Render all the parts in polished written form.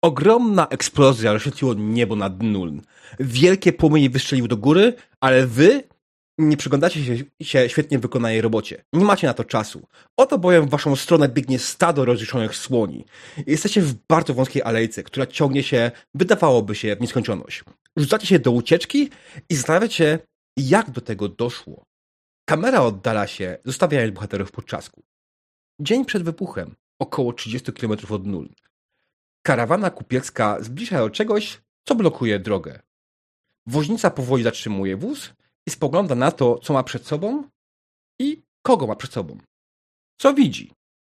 Ogromna eksplozja rozświetliło niebo nad Nuln. Wielkie płomienie wystrzeliły do góry, ale wy nie przyglądacie się świetnie wykonanej robocie. Nie macie na to czasu. Oto bowiem w waszą stronę biegnie stado rozjuszonych słoni. Jesteście w bardzo wąskiej alejce, która ciągnie się, wydawałoby się, w nieskończoność. Rzucacie się do ucieczki i zastanawiacie się, jak do tego doszło. Kamera oddala się, zostawiając bohaterów w potrzasku. Dzień przed wybuchem, około 30 km od Nuln. Karawana kupiecka zbliża się do czegoś, co blokuje drogę. Woźnica powoli zatrzymuje wóz i spogląda na to, co ma przed sobą i kogo ma przed sobą. Co widzi?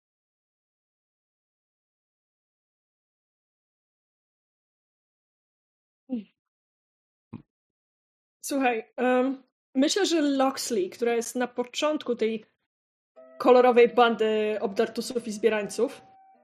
Słuchaj, myślę, że Loxley, która jest na początku tej kolorowej bandy obdartusów i zbierańców,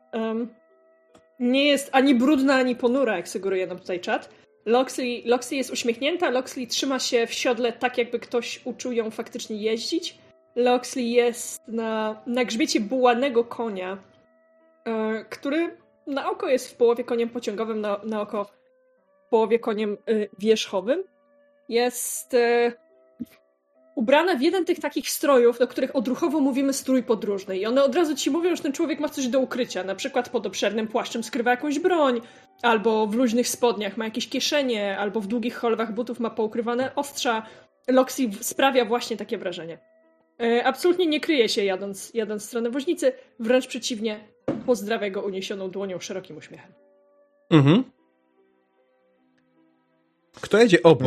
nie jest ani brudna, ani ponura, jak sugeruje nam tutaj czat. Loxley jest uśmiechnięta, Loxley trzyma się w siodle tak, jakby ktoś uczył ją faktycznie jeździć. Loxley jest na grzbiecie bułanego konia, który na oko jest w połowie koniem pociągowym, na oko w połowie koniem wierzchowym. Jest ubrana w jeden tych takich strojów, do których odruchowo mówimy strój podróżny. I one od razu ci mówią, że ten człowiek ma coś do ukrycia. Na przykład pod obszernym płaszczem skrywa jakąś broń, albo w luźnych spodniach ma jakieś kieszenie, albo w długich holwach butów ma poukrywane ostrza. Loxley sprawia właśnie takie wrażenie. Absolutnie nie kryje się jadąc w stronę woźnicy, wręcz przeciwnie, pozdrawia go uniesioną dłonią, szerokim uśmiechem. Mhm. Kto jedzie obok?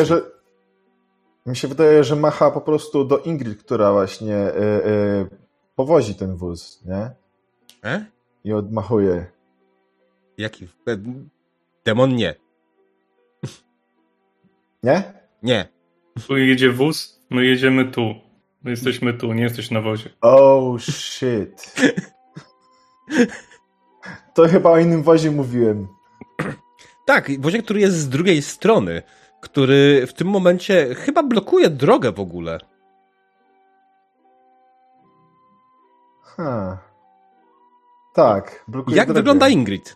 Mi się wydaje, że macha po prostu do Ingrid, która właśnie powozi ten wóz, nie? I odmachuje. Jaki? Demon nie. Nie? Nie. Tu jedzie wóz, my jedziemy tu. My jesteśmy tu, nie jesteś na wozie. Oh shit. To chyba o innym wozie mówiłem. Tak, wozie, który jest z drugiej strony, który w tym momencie chyba blokuje drogę w ogóle. Tak, blokuje Jak drogę. wygląda Ingrid?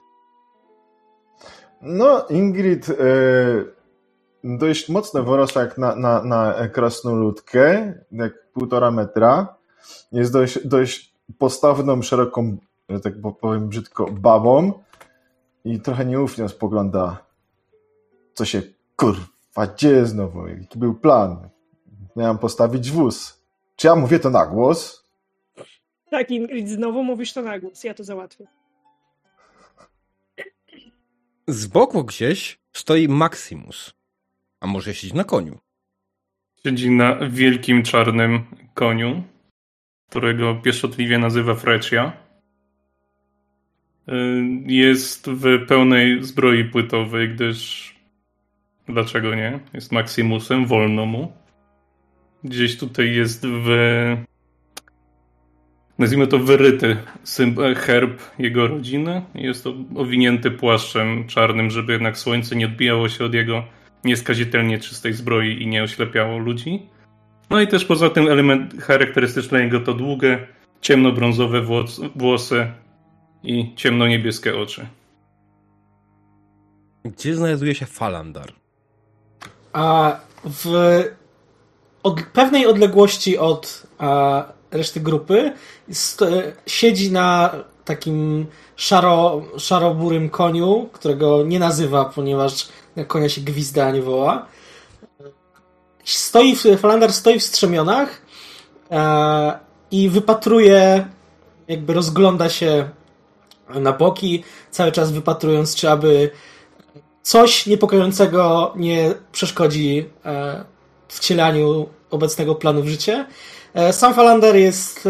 No, Ingrid dość mocno wyrosła jak na krasnoludkę, jak 1,5 metra. Jest dość postawną, szeroką, że tak powiem brzydko, babą i trochę nieufnie spogląda, co się kurwa dzieje znowu, jaki był plan. Miałem postawić wóz. Czy ja mówię to na głos? Tak, Ingrid, znowu mówisz to na głos, ja to załatwię. Z boku gdzieś stoi Maximus. A może siedzi na koniu? Siedzi na wielkim czarnym koniu, którego pieszczotliwie nazywa Frecia. Jest w pełnej zbroi płytowej, gdyż dlaczego nie? Jest Maximusem, wolno mu. Gdzieś tutaj jest nazwijmy to wyryty herb jego rodziny. Jest to owinięty płaszczem czarnym, żeby jednak słońce nie odbijało się od jego nieskazitelnie czystej zbroi i nie oślepiało ludzi. No i też poza tym element charakterystyczny jego to długie, ciemnobrązowe włosy i ciemnoniebieskie oczy. Gdzie znajduje się Falandar? A w pewnej odległości od reszty grupy siedzi na takim szaroburym koniu, którego nie nazywa, ponieważ konia się gwizda, a nie woła. Falandar stoi w strzemionach i wypatruje, jakby rozgląda się na boki, cały czas wypatrując, czy aby coś niepokojącego nie przeszkodzi wcielaniu obecnego planu w życie. Sam Falandar jest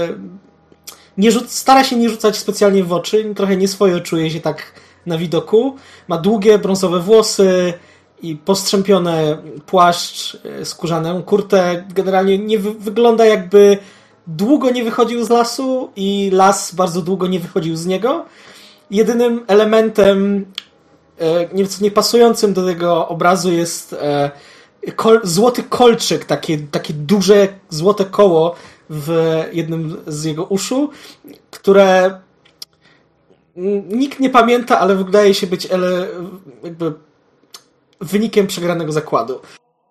stara się nie rzucać specjalnie w oczy, trochę nieswojo czuje się tak na widoku. Ma długie, brązowe włosy i postrzępiony płaszcz, skórzaną kurtę. Generalnie nie wygląda, jakby długo nie wychodził z lasu i las bardzo długo nie wychodził z niego. Jedynym elementem nieco niepasującym do tego obrazu jest złoty kolczyk, takie duże złote koło w jednym z jego uszu, które Nikt nie pamięta, ale wydaje się być jakby wynikiem przegranego zakładu.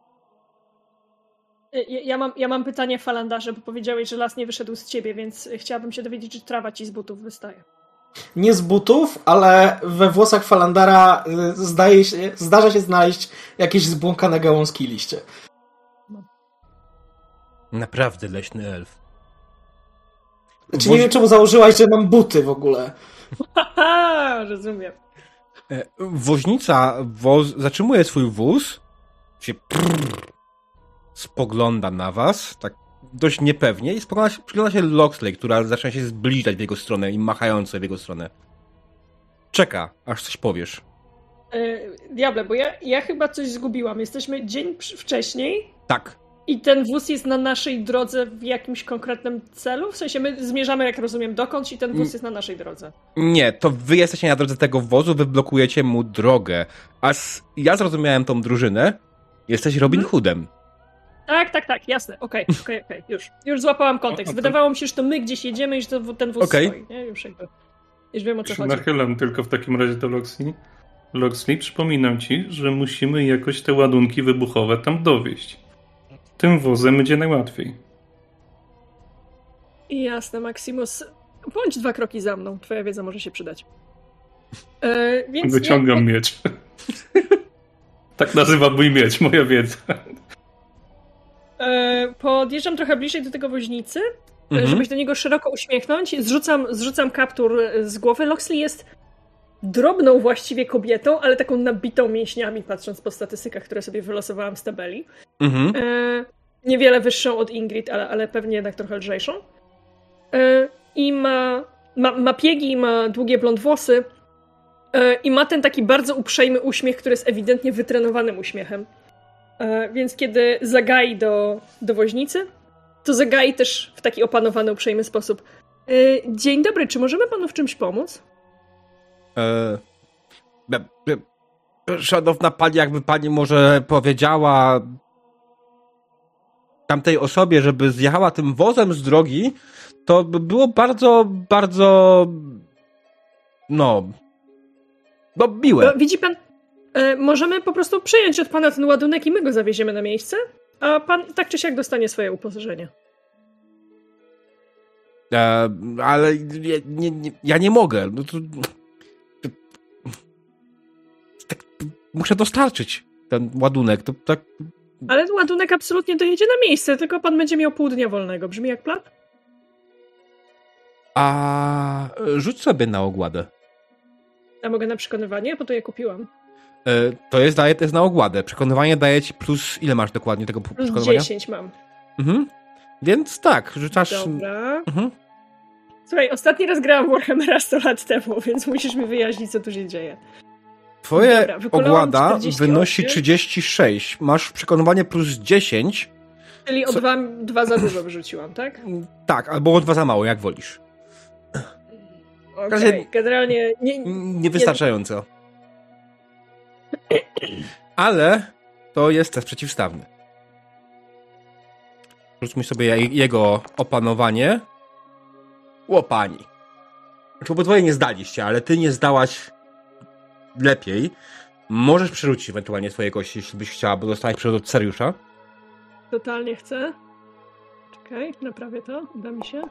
Ja mam pytanie, Falandarze, bo powiedziałeś, że las nie wyszedł z ciebie, więc chciałabym się dowiedzieć, czy trawa ci z butów wystaje. Nie z butów, ale we włosach Falandara zdarza się znaleźć jakieś zbłąkane gałązki i liście. Naprawdę leśny elf. Znaczy, nie wiem, czemu założyłaś, że mam buty w ogóle. Haha, rozumiem. Woźnica zatrzymuje swój wóz, się spogląda na was, tak dość niepewnie i przygląda się Loxley, która zaczyna się zbliżać w jego stronę i machająco w jego stronę. Czeka, aż coś powiesz. Diable, bo ja chyba coś zgubiłam. Jesteśmy dzień wcześniej. Tak. I ten wóz jest na naszej drodze w jakimś konkretnym celu? W sensie my zmierzamy, jak rozumiem, dokądś i ten wóz jest na naszej drodze. Nie, to wy jesteście na drodze tego wozu, wy blokujecie mu drogę. Ja zrozumiałem tą drużynę. Jesteś Robin Hoodem. Tak, jasne. Okej, już złapałam kontekst. Wydawało mi się, że to my gdzieś jedziemy i że ten wóz stoi. Nie? Już wiem, o co chodzi. Nachylam tylko w takim razie do Loxley. Loxley, przypominam ci, że musimy jakoś te ładunki wybuchowe tam dowieźć. Tym wozem będzie najłatwiej. Jasne, Maximus. Bądź 2 kroki za mną. Twoja wiedza może się przydać. Więc wyciągam miecz. Tak nazywa mój miecz, moja wiedza. Podjeżdżam trochę bliżej do tego woźnicy, żeby się do niego szeroko uśmiechnąć. Zrzucam kaptur z głowy. Loxley jest drobną właściwie kobietą, ale taką nabitą mięśniami, patrząc po statystykach, które sobie wylosowałam z tabeli. Niewiele wyższą od Ingrid, ale pewnie jednak trochę lżejszą. I ma piegi, ma długie blond włosy i ma ten taki bardzo uprzejmy uśmiech, który jest ewidentnie wytrenowanym uśmiechem. Więc kiedy zagai do woźnicy, to zagai też w taki opanowany, uprzejmy sposób. Dzień dobry, czy możemy panu w czymś pomóc? Szanowna pani, jakby pani może powiedziała tamtej osobie, żeby zjechała tym wozem z drogi, to by było bardzo, bardzo miłe. Widzi pan, możemy po prostu przyjąć od pana ten ładunek i my go zawieziemy na miejsce, a pan tak czy siak dostanie swoje uposażenie. Ale ja nie mogę. No to tak, muszę dostarczyć ten ładunek. To tak. Ale ładunek absolutnie dojedzie na miejsce, tylko pan będzie miał pół dnia wolnego. Brzmi jak plan? A rzuć sobie na ogładę. A mogę na przekonywanie? Bo to je kupiłam. To jest na ogładę. Przekonywanie daje ci plus... Ile masz dokładnie tego przekonywania? Plus 10 mam. Więc tak, rzucasz... Dobra. Słuchaj, ostatni raz grałam Warhammera 100 lat temu, więc musisz mi wyjaśnić, co tu się dzieje. Twoje ogłada 48. Wynosi 36. Masz przekonywanie plus 10. Czyli o 2 za dużo wyrzuciłam, tak? Tak, albo o 2 za mało, jak wolisz. Okej, generalnie... Niewystarczająco. Ale to jest test przeciwstawny. Rzućmy sobie jego opanowanie. Łopani. Znaczy, obydwoje nie zdaliście, ale ty nie zdałaś lepiej. Możesz przerzucić ewentualnie swoje kości, jeśli byś chciała, bo dostałaś przewód od Seriusza. Totalnie chcę. Czekaj, naprawię to. Uda mi się.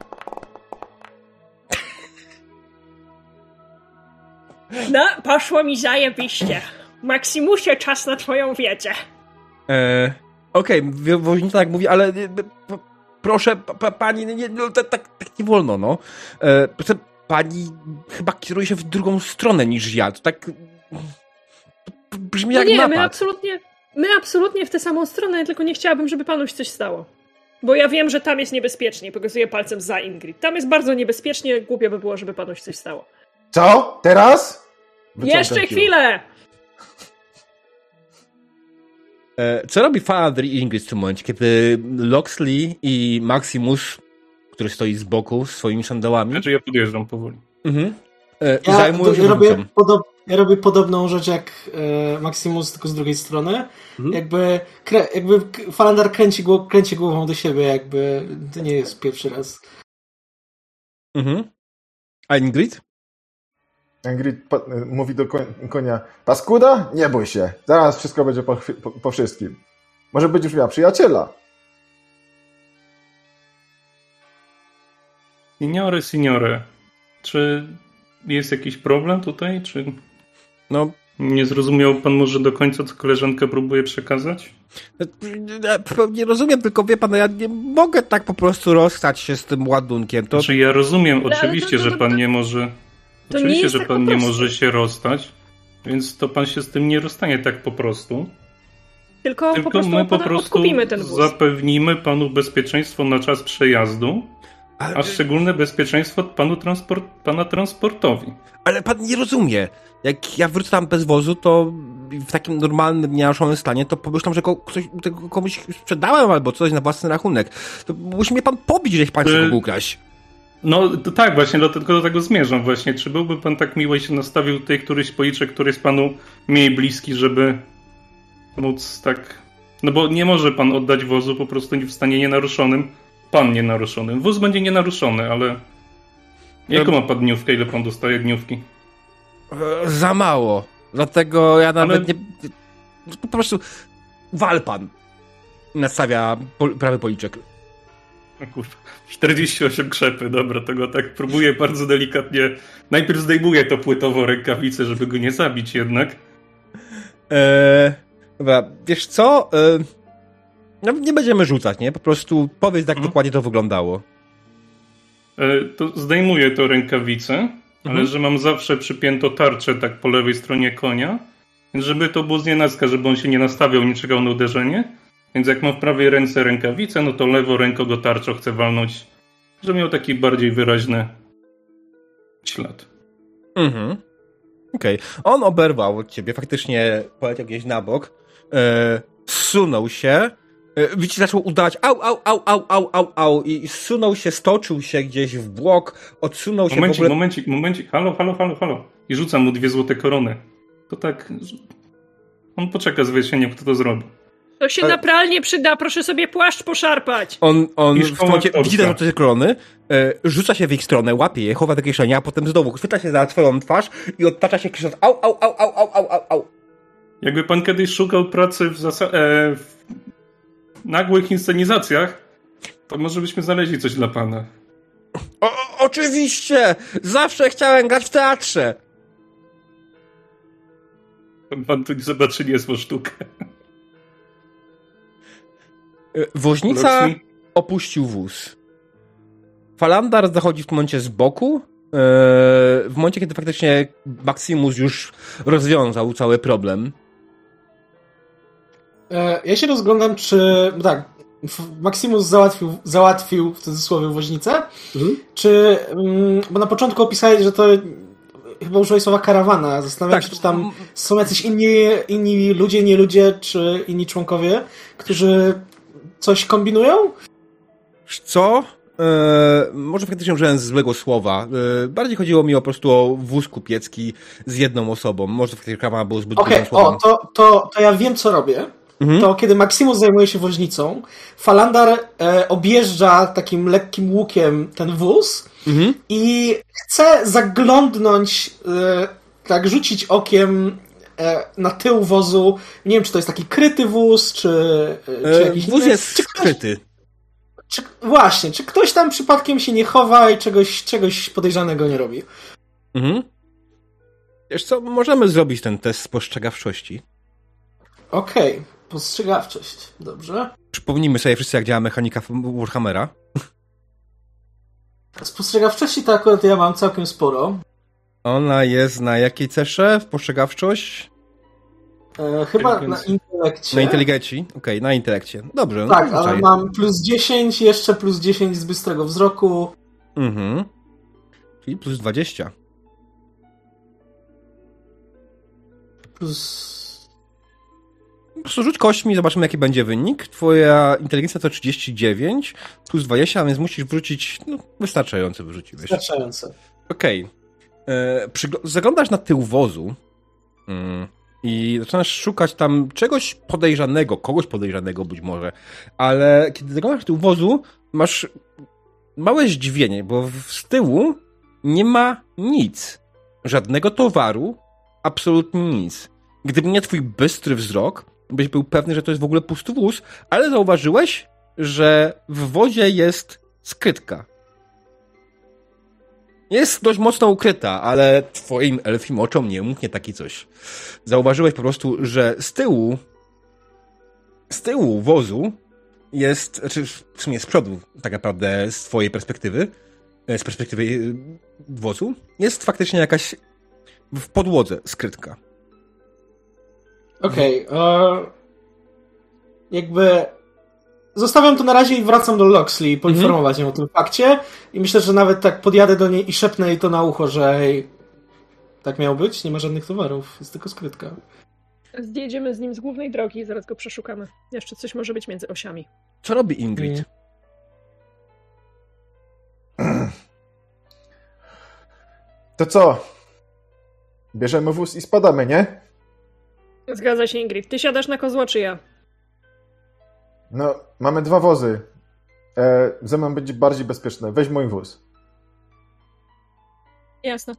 No, poszło mi zajebiście. Maximusie, czas na twoją wiedzę. Okej, woźnica tak mówi, ale proszę, pani, tak nie wolno, no. Pani chyba kieruje się w drugą stronę niż ja. To tak brzmi jak napad. My absolutnie w tę samą stronę, tylko nie chciałabym, żeby panu się coś stało. Bo ja wiem, że tam jest niebezpiecznie. Pokazuję palcem za Ingrid. Tam jest bardzo niebezpiecznie. Głupio by było, żeby panu się coś stało. Co? Teraz? Jeszcze chwilę! Co robi Faladr i Ingrid w tym momencie, kiedy Loxley i Maximus, który stoi z boku z swoimi sandałami... Znaczy ja podjeżdżam powoli. Zajmują się ja robię podobną rzecz jak Maximus, tylko z drugiej strony. Jakby Falandar kręci głową do siebie, jakby to nie jest pierwszy raz. A Ingrid? Angrid mówi do konia: paskuda, nie bój się, zaraz wszystko będzie po wszystkim. Może będziesz miała przyjaciela. Signore, czy jest jakiś problem tutaj, czy... No, Nie zrozumiał pan może do końca, co koleżanka próbuje przekazać? nie rozumiem, tylko wie pan, ja nie mogę tak po prostu rozstać się z tym ładunkiem. To... Znaczy ja rozumiem, Ale oczywiście, że pan nie może... To Oczywiście, nie jest że tak pan po nie prostu. może się rozstać, więc to pan się z tym nie rozstanie tak po prostu. Tylko po prostu my po prostu odkupimy ten wóz. zapewnimy panu bezpieczeństwo na czas przejazdu, a szczególne bezpieczeństwo pana transportowi. Ale pan nie rozumie. Jak ja wrócę tam bez wozu, to w takim normalnym, nienaruszonym stanie, to pomyślą, że tego komuś sprzedałem albo coś na własny rachunek. To musi mnie pan pobić, żeś pan chce go ukraść. No to tak, właśnie tylko do tego zmierzam właśnie. Czy byłby pan tak miły i się nastawił tutaj któryś policzek, który jest panu mniej bliski, żeby móc tak... No bo nie może pan oddać wozu po prostu w stanie nienaruszonym. Pan nienaruszonym. Wóz będzie nienaruszony, ale... Jaką ma pan dniówkę? Ile pan dostaje dniówki? Za mało. Dlatego ja nawet nie... Po prostu wal pan. Nastawia prawy policzek. No kurwa, 48 krzepy, dobra, to go tak próbuję bardzo delikatnie. Najpierw zdejmuję to płytowo rękawicę, żeby go nie zabić jednak. Dobra, wiesz co? No, nie będziemy rzucać, nie? Po prostu powiedz, jak dokładnie to wyglądało. To zdejmuję to rękawicę, ale że mam zawsze przypięto tarczę tak po lewej stronie konia, więc żeby to było znienacka, żeby on się nie nastawiał, nie czekał na uderzenie. Więc jak mam w prawej ręce rękawicę, no to lewą ręką go tarczą chcę walnąć, żeby miał taki bardziej wyraźny ślad. Okej. On oberwał od ciebie, faktycznie poleciał gdzieś na bok, zsunął się, widzicie, zaczął udawać au i zsunął się, stoczył się gdzieś w bok, odsunął się w ogóle... Momencik, halo. I rzucam mu 2 złote korony. To tak... On poczeka z wyjaśnieniem, kto to zrobi. To się na pralnie przyda, proszę sobie płaszcz poszarpać. On w tym momencie widzi te korony, rzuca się w ich stronę, łapie je, chowa do kieszeni, a potem znowu chwyta się za twoją twarz i odtacza się krzycząc au. Jakby pan kiedyś szukał pracy w nagłych inscenizacjach, to może byśmy znaleźli coś dla pana. Oczywiście! Zawsze chciałem grać w teatrze! Pan tu zobaczy niezłą sztukę. Woźnica opuścił wóz. Falandar zachodzi w tym momencie z boku. W momencie, kiedy faktycznie Maximus już rozwiązał cały problem. Ja się rozglądam, czy... Tak, Maximus załatwił w cudzysłowie woźnicę. Czy... Bo na początku opisałeś, że to chyba użyłeś słowa karawana. Zastanawiam się, czy tam są jacyś inni ludzie, nie ludzie, czy inni członkowie, którzy coś kombinują? Co? Może faktycznie użyłem złego słowa. Bardziej chodziło mi po prostu o wóz kupiecki z jedną osobą. Może faktycznie karawana było zbyt dużym słowem. To ja wiem, co robię. To kiedy Maximus zajmuje się woźnicą, Falandar objeżdża takim lekkim łukiem ten wóz i chce zaglądnąć, tak rzucić okiem na tył wozu. Nie wiem, czy to jest taki kryty wóz, czy jakiś... Wóz jest kryty. Czy ktoś tam przypadkiem się nie chowa i czegoś podejrzanego nie robi? Wiesz co, możemy zrobić ten test spostrzegawczości. Okej, postrzegawczość. Dobrze. Przypomnijmy sobie wszyscy, jak działa mechanika Warhammera. Spostrzegawczości to akurat ja mam całkiem sporo. Ona jest na jakiej cesze? Spostrzegawczość? Chyba na intelekcie. Na inteligencji? Okej, na intelekcie. Dobrze. Tak, ale mam plus 10, jeszcze plus 10 z bystrego wzroku. Czyli plus 20. Po prostu rzuć kośćmi, zobaczymy jaki będzie wynik. Twoja inteligencja to 39, plus 20, a więc musisz wrzucić, wystarczająco wyrzuciłeś. Wystarczająco. Okej. Zaglądasz na tył wozu i zaczynasz szukać tam czegoś podejrzanego, kogoś podejrzanego być może, ale kiedy zaglądasz na tył wozu, masz małe zdziwienie, bo z tyłu nie ma nic. Żadnego towaru, absolutnie nic. Gdyby nie twój bystry wzrok, byś był pewny, że to jest w ogóle pusty wóz, ale zauważyłeś, że w wozie jest skrytka. Jest dość mocno ukryta, ale twoim elfim oczom nie umknie taki coś. Zauważyłeś po prostu, że z tyłu wozu jest, znaczy w sumie z przodu, tak naprawdę z twojej perspektywy, z perspektywy wozu, jest faktycznie jakaś w podłodze skrytka. Okej, jakby zostawiam to na razie i wracam do Loxley, poinformować ją o tym fakcie i myślę, że nawet tak podjadę do niej i szepnę jej to na ucho, że hej, tak miało być, nie ma żadnych towarów, jest tylko skrytka. Zjedziemy z nim z głównej drogi i zaraz go przeszukamy. Jeszcze coś może być między osiami. Co robi Ingrid? To co? Bierzemy wóz i spadamy, nie? Zgadza się, Ingrid. Ty siadasz na kozła, czy ja? No, mamy 2 wozy. Ze mną będzie bardziej bezpieczne. Weź mój wóz. Jasne.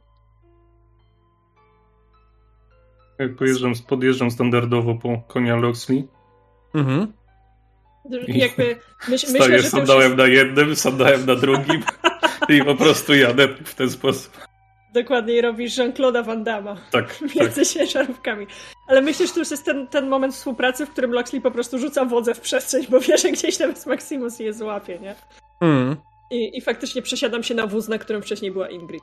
Jak podjeżdżam standardowo po konia Loxley. Mhm. Jakby Staję że sandałem na jednym, sandałem na drugim i po prostu jadę w ten sposób. Dokładniej robisz Jean-Claude'a Van Damme'a. Tak. Między ciężarówkami. Ale myślę, że to już jest ten moment współpracy, w którym Loxley po prostu rzuca wodę w przestrzeń, bo wie, że gdzieś tam Maximus je złapie, nie? I faktycznie przesiadam się na wóz, na którym wcześniej była Ingrid.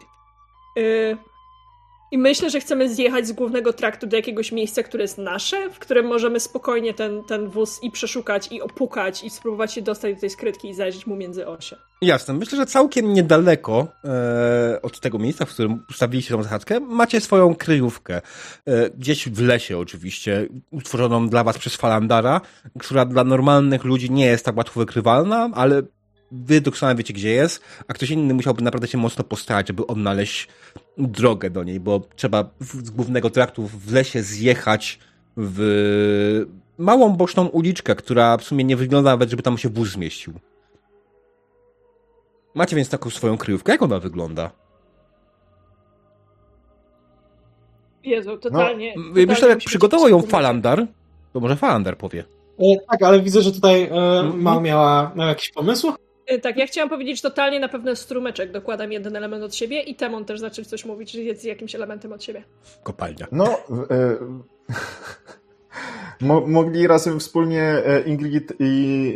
I myślę, że chcemy zjechać z głównego traktu do jakiegoś miejsca, które jest nasze, w którym możemy spokojnie ten wóz i przeszukać, i opukać, i spróbować się dostać do tej skrytki i zajrzeć mu między osie. Jasne. Myślę, że całkiem niedaleko od tego miejsca, w którym ustawiliście tą zasadzkę, macie swoją kryjówkę. Gdzieś w lesie oczywiście, utworzoną dla was przez Falandara, która dla normalnych ludzi nie jest tak łatwo wykrywalna, ale wy doskonale wiecie, gdzie jest, a ktoś inny musiałby naprawdę się mocno postarać, żeby odnaleźć drogę do niej, bo trzeba z głównego traktu w lesie zjechać w małą boczną uliczkę, która w sumie nie wygląda nawet, żeby tam się wóz zmieścił. Macie więc taką swoją kryjówkę. Jak ona wygląda? Jezu, totalnie. Myślę, jak przygotował ją Falandar, to może Falandar powie. Tak, ale widzę, że tutaj miała jakiś pomysł. Tak, ja chciałam powiedzieć, że totalnie na pewno strumyczek. Dokładam jeden element od siebie i Temon też zaczął coś mówić, że jest z jakimś elementem od siebie. Kopalnia. No, mogli razem wspólnie Ingrid i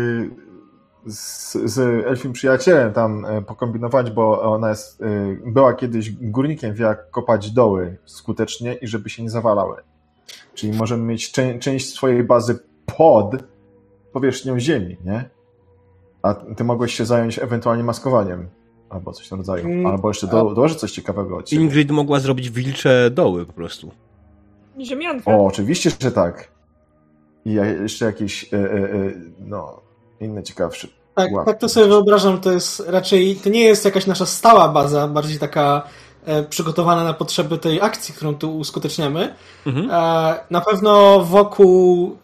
z elfim przyjacielem tam pokombinować, bo ona była kiedyś górnikiem, wie jak kopać doły skutecznie i żeby się nie zawalały. Czyli możemy mieć część swojej bazy pod powierzchnią ziemi, nie? A ty mogłeś się zająć ewentualnie maskowaniem. Albo coś w tym rodzaju. Albo jeszcze dołożyć coś ciekawego od siebie. Ingrid mogła zrobić wilcze doły po prostu. Ziemianka. O, oczywiście, że tak. I jeszcze jakieś inne ciekawsze. Tak to sobie wyobrażam, to jest raczej, to nie jest jakaś nasza stała baza, bardziej taka przygotowana na potrzeby tej akcji, którą tu uskuteczniamy. Na pewno wokół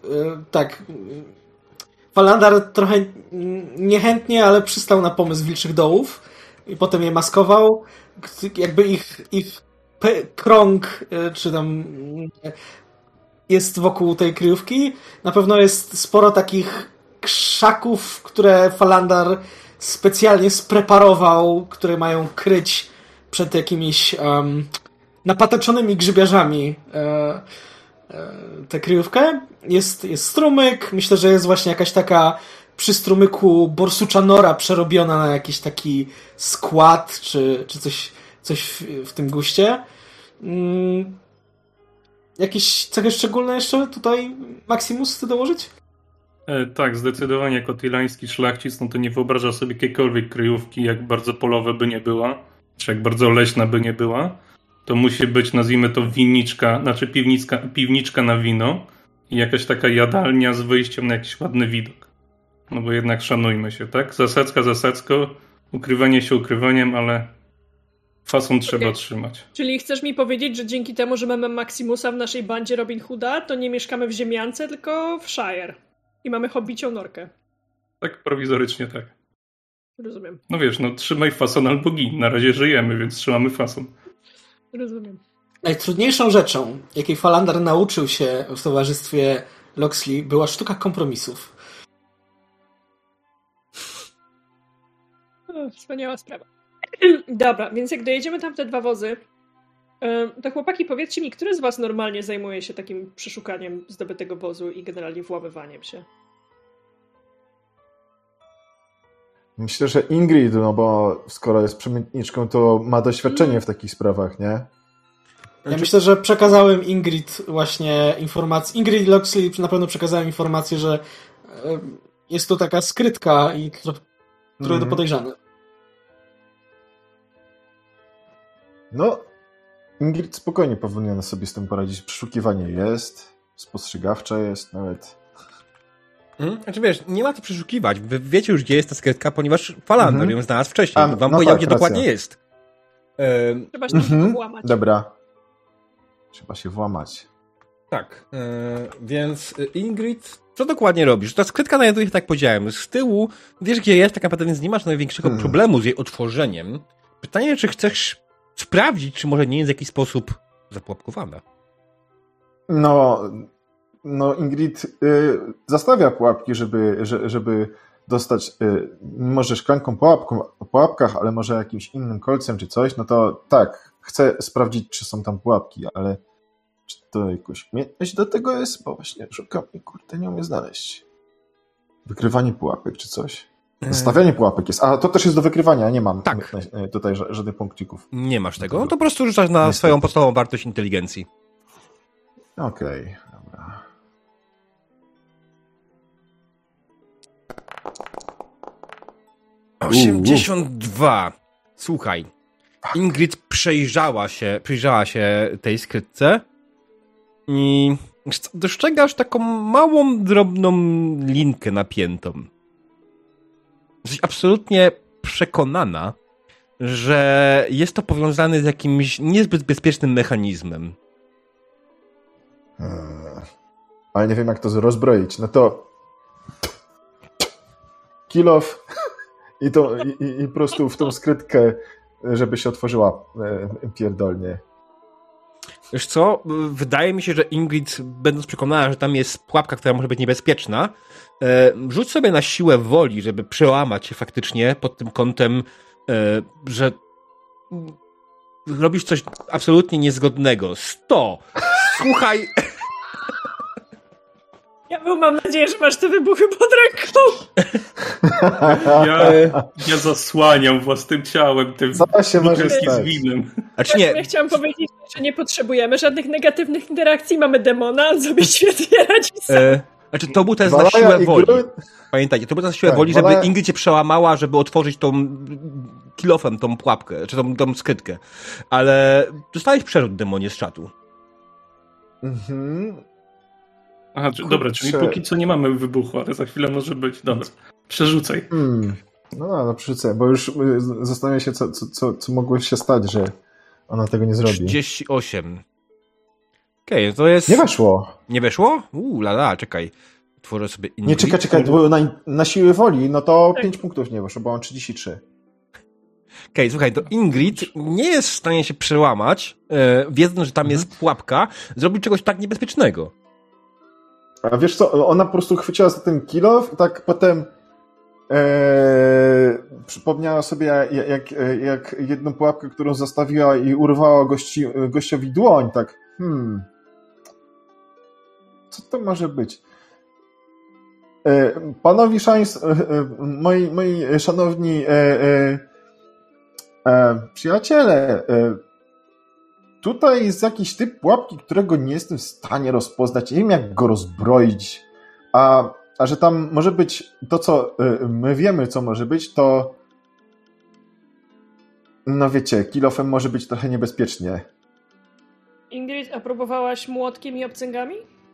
Falandar trochę niechętnie, ale przystał na pomysł wilczych dołów i potem je maskował. Jakby ich krąg, czy tam jest wokół tej kryjówki. Na pewno jest sporo takich krzaków, które Falandar specjalnie spreparował, które mają kryć przed jakimiś napataczonymi grzybiarzami tę kryjówkę. Jest strumyk. Myślę, że jest właśnie jakaś taka przy strumyku borsucza nora przerobiona na jakiś taki skład, czy coś w tym guście. Jakieś cechy szczególne jeszcze tutaj Maximus chce dołożyć? Tak, zdecydowanie jako tylański szlachcic, no to nie wyobraża sobie jakiejkolwiek kryjówki, jak bardzo polowa by nie była, czy jak bardzo leśna by nie była. To musi być, nazwijmy to, winniczka, znaczy piwniczka na wino i jakaś taka jadalnia z wyjściem na jakiś ładny widok. No bo jednak szanujmy się, tak? Zasadzko, ukrywanie się ukrywaniem, ale fason trzeba trzymać. Czyli chcesz mi powiedzieć, że dzięki temu, że mamy Maximusa w naszej bandzie Robin Hooda, to nie mieszkamy w ziemiance, tylko w Shire. I mamy hobbicią norkę. Tak, prowizorycznie tak. Rozumiem. No wiesz, no trzymaj fason albo gin. Na razie żyjemy, więc trzymamy fason. Rozumiem. Najtrudniejszą rzeczą, jakiej Falandar nauczył się w towarzystwie Loxley, była sztuka kompromisów. Wspaniała sprawa. Dobra, więc jak dojedziemy tam te 2 wozy, to chłopaki, powiedzcie mi, który z was normalnie zajmuje się takim przeszukaniem zdobytego wozu i generalnie włamywaniem się? Myślę, że Ingrid, no bo skoro jest przemytniczką, to ma doświadczenie w takich sprawach, nie? Ja myślę, że przekazałem Ingrid właśnie informację. Ingrid i Loxley na pewno przekazałem informację, że jest to taka skrytka i trochę to podejrzane. No, Ingrid spokojnie powinna sobie z tym poradzić. Przeszukiwanie jest, spostrzegawcza jest nawet. Znaczy wiesz, nie ma co przeszukiwać. Wy wiecie już, gdzie jest ta skrytka, ponieważ Falandar ją znalazł wcześniej. Wam powiedział, gdzie dokładnie jest. Trzeba się tylko włamać. Dobra. Trzeba się włamać. Tak. Więc Ingrid, co dokładnie robisz? Ta skrytka znajduje się, tak jak powiedziałem, z tyłu. Wiesz, gdzie jest, tak naprawdę więc nie masz największego problemu z jej otworzeniem. Pytanie, czy chcesz sprawdzić, czy może nie jest w jakiś sposób zapułapkowana. No Ingrid zastawia pułapki, żeby dostać może szklanką po pułapkach, ale może jakimś innym kolcem czy coś, no to tak, chcę sprawdzić, czy są tam pułapki, ale czy to jakoś umiejętność do tego jest? Bo właśnie szukam i kurde, nie umiem znaleźć. Wykrywanie pułapek czy coś. Stawianie pułapek jest. A to też jest do wykrywania, nie mam tutaj żadnych punkcików. Nie masz tego? No to po prostu rzucasz na swoją podstawową wartość inteligencji. Okej, dobra. Okay. 82. Słuchaj. Ingrid przyjrzała się tej skrytce i dostrzegasz taką małą, drobną linkę napiętą. Jesteś absolutnie przekonana, że jest to powiązane z jakimś niezbyt bezpiecznym mechanizmem. Ale nie wiem, jak to rozbroić. No to kill off i po prostu w tą skrytkę, żeby się otworzyła pierdolnie. Wiesz co? Wydaje mi się, że Ingrid, będąc przekonana, że tam jest pułapka, która może być niebezpieczna, rzuć sobie na siłę woli, żeby przełamać się faktycznie pod tym kątem, że robisz coś absolutnie niezgodnego. 100! Słuchaj... Ja mam nadzieję, że masz te wybuchy pod ręką. Ja zasłaniam własnym ciałem tym butelki z winem. Znaczy nie. Ja chciałam powiedzieć, że nie potrzebujemy żadnych negatywnych interakcji. Mamy demona, on sobie świetnie radzi sam. Znaczy to był test na siłę woli. Pamiętajcie, to był test na siłę woli, żeby Ingrid się przełamała, żeby otworzyć tą kilofem, tą pułapkę, czy tą skrytkę. Ale dostałeś przerzut, demonie, z czatu. Aha, dobra, czyli póki co nie mamy wybuchu, ale za chwilę może być. Dobra, przerzucaj. No, przerzucę, bo już zastanawiam się, co mogło się stać, że ona tego nie zrobi. 38. Okej, to jest... Nie weszło. Nie weszło? Lala, czekaj. Tworzę sobie inny. Nie, czekaj, to było na siłę woli, no to 5 punktów nie weszło, bo mam 33. Okej, słuchaj, to Ingrid nie jest w stanie się przełamać, wiedząc, że tam jest pułapka, zrobić czegoś tak niebezpiecznego. A wiesz co, ona po prostu chwyciła za ten kilof i tak potem przypomniała sobie jak jedną pułapkę, którą zostawiła i urwała gościowi dłoń, tak co to może być? Panowie moi szanowni przyjaciele, tutaj jest jakiś typ pułapki, którego nie jestem w stanie rozpoznać. Nie wiem, jak go rozbroić. A że tam może być to, co my wiemy, co może być, to no wiecie, kilofem może być trochę niebezpiecznie. Ingrid, a próbowałaś młotkiem i obcęgami?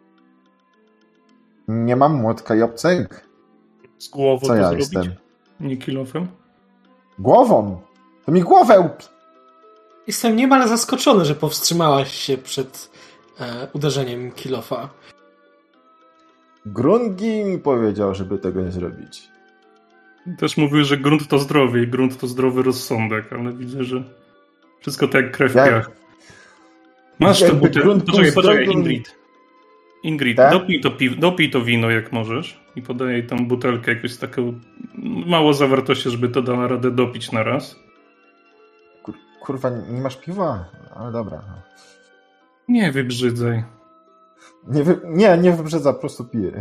Nie mam młotka i obcęg. Z głową co to ja zrobić? jestem? Nie kilofem? Głową! To mi głowę upi... Jestem niemal zaskoczony, że powstrzymałaś się przed uderzeniem kilofa. Grungi mi powiedział, żeby tego nie zrobić. Też mówił, że grunt to zdrowie i grunt to zdrowy rozsądek, ale widzę, że wszystko tak jak krew w piach. Masz tę Jakby butelkę. grunt był Poczekaj, zdrowy. Ingrid, Tak? dopij to wino jak możesz i podaj jej tą butelkę jakąś taką mało zawartości, żeby to dała radę dopić na raz. Kurwa, nie masz piwa? Ale dobra. Nie wybrzydzaj. Nie wybrzedza, po prostu piję.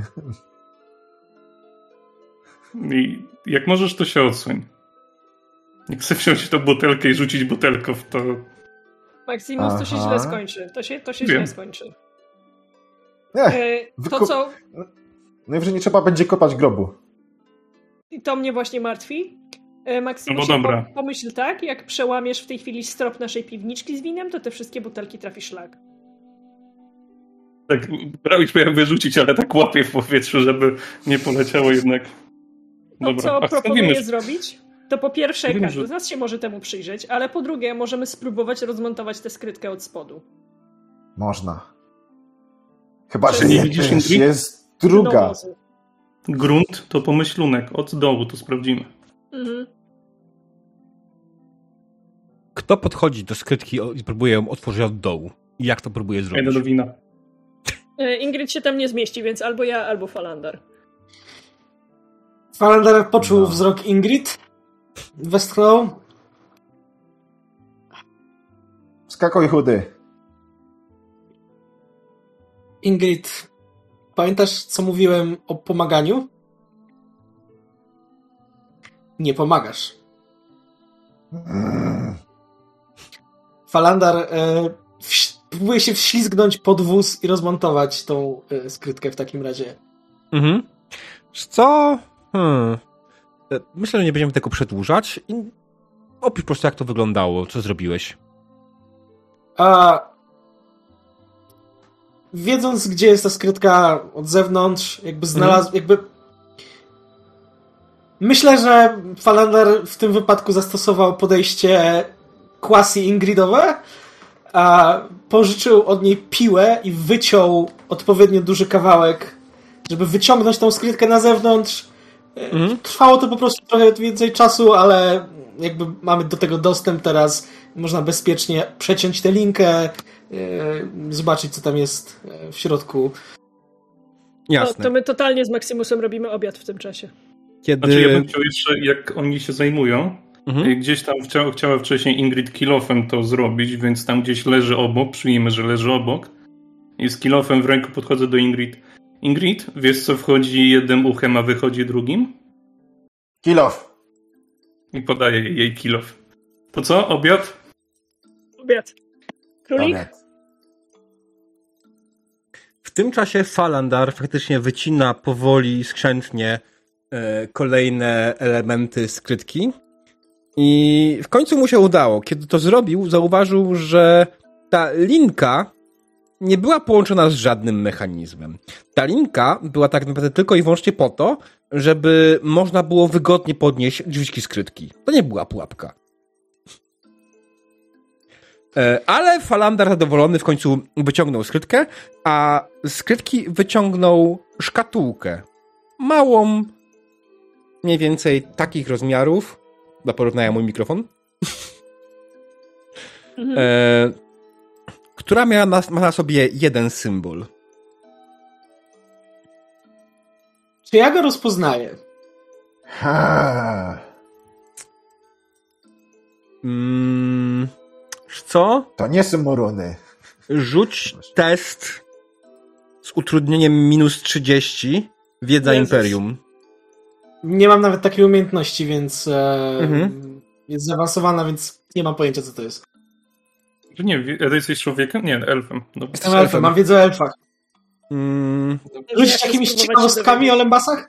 I jak możesz, to się odsuń. Nie chcę wziąć tą butelkę i rzucić butelką w to. Maximus, to się Aha. źle skończy. To się Wiem. źle skończy. Nie, To, co najwyżej nie trzeba będzie kopać grobu. to mnie właśnie martwi. No Maximus, bo dobra. pomyśl tak, jak przełamiesz w tej chwili strop naszej piwniczki z winem, to te wszystkie butelki trafi szlak. Tak, brałeś miałem wyrzucić, ale tak łapię w powietrzu, żeby nie poleciało jednak. To, co a proponuję zrobić, to po pierwsze, Wiem, każdy że- z nas się może temu przyjrzeć, ale po drugie, możemy spróbować rozmontować tę skrytkę od spodu. Można. Chyba, że Nie nie widzisz, wiesz, Ingrid? jest druga. Wozu. Grunt to pomyślunek. Od dołu to sprawdzimy. Mhm. Kto podchodzi do skrytki i próbuje ją otworzyć od dołu? I jak to próbuje Ja zrobić? idę do wina. Ingrid się tam nie zmieści, więc albo ja, albo Falandar. Falandar poczuł No. wzrok Ingrid, westchnął. Wskakuj, chudy. Ingrid, pamiętasz, co mówiłem o pomaganiu? Nie pomagasz. Falandar próbuje się wślizgnąć pod wóz i rozmontować tą skrytkę w takim razie. Mhm. Wiesz co? Myślę, że nie będziemy tego przedłużać. I opisz po prostu, jak to wyglądało, co zrobiłeś. A wiedząc, gdzie jest ta skrytka od zewnątrz, jakby znalazł, myślę, że Falandar w tym wypadku zastosował podejście quasi-ingridowe, a pożyczył od niej piłę i wyciął odpowiednio duży kawałek, żeby wyciągnąć tą skrytkę na zewnątrz. Trwało to po prostu trochę więcej czasu, ale jakby mamy do tego dostęp teraz. Można bezpiecznie przeciąć tę linkę, zobaczyć, co tam jest w środku. Jasne. To my totalnie z Maximusem robimy obiad w tym czasie. Kiedy... Znaczy ja bym chciał jeszcze, jak oni się zajmują, gdzieś tam chciała wcześniej Ingrid kilofem to zrobić, więc tam gdzieś leży obok, przyjmijmy, że leży obok. I z kilofem w ręku podchodzę do Ingrid. Ingrid, wiesz co wchodzi jednym uchem, a wychodzi drugim? Kilof. I podaję jej kilof. To co? Obiad? Obiad. Królik? Obiad. W tym czasie Falandar faktycznie wycina powoli, skrzętnie kolejne elementy skrytki i w końcu mu się udało. Kiedy to zrobił, zauważył, że ta linka nie była połączona z żadnym mechanizmem. Ta linka była tak naprawdę tylko i wyłącznie po to, żeby można było wygodnie podnieść drzwiczki skrytki. To nie była pułapka. Ale Falandar zadowolony w końcu wyciągnął skrytkę, a z skrytki wyciągnął szkatułkę. Małą, mniej więcej takich rozmiarów. Dla porównania mój mikrofon. Która ma na sobie jeden symbol. Czy ja go rozpoznaję? Co? To nie są moruny. Rzuć test z utrudnieniem -30. Wiedza Jezus. Imperium. Nie mam nawet takiej umiejętności, więc jest zaawansowana, więc nie mam pojęcia, co to jest. Nie, ty jesteś człowiekiem? Nie, elfem. No, Jestem elfem, mam wiedzę o elfach. Rzucić Ja jakimiś chcę spróbować ciekawostkami się o lembasach?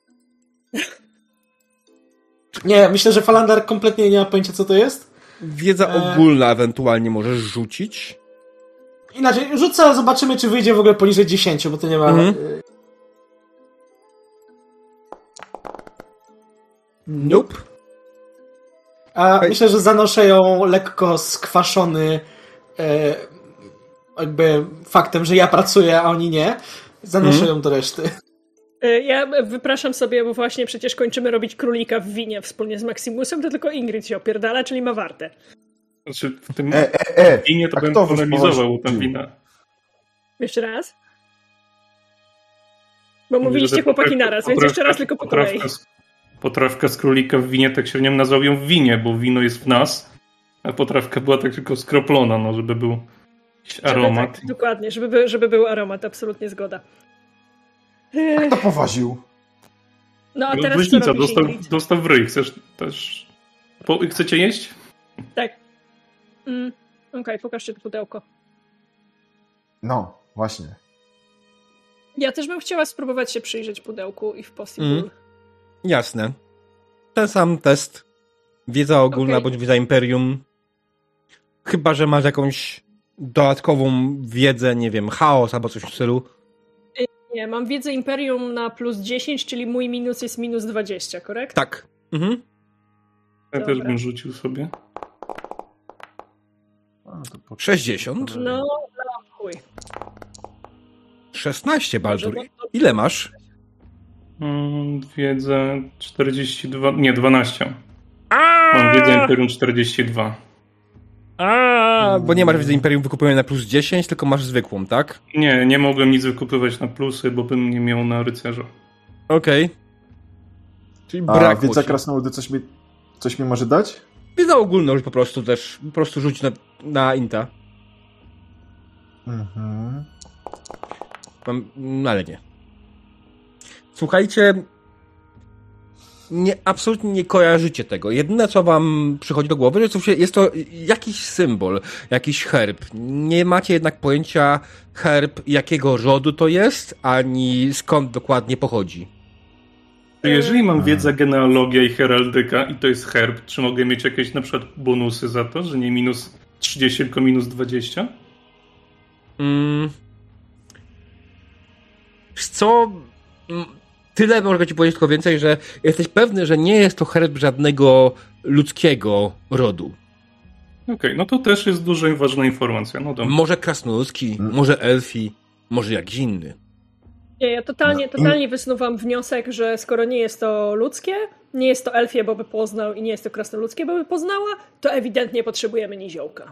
Nie, myślę, że Falandar kompletnie nie ma pojęcia, co to jest. Wiedza ogólna ewentualnie możesz rzucić. Inaczej, rzucę, zobaczymy, czy wyjdzie w ogóle poniżej 10, bo to nie ma... Nope. A myślę, że zanoszę ją lekko skwaszony jakby faktem, że ja pracuję, a oni nie. Zanoszę ją do reszty. Ja wypraszam sobie, bo właśnie przecież kończymy robić królika w winie wspólnie z Maximusem, to tylko Ingrid się opierdala, czyli ma wartę. Znaczy w tym winie to a bym kto polemizował u tam wyprowadził? wina. Jeszcze raz? Bo mówiliście chłopaki naraz, więc jeszcze raz tylko po kolei. Potrawka z królika w winie, tak się w nią nazwał ją w winie, bo wino jest w nas, a potrawka była tak tylko skroplona, no, żeby był jakiś aromat. Tak, dokładnie, żeby był aromat, absolutnie zgoda. Kto powoził? No a teraz co Woźnica robisz, Ingrid? dostał w ryj. Chcesz też... Chcecie jeść? Tak. Okej, pokażcie to pudełko. No, właśnie. Ja też bym chciała spróbować się przyjrzeć pudełku i w Possible. Jasne. Ten sam test. Wiedza ogólna Okej. bądź wiedza Imperium. Chyba, że masz jakąś dodatkową wiedzę, nie wiem, chaos albo coś w stylu. Nie, mam wiedzę Imperium na plus 10, czyli mój minus jest minus 20, korekt? Tak. Mhm. Ja Dobra. też bym rzucił sobie. 60. No, chuj. 16, Baldur. Dobrze, no to- Ile masz? Wiedzę 42... Nie, 12. Mam wiedzę Imperium 42. Bo nie masz wiedzy Imperium wykupionej na plus 10, tylko masz zwykłą, tak? Nie mogłem nic wykupywać na plusy, bo bym nie miał na rycerza. Okej. Czyli A brak wiedza krasnoludy coś mi może dać? Wiedza ogólna już po prostu rzuć na Inta. Mhm. No ale nie. Słuchajcie, absolutnie nie kojarzycie tego. Jedyne, co wam przychodzi do głowy, że jest to jakiś symbol, jakiś herb. Nie macie jednak pojęcia herb, jakiego rodu to jest, ani skąd dokładnie pochodzi. Jeżeli mam wiedzę genealogia i heraldyka i to jest herb, czy mogę mieć jakieś na przykład bonusy za to, że nie minus 30, tylko minus 20? Wiesz co? Tyle mogę ci powiedzieć tylko więcej, że jesteś pewny, że nie jest to herb żadnego ludzkiego rodu. Okej, no to też jest duża i ważna informacja. No dobra. Może krasnoludzki, może elfi, może jakiś inny. Nie, ja totalnie wysnuwam wniosek, że skoro nie jest to ludzkie, nie jest to elfie, bo by poznał i nie jest to krasnoludzkie, bo by poznała, to ewidentnie potrzebujemy niziołka.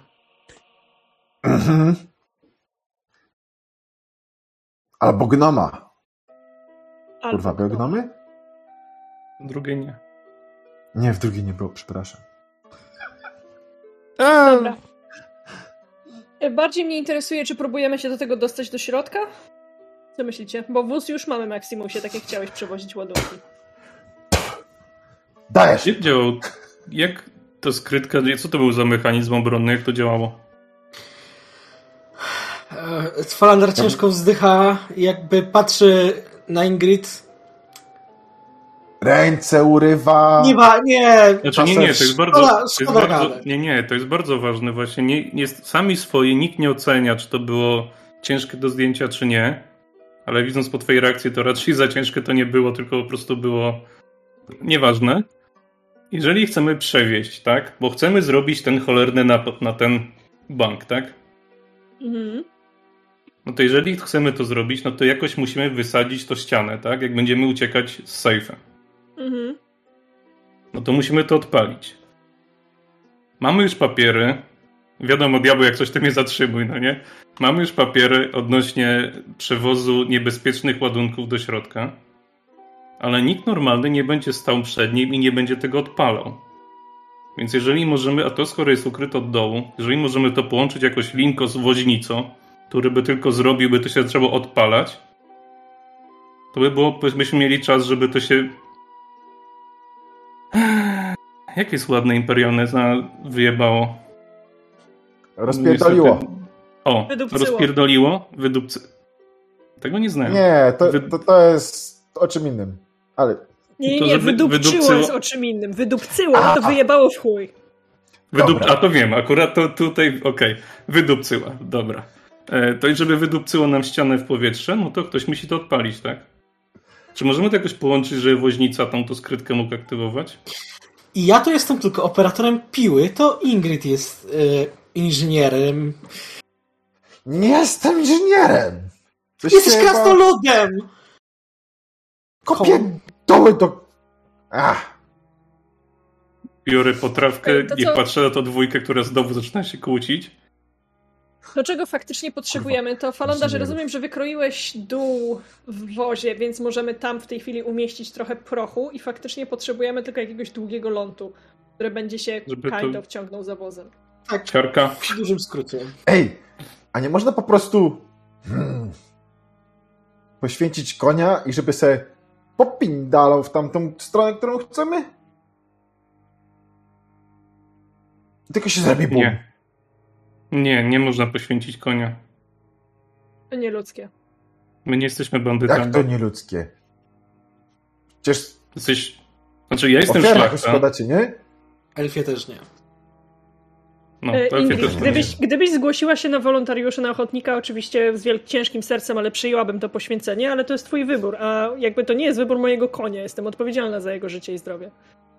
Albo gnoma. Albo Kurwa, były gnomy? Drugie nie. Nie, w drugiej nie było, przepraszam. Dobra. Bardziej mnie interesuje, czy próbujemy się do tego dostać do środka? Co myślicie? Bo wóz już mamy, Maximusie, tak jak chciałeś przewozić ładunki. Dajesz! Jak działał? Jak to skrytka, co to był za mechanizm obronny? Jak to działało? Falander ciężko wzdycha, jakby patrzy na Ingrid. Ręce urywa. Nie. Znaczy nie, to jest bardzo... Szkoda. To jest bardzo ważne właśnie. Sami swoje nikt nie ocenia, czy to było ciężkie do zdjęcia, czy nie. Ale widząc po twojej reakcji, to raczej za ciężkie to nie było, tylko po prostu było nieważne. Jeżeli chcemy przewieźć, tak? Bo chcemy zrobić ten cholerny napad na ten bank, tak? Mhm. No to jeżeli chcemy to zrobić, no to jakoś musimy wysadzić to ścianę, tak? Jak będziemy uciekać z sejfem. Mhm. No to musimy to odpalić. Mamy już papiery. Wiadomo, diabeł, jak coś to mnie zatrzymuj, no nie? Mamy już papiery odnośnie przewozu niebezpiecznych ładunków do środka. Ale nikt normalny nie będzie stał przed nim i nie będzie tego odpalał. Więc jeżeli możemy, a to skoro jest ukryte od dołu, jeżeli możemy to połączyć jakoś linko z woźnicą, który by tylko zrobił, by to się zaczęło odpalać, to byśmy mieli czas, żeby to się... Jakie jest ładne imperialne wyjebało? Rozpierdoliło. Niestety... O, Wydupcyło. rozpierdoliło? Tego nie znałem. Nie, to jest o czym innym. Ale Nie, wydupczyło jest o czym innym. Wydupcyło, to wyjebało w chuj. A to wiem, akurat to tutaj, okej. Wydupcyła, dobra. To i żeby wydupcyło nam ścianę w powietrze, no to ktoś musi to odpalić, tak? Czy możemy to jakoś połączyć, że woźnica tą skrytkę mógł aktywować? I ja to jestem tylko operatorem piły, to Ingrid jest inżynierem. nie jestem inżynierem. Jesteś krasnoludem! Kopię doły do... Ach. biorę potrawkę To i co? patrzę na to dwójkę, która znowu zaczyna się kłócić. Do czego faktycznie potrzebujemy, to Falanda, że Rozumiem. rozumiem, że wykroiłeś dół w wozie, więc możemy tam w tej chwili umieścić trochę prochu i faktycznie potrzebujemy tylko jakiegoś długiego lądu, który będzie się Żeby to- kind of ciągnął za wozem. Tak, Ciarka. w dużym skrócie. Ej, a nie można po prostu poświęcić konia i żeby se popindalał w tamtą stronę, którą chcemy? Tylko się zrobi bum. Nie można poświęcić konia. To nieludzkie. My nie jesteśmy bandytami. Jak to nieludzkie? Przecież Znaczy ja jestem ofiarę szlachta. składacie, nie? Elfie też nie. No, to Ingrid, też gdybyś zgłosiła się na wolontariusza, na ochotnika, oczywiście z ciężkim sercem, ale przyjęłabym to poświęcenie, ale to jest twój wybór, a jakby to nie jest wybór mojego konia, jestem odpowiedzialna za jego życie i zdrowie.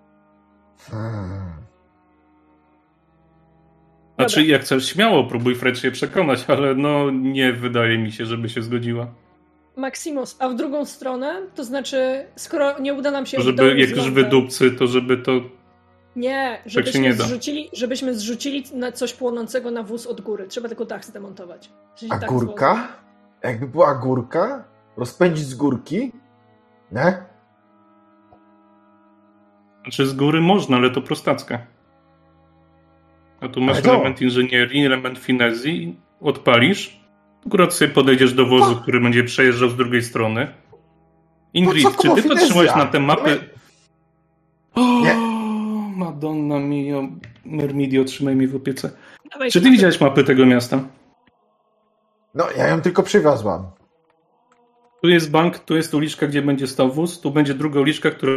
Znaczy, Dobra. jak chcesz, śmiało próbuj Fred się przekonać, ale no nie wydaje mi się, żeby się zgodziła. Maximus, a w drugą stronę? To znaczy, skoro nie uda nam się... od dołu Żeby, jak z już lądem- wydupcy, to żeby to... Nie, się nie da. żebyśmy zrzucili na coś płonącego na wóz od góry. Trzeba tylko dach zdemontować. Czyli A tak górka? Jakby była górka? Rozpędzić z górki? Nie? Znaczy z góry można, ale to prostacka. A tu masz Ale to- element inżynierii, element finezji, odpalisz, akurat sobie podejdziesz do wozu, który będzie przejeżdżał z drugiej strony. Ingrid, Po co czy to ty finezja? patrzyłaś na te mapy? Nie. Madonna mia, Mermidio, trzymaj mnie w opiece. Dawaj, Czy ty widziałeś mapy tego miasta? No, ja ją tylko przywiozłam. Tu jest bank, tu jest uliczka, gdzie będzie stał wóz, tu będzie druga uliczka, która...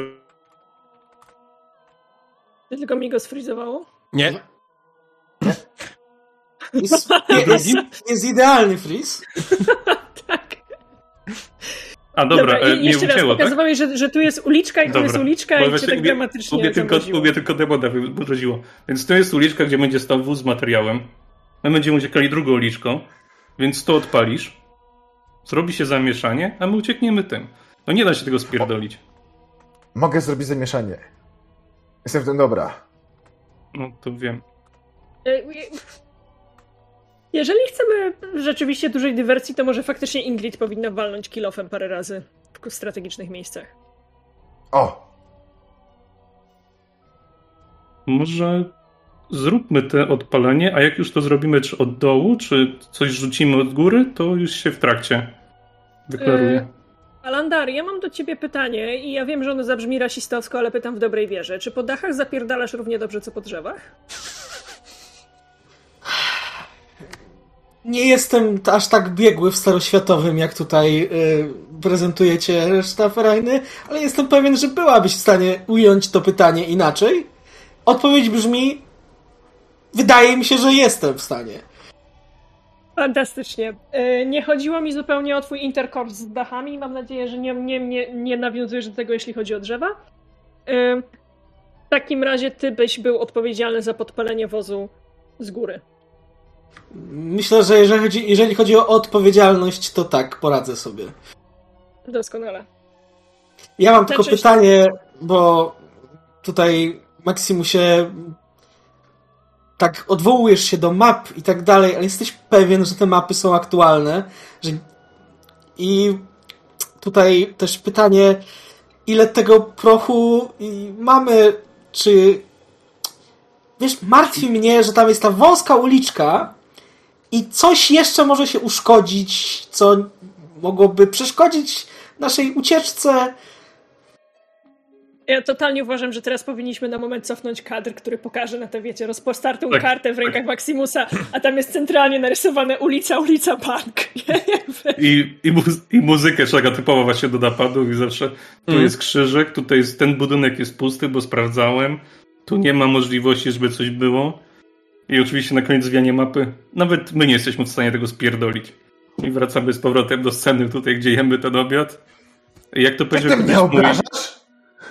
Tylko mi go sfrizowało? Nie. Jest idealny freeze. Tak. A dobra, i nie jeszcze raz ucięło, tak? pokazywałeś, że tu jest uliczka i tu Dobra. jest uliczka Bo i właśnie cię tak mnie- dramatycznie Mnie tylko demoda wyraziło. Więc to jest uliczka, gdzie będzie stał wóz z materiałem. My będziemy uciekali drugą uliczką, więc to odpalisz. Zrobi się zamieszanie, a my uciekniemy tym. No nie da się tego spierdolić. Mogę zrobić zamieszanie. Jestem w tym dobra. No to wiem. Jeżeli chcemy rzeczywiście dużej dywersji, to może faktycznie Ingrid powinna walnąć kilofem parę razy w strategicznych miejscach. O! Może zróbmy te odpalenie, a jak już to zrobimy, czy od dołu, czy coś rzucimy od góry, to już się w trakcie deklaruje. Alandar, ja mam do ciebie pytanie i ja wiem, że ono zabrzmi rasistowsko, ale pytam w dobrej wierze. Czy po dachach zapierdalasz równie dobrze, co po drzewach? Nie jestem aż tak biegły w staroświatowym, jak tutaj prezentujecie reszta Ferajny, ale jestem pewien, że byłabyś w stanie ująć to pytanie inaczej. Odpowiedź brzmi: wydaje mi się, że jestem w stanie. Fantastycznie. Nie chodziło mi zupełnie o twój interkurs z dachami. Mam nadzieję, że nie nawiązujesz do tego, jeśli chodzi o drzewa. W takim razie ty byś był odpowiedzialny za podpalenie wozu z góry. Myślę, że jeżeli chodzi o odpowiedzialność, to tak, poradzę sobie. Doskonale. Ja mam tylko Znaczy- pytanie, bo tutaj Maximusie tak odwołujesz się do map i tak dalej, ale jesteś pewien, że te mapy są aktualne? I tutaj też pytanie, ile tego prochu mamy, czy... Wiesz, martwi mnie, że tam jest ta wąska uliczka i coś jeszcze może się uszkodzić, co mogłoby przeszkodzić naszej ucieczce. Ja totalnie uważam, że teraz powinniśmy na moment cofnąć kadr, który pokaże na tę, wiecie, rozpostartą Tak, kartę w rękach Maximusa, a tam jest centralnie narysowane ulica Bank. I muzykę taka typowa właśnie do napadów i zawsze tu jest krzyżyk, tutaj jest, ten budynek jest pusty, bo sprawdzałem, tu nie ma możliwości, żeby coś było i oczywiście na koniec zwijanie mapy, nawet my nie jesteśmy w stanie tego spierdolić. I wracamy z powrotem do sceny tutaj, gdzie jemy ten obiad. Jak to Jak powiedział ty mnie ktoś mój, obrażasz?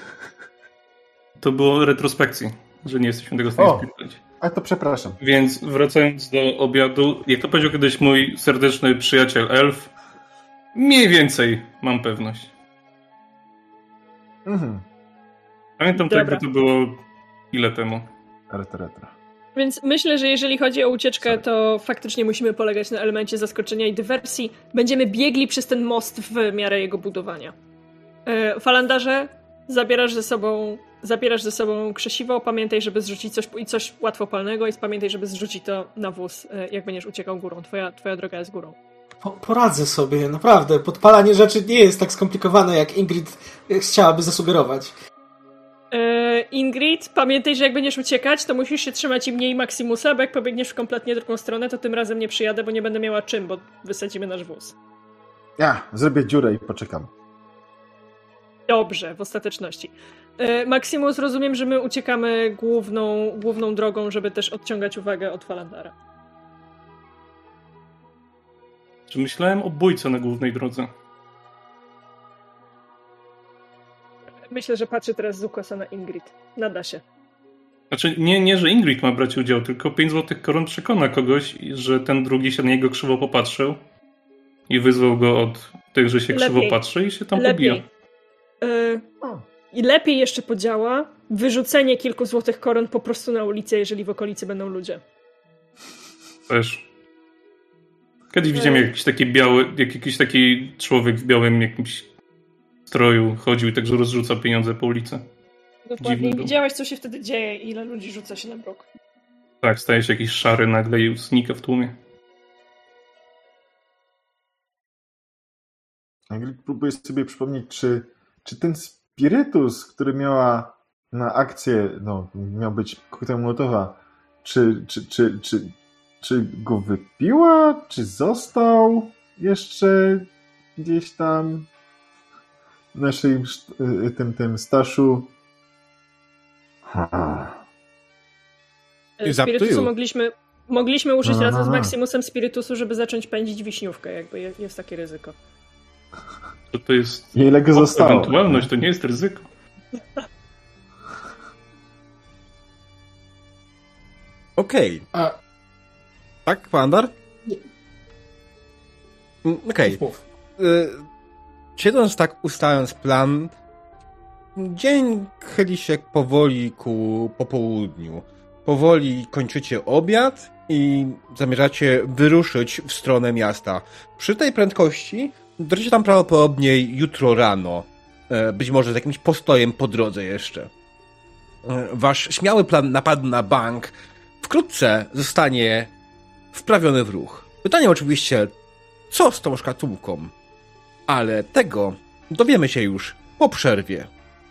to było retrospekcji, że nie jesteśmy tego w stanie O. spierdolić. A to przepraszam. Więc wracając do obiadu, jak to powiedział kiedyś mój serdeczny przyjaciel Elf, mniej więcej mam pewność. Mhm. Pamiętam to, Dobra. jakby to było Ile temu? Retro. Więc myślę, że jeżeli chodzi o ucieczkę, to faktycznie musimy polegać na elemencie zaskoczenia i dywersji. Będziemy biegli przez ten most w miarę jego budowania. Falandarze, zabierasz ze sobą krzesiwo, pamiętaj, żeby zrzucić coś łatwopalnego i pamiętaj, żeby zrzucić to na wóz, jak będziesz uciekał górą. Twoja droga jest górą. Poradzę sobie, naprawdę. Podpalanie rzeczy nie jest tak skomplikowane, jak Ingrid chciałaby zasugerować. Ingrid, pamiętaj, że jak będziesz uciekać, to musisz się trzymać i mnie i Maximusa, bo jak pobiegniesz w kompletnie drugą stronę, to tym razem nie przyjadę, bo nie będę miała czym, bo wysadzimy nasz wóz. Ja zrobię dziurę i poczekam. Dobrze, w ostateczności. Maximus, rozumiem, że my uciekamy główną drogą, żeby też odciągać uwagę od Falandara. Czy myślałem o bójce na głównej drodze? Myślę, że patrzy teraz z ukosa na Ingrid. Nada się. Znaczy, nie, że Ingrid ma brać udział, tylko 5 złotych koron przekona kogoś, że ten drugi się na niego krzywo popatrzył i wyzwał go od tych, że się krzywo patrzy i się tam pobija. I lepiej jeszcze podziała wyrzucenie kilku złotych koron po prostu na ulicę, jeżeli w okolicy będą ludzie. Też. Kiedyś widziałem jakiś taki człowiek w białym jakimś stroju chodził i także rozrzucał pieniądze po ulicy. Dokładnie. Widziałeś, co się wtedy dzieje i ile ludzi rzuca się na brok. Tak, staje się jakiś szary nagle i znika w tłumie. Próbuję sobie przypomnieć, czy ten spirytus, który miała na akcję, miał być koktajl Mołotowa, czy go wypiła, czy został jeszcze gdzieś tam w naszym tym staszu? Spirytusu mogliśmy użyć razem z Maximusem spirytusu, żeby zacząć pędzić wiśniówkę, jakby jest takie ryzyko. To jest ile go zostało? Ewentualność, to nie jest ryzyko. Okej. Tak, Falandar? Okej. Siedząc tak, ustalając plan, dzień chyli się powoli ku popołudniu. Powoli kończycie obiad i zamierzacie wyruszyć w stronę miasta. Przy tej prędkości dotrzecie tam prawdopodobnie jutro rano. Być może z jakimś postojem po drodze jeszcze. Wasz śmiały plan napadu na bank wkrótce zostanie wprawiony w ruch. Pytanie oczywiście, co z tą szkatułką? Ale tego dowiemy się już po przerwie.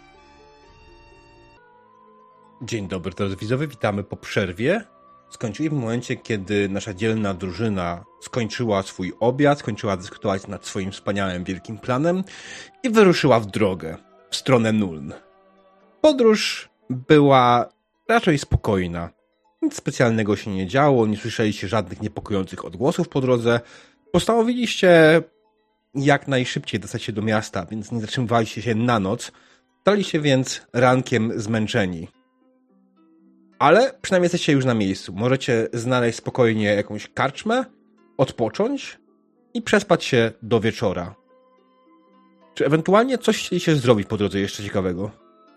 Dzień dobry, drodzy widzowie, witamy po przerwie. Skończyli w momencie, kiedy nasza dzielna drużyna skończyła swój obiad, skończyła dyskutować nad swoim wspaniałym, wielkim planem i wyruszyła w drogę, w stronę Nuln. Podróż była raczej spokojna. Nic specjalnego się nie działo, nie słyszeliście żadnych niepokojących odgłosów po drodze. Postanowiliście jak najszybciej dostać się do miasta, więc nie zatrzymywaliście się na noc. Staliście więc rankiem zmęczeni. Ale przynajmniej jesteście już na miejscu. Możecie znaleźć spokojnie jakąś karczmę, odpocząć i przespać się do wieczora. Czy ewentualnie coś chcieliście zrobić po drodze jeszcze ciekawego?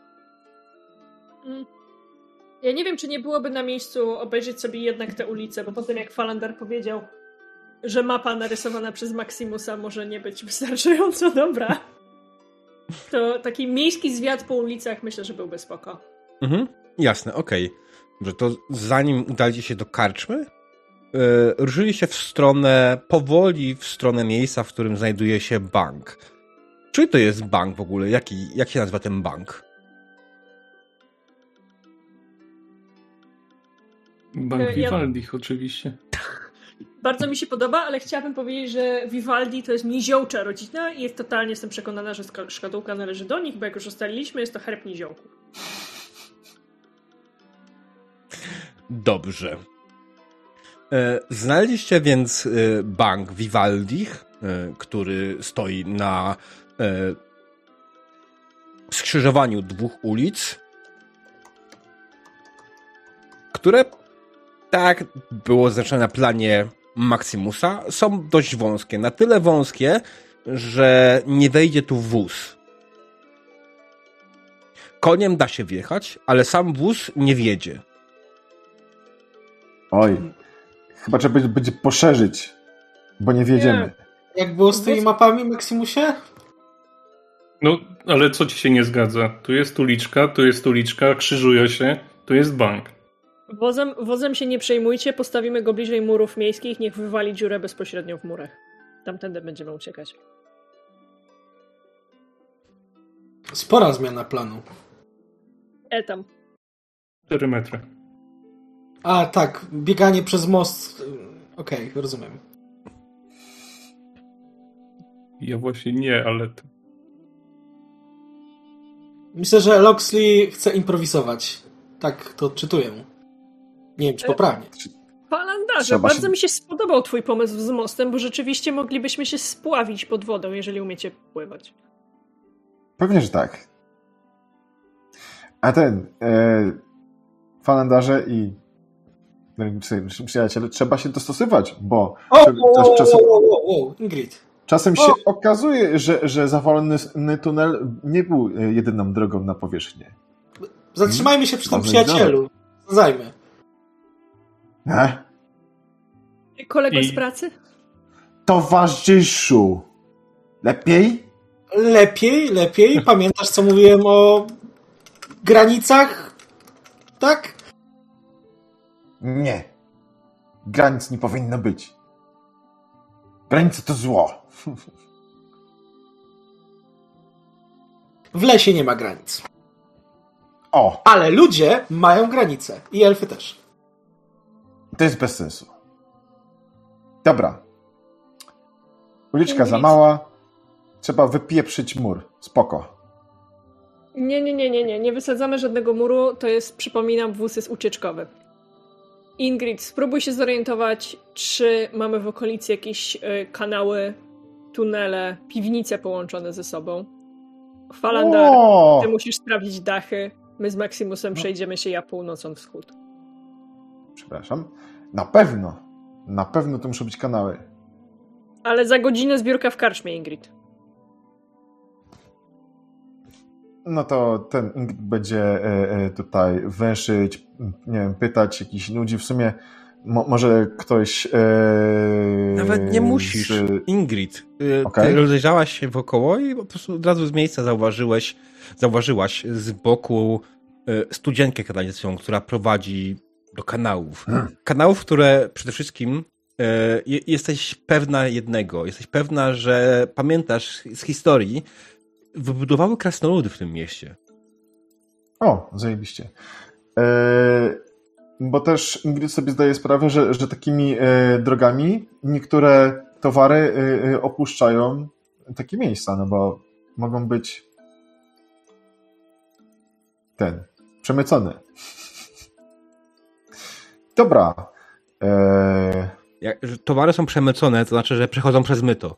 Ja nie wiem, czy nie byłoby na miejscu obejrzeć sobie jednak tę ulicę, bo po tym jak Falandar powiedział, że mapa narysowana przez Maximusa może nie być wystarczająco dobra, to taki miejski zwiat po ulicach myślę, że byłby spoko. Jasne, okej. Dobrze, to zanim udaliście się do karczmy, ruszyliście powoli w stronę miejsca, w którym znajduje się bank. Czy to jest bank w ogóle? Jak się nazywa ten bank? Bank Vivaldi oczywiście. Bardzo mi się podoba, ale chciałabym powiedzieć, że Vivaldi to jest niziołcza rodzina i totalnie jestem przekonana, że szkatułka należy do nich, bo jak już ustaliliśmy, jest to herb niziołków. Dobrze. Znaleźliście więc bank Vivaldich, który stoi na skrzyżowaniu dwóch ulic, które, tak było zaznaczone na planie Maximusa, są dość wąskie. Na tyle wąskie, że nie wejdzie tu wóz. Koniem da się wjechać, ale sam wóz nie wjedzie. Oj, chyba trzeba będzie poszerzyć, bo nie wjedziemy. Jak było z tymi mapami, Maximusie? No, ale co ci się nie zgadza? Tu jest uliczka, krzyżują się, tu jest bank. Wozem się nie przejmujcie, postawimy go bliżej murów miejskich, niech wywali dziurę bezpośrednio w murach. Tamtędy będziemy uciekać. Spora zmiana planu. Tam. 4 metry. A, tak, bieganie przez most. Okej, rozumiem. Ja właśnie nie, ale... Myślę, że Loxley chce improwizować. Tak to odczytuję. Nie wiem, czy poprawnie. Falandarze, bardzo mi się spodobał twój pomysł z mostem, bo rzeczywiście moglibyśmy się spławić pod wodą, jeżeli umiecie pływać. Pewnie, że tak. A falandarze i przyjaciele, trzeba się dostosować, bo Ingrid. czasem się okazuje, że zawalony tunel nie był jedyną drogą na powierzchnię. Zatrzymajmy się przy tym przyjacielu. Zajmę. Kolego z pracy? Towarzyszu. Lepiej? Lepiej. Pamiętasz, co mówiłem o granicach? Tak? Nie. Granic nie powinno być. Granice to zło. W lesie nie ma granic. O! Ale ludzie mają granice. I elfy też. To jest bez sensu. Dobra. Uliczka za mała. Trzeba wypieprzyć mur. Spoko. Nie wysadzamy żadnego muru, to jest, przypominam, wóz jest ucieczkowy. Ingrid, spróbuj się zorientować, czy mamy w okolicy jakieś kanały, tunele, piwnice połączone ze sobą. Falandar, ty musisz sprawdzić dachy, my z Maximusem przejdziemy się ja północą wschód. Przepraszam. Na pewno to muszą być kanały. Ale za godzinę zbiórka w karczmie, Ingrid. No to ten Ingrid będzie tutaj węszyć, nie wiem, pytać jakichś ludzi. W sumie może ktoś... Nawet nie musisz. Ingrid, ty rozejrzałaś się wokoło i po prostu od razu z miejsca zauważyłaś z boku studzienkę kanalizacyjną, która prowadzi do kanałów. Kanałów, które przede wszystkim jesteś pewna jednego. Jesteś pewna, że pamiętasz z historii, wybudowały krasnoludy w tym mieście. O, zajebiście. Bo też Ingrid sobie zdaje sprawę, że takimi drogami niektóre towary opuszczają takie miejsca, no bo mogą być przemycone. Dobra. Jak towary są przemycone, to znaczy, że przechodzą przez myto.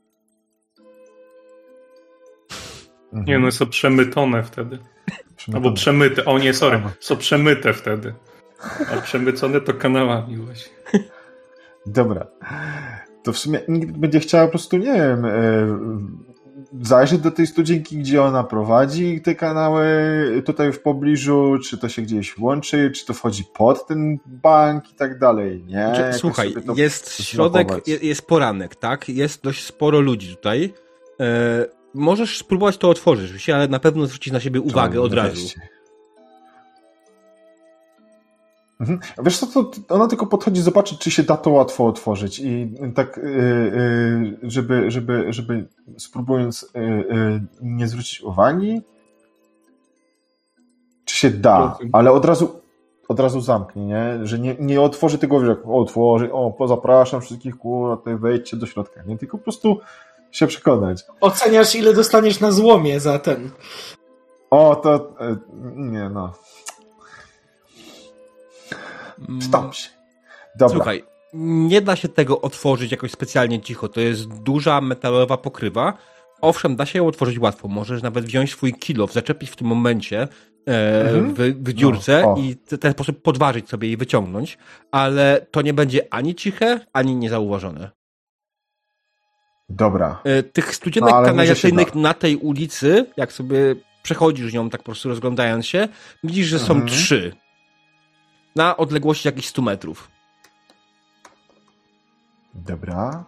Nie, no są przemytone wtedy. Albo przemyte. O nie, sorry. Są przemyte wtedy. A przemycone to kanałami właśnie. Dobra. To w sumie nikt będzie chciała po prostu, nie wiem, zajrzeć do tej studzienki, gdzie ona prowadzi te kanały tutaj w pobliżu, czy to się gdzieś łączy, czy to wchodzi pod ten bank i tak dalej. Nie. Słuchaj, jest środek, jest poranek, tak? Jest dość sporo ludzi tutaj. Możesz spróbować to otworzyć, ale na pewno zwrócić na siebie uwagę od razu. Wiesz co, to ona tylko podchodzi zobaczyć, czy się da to łatwo otworzyć i tak, żeby spróbując nie zwrócić uwagi, czy się da, ale od razu zamknie, nie? Że nie otworzy tego, że otworzy, zapraszam wszystkich, tutaj wejdźcie do środka, nie? Tylko po prostu się przekonać. Oceniasz, ile dostaniesz na złomie za ten. Nie no. Wstąp się. Dobra. Słuchaj, nie da się tego otworzyć jakoś specjalnie cicho. To jest duża metalowa pokrywa. Owszem, da się ją otworzyć łatwo. Możesz nawet wziąć swój kilof, zaczepić w tym momencie w dziurce i w ten sposób podważyć sobie i wyciągnąć, ale to nie będzie ani ciche, ani niezauważone. Dobra. Tych studzienek kanalizacyjnych na tej ulicy, jak sobie przechodzisz nią tak po prostu rozglądając się, widzisz, że są 3. Na odległości jakichś 100 metrów. Dobra.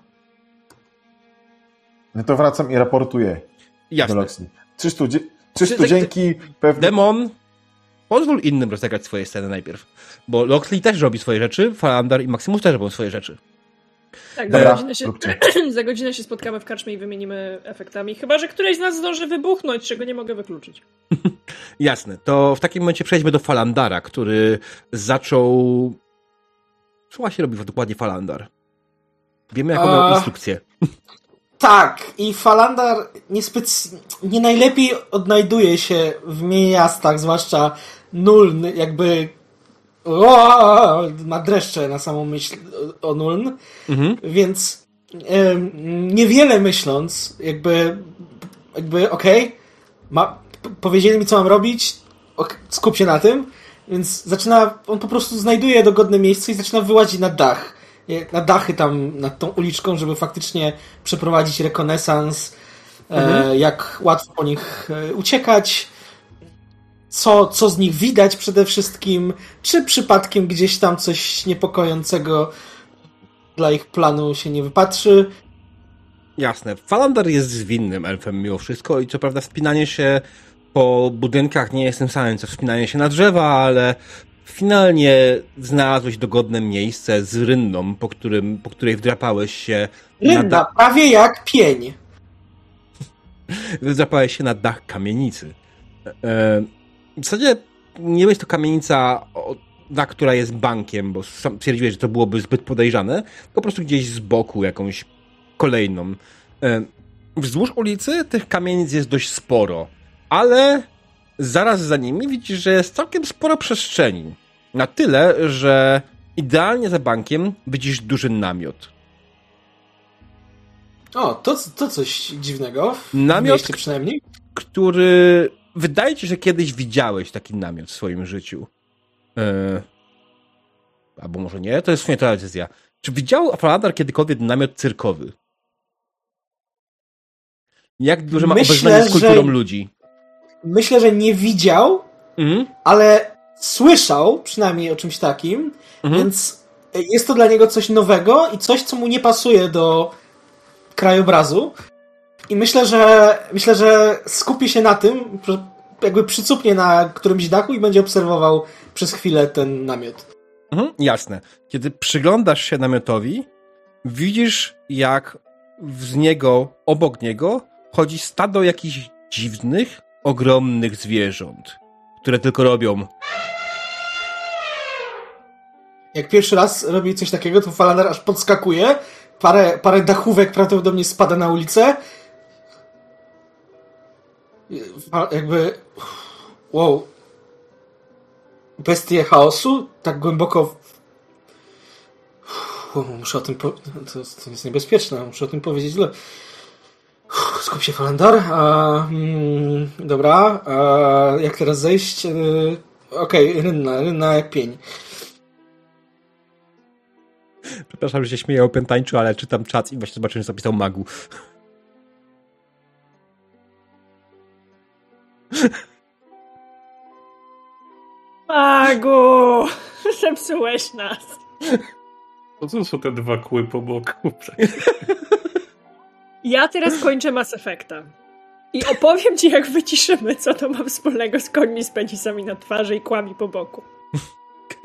No to wracam i raportuję Jasne. do Loxley. 3 studzienki pewnie... Demon, pozwól innym rozegrać swoje sceny najpierw. Bo Loxley też robi swoje rzeczy, Falandar i Maximus też robią swoje rzeczy. Tak, Dobra, za godzinę się spotkamy w karczmie i wymienimy efektami. Chyba że któreś z nas zdąży wybuchnąć, czego nie mogę wykluczyć. Jasne, to w takim momencie przejdźmy do Falandara, który zaczął... Co właśnie robi dokładnie Falandar? Wiemy, jaką miał instrukcję. Tak, i Falandar nie najlepiej odnajduje się w miastach, zwłaszcza Nuln, jakby ma dreszcze na samą myśl o Nuln, więc niewiele myśląc, jakby okej, powiedzieli mi, co mam robić, skup się na tym, więc on po prostu znajduje dogodne miejsce i zaczyna wyłazić na dach. Na dachy tam, nad tą uliczką, żeby faktycznie przeprowadzić rekonesans, jak łatwo po nich uciekać, co z nich widać przede wszystkim, czy przypadkiem gdzieś tam coś niepokojącego dla ich planu się nie wypatrzy. Jasne. Falandar jest zwinnym elfem mimo wszystko i co prawda wspinanie się po budynkach nie jest tym samym, co wspinanie się na drzewa, ale finalnie znalazłeś dogodne miejsce z rynną, po której wdrapałeś się Rynna, prawie jak pień. Wdrapałeś się na dach kamienicy. W zasadzie nie jest to kamienica, która jest bankiem, bo sam stwierdziłeś, że to byłoby zbyt podejrzane, po prostu gdzieś z boku jakąś kolejną. Wzdłuż ulicy tych kamienic jest dość sporo, ale zaraz za nimi widzisz, że jest całkiem sporo przestrzeni. Na tyle, że idealnie za bankiem widzisz duży namiot. O, to coś dziwnego. Namiot, przynajmniej. Który wydaje ci się, że kiedyś widziałeś taki namiot w swoim życiu. Albo może nie, to jest w sumie ta decyzja. Czy widział Falandar kiedykolwiek namiot cyrkowy? Jak duże ma obeznanie z kulturą ludzi? Myślę, że nie widział, ale słyszał przynajmniej o czymś takim, więc jest to dla niego coś nowego i coś, co mu nie pasuje do krajobrazu. I myślę, że skupi się na tym, jakby przycupnie na którymś dachu i będzie obserwował przez chwilę ten namiot. Jasne. Kiedy przyglądasz się namiotowi, widzisz, jak obok niego chodzi stado jakichś dziwnych, ogromnych zwierząt, które tylko robią. Jak pierwszy raz robi coś takiego, to Falandar aż podskakuje, parę dachówek prawdopodobnie spada na ulicę. Jakby... Wow. Bestie chaosu? Tak głęboko... Muszę o tym... To jest niebezpieczne, muszę o tym powiedzieć. Skup się, Falandar. Dobra. Jak teraz zejść? Okej, rynna jak pień. Przepraszam, że się śmieję o pętańczu, ale czytam czat i właśnie zobaczyłem, że zapisał Magu. Magu! Zepsułeś nas. Po co są te dwa kły po boku? Ja teraz kończę Mass Effecta. I opowiem ci, jak wyciszymy, co to ma wspólnego z końmi z penisami na twarzy i kłami po boku. Okay.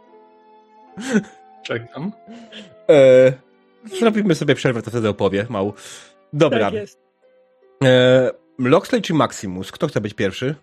Czekam. Zrobimy sobie przerwę, to wtedy opowie, mał. Dobra. Tak jest. Loxley czy Maximus? Kto chce być pierwszy?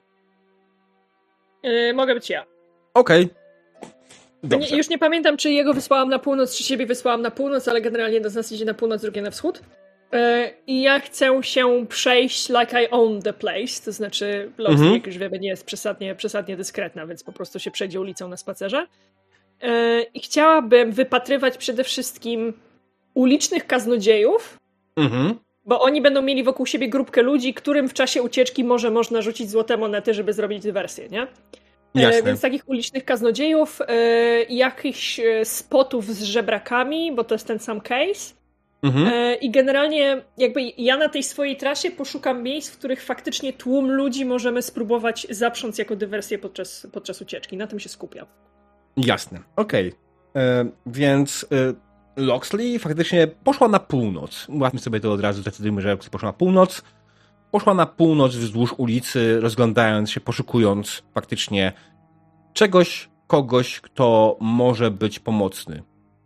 Mogę być ja. Okej. Już nie pamiętam, czy jego wysłałam na północ, czy siebie wysłałam na północ, ale generalnie jedno z nas idzie na północ, drugie na wschód. I ja chcę się przejść like I own the place, to znaczy Loxley, jak już wiemy, nie jest przesadnie dyskretna, więc po prostu się przejdzie ulicą na spacerze. I chciałabym wypatrywać przede wszystkim ulicznych kaznodziejów, bo oni będą mieli wokół siebie grupkę ludzi, którym w czasie ucieczki może można rzucić złote monety, żeby zrobić dywersję, nie? Więc takich ulicznych kaznodziejów, jakichś spotów z żebrakami, bo to jest ten sam case. I generalnie jakby ja na tej swojej trasie poszukam miejsc, w których faktycznie tłum ludzi możemy spróbować zaprząc jako dywersję podczas ucieczki. Na tym się skupiam. Jasne, okej. Więc Loxley faktycznie poszła na północ. Łatwmy sobie to od razu, zdecydujmy, że Loxley poszła na północ. Poszła na północ wzdłuż ulicy, rozglądając się, poszukując faktycznie czegoś, kogoś, kto może być pomocny.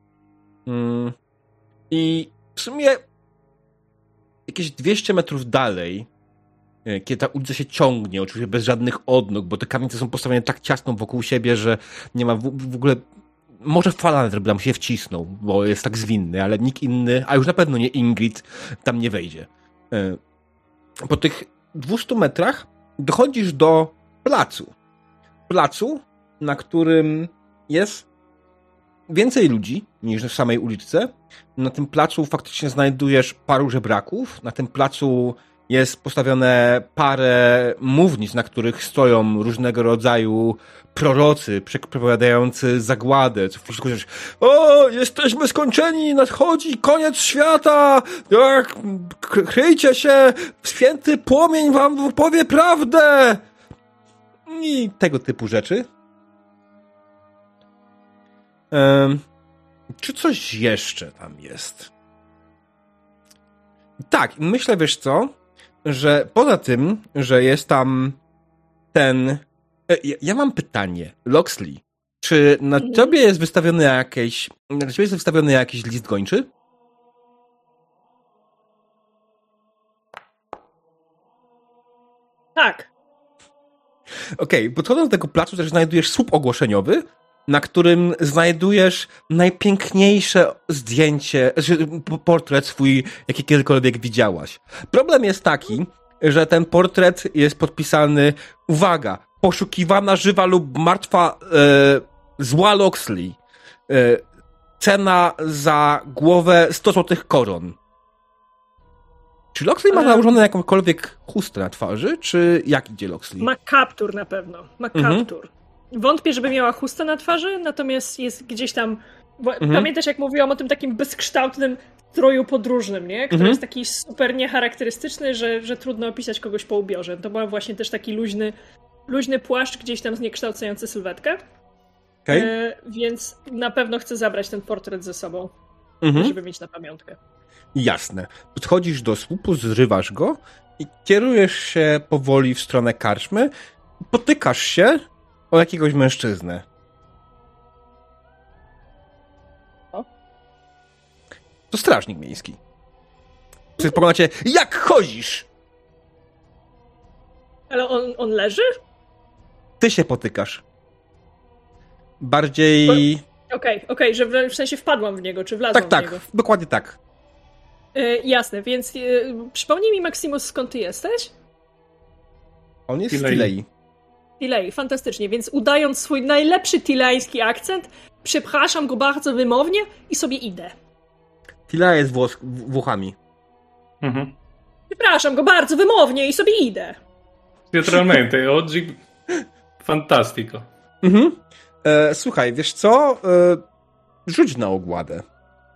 I w sumie jakieś 200 metrów dalej, kiedy ta ulica się ciągnie, oczywiście bez żadnych odnóg, bo te kamienice są postawione tak ciasno wokół siebie, że nie ma w ogóle... Może Falander by tam się wcisnął, bo jest tak zwinny, ale nikt inny, a już na pewno nie Ingrid, tam nie wejdzie. Po tych 200 metrach dochodzisz do placu. Placu, na którym jest więcej ludzi niż w samej uliczce. Na tym placu faktycznie znajdujesz paru żebraków. Na tym placu jest postawione parę mównic, na których stoją różnego rodzaju prorocy przepowiadający zagładę. Co wszystko jest, o, jesteśmy skończeni, nadchodzi koniec świata, tak, kryjcie się, święty płomień wam powie prawdę. I tego typu rzeczy. Czy coś jeszcze tam jest? Tak, myślę, wiesz co, że poza tym, że jest tam ten... Ja mam pytanie, Loxley, czy na ciebie jest wystawiony jakiś list gończy? Tak. Okej, podchodząc do tego placu też znajdujesz słup ogłoszeniowy, na którym znajdujesz najpiękniejsze zdjęcie, portret swój, jaki kiedykolwiek widziałaś. Problem jest taki, że ten portret jest podpisany, uwaga, poszukiwana żywa lub martwa zła Loxley. Cena za głowę 100 złotych koron. Czy Loxley ma nałożone jakąkolwiek chustę na twarzy, czy jak idzie Loxley? Ma kaptur na pewno, ma kaptur. Wątpię, żeby miała chustę na twarzy, natomiast jest gdzieś tam... Pamiętasz, jak mówiłam o tym takim bezkształtnym stroju podróżnym, nie? Który jest taki super niecharakterystyczny, że trudno opisać kogoś po ubiorze. To był właśnie też taki luźny płaszcz, gdzieś tam zniekształcający sylwetkę. Okay. Więc na pewno chcę zabrać ten portret ze sobą, żeby mieć na pamiątkę. Jasne. Podchodzisz do słupu, zrywasz go i kierujesz się powoli w stronę karczmy. Potykasz się o jakiegoś mężczyznę. O? To strażnik miejski. Spogląda cię, jak chodzisz? Ale on leży? Ty się potykasz. Bardziej... Okej, że w sensie wpadłam w niego, czy wlazłam w niego. Tak, dokładnie tak. Jasne, więc przypomnij mi, Maximus, skąd ty jesteś? On jest z Tilei. Tilei, fantastycznie, więc udając swój najlepszy tileński akcent, przepraszam go bardzo wymownie i sobie idę. Tilea jest Włochami. Przepraszam go bardzo wymownie i sobie idę. Teatralmente, oggi fantastico. Słuchaj, wiesz co? Rzuć na ogładę.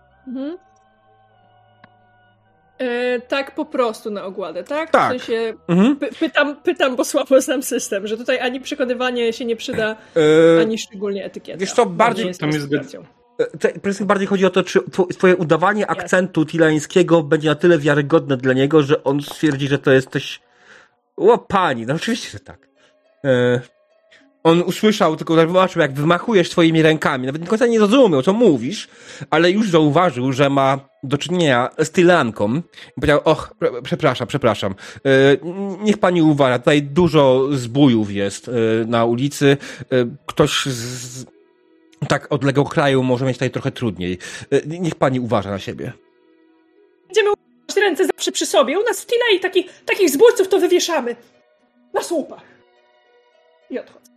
Tak po prostu na ogładę, tak? Tak. W sensie pytam, bo słabo znam system, że tutaj ani przekonywanie się nie przyda, ani szczególnie etykieta. Wiesz co, bardziej... Bardziej chodzi o to, czy twoje udawanie akcentu tileńskiego będzie na tyle wiarygodne dla niego, że on stwierdzi, że to jesteś... O, pani, no oczywiście, że tak. On usłyszał, tylko zobaczył, jak wymachujesz swoimi rękami. Nawet do końca nie zrozumiał, co mówisz, ale już zauważył, że ma do czynienia z Tyleanką. I powiedział, przepraszam. Niech pani uważa, tutaj dużo zbójów jest na ulicy. Ktoś z tak odległego kraju może mieć tutaj trochę trudniej. Niech pani uważa na siebie. Będziemy uważać ręce zawsze przy sobie. U nas w Tilei takich zbójców to wywieszamy. Na słupach. I odchodzę.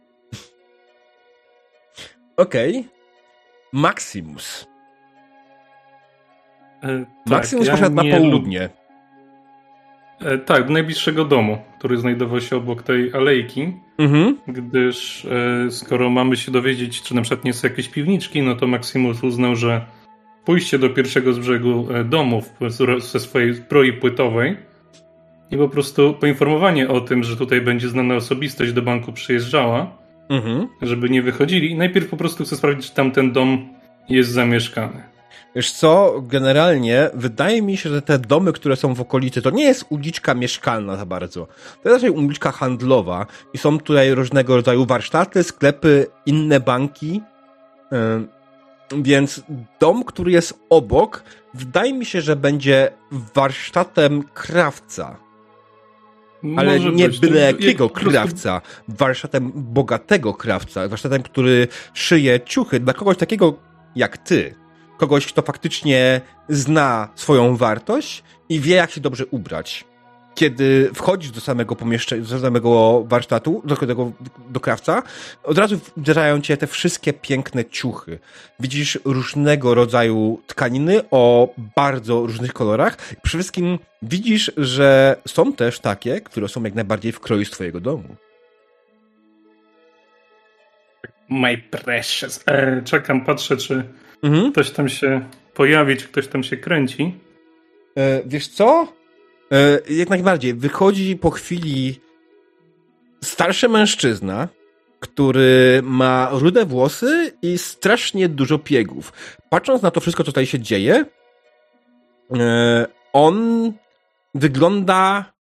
Okej. Maximus. Maximus ja poszedł na południe. Tak, do najbliższego domu, który znajdował się obok tej alejki, gdyż skoro mamy się dowiedzieć, czy na przykład nie są jakieś piwniczki, no to Maximus uznał, że pójście do pierwszego z brzegu domów ze swojej zbroi płytowej i po prostu poinformowanie o tym, że tutaj będzie znana osobistość do banku przyjeżdżała, żeby nie wychodzili. I najpierw po prostu chcę sprawdzić, czy tamten dom jest zamieszkany. Wiesz co, generalnie wydaje mi się, że te domy, które są w okolicy, to nie jest uliczka mieszkalna za bardzo. To jest raczej uliczka handlowa i są tutaj różnego rodzaju warsztaty, sklepy, inne banki. Więc dom, który jest obok, wydaje mi się, że będzie warsztatem krawca. Ale Może nie być. byle jakiego Po prostu krawca. Warsztatem bogatego krawca. Warsztatem, który szyje ciuchy dla kogoś takiego jak ty. Kogoś, kto faktycznie zna swoją wartość i wie, jak się dobrze ubrać. Kiedy wchodzisz do samego pomieszczenia, do samego warsztatu, do krawca, od razu uderzają cię te wszystkie piękne ciuchy. Widzisz różnego rodzaju tkaniny o bardzo różnych kolorach. Przede wszystkim widzisz, że są też takie, które są jak najbardziej w kroju z twojego domu. My precious. Czekam, patrzę, czy ktoś tam się pojawi, czy ktoś tam się kręci. Wiesz co? Jak najbardziej. Wychodzi po chwili starszy mężczyzna, który ma rude włosy i strasznie dużo piegów. Patrząc na to wszystko, co tutaj się dzieje, on wygląda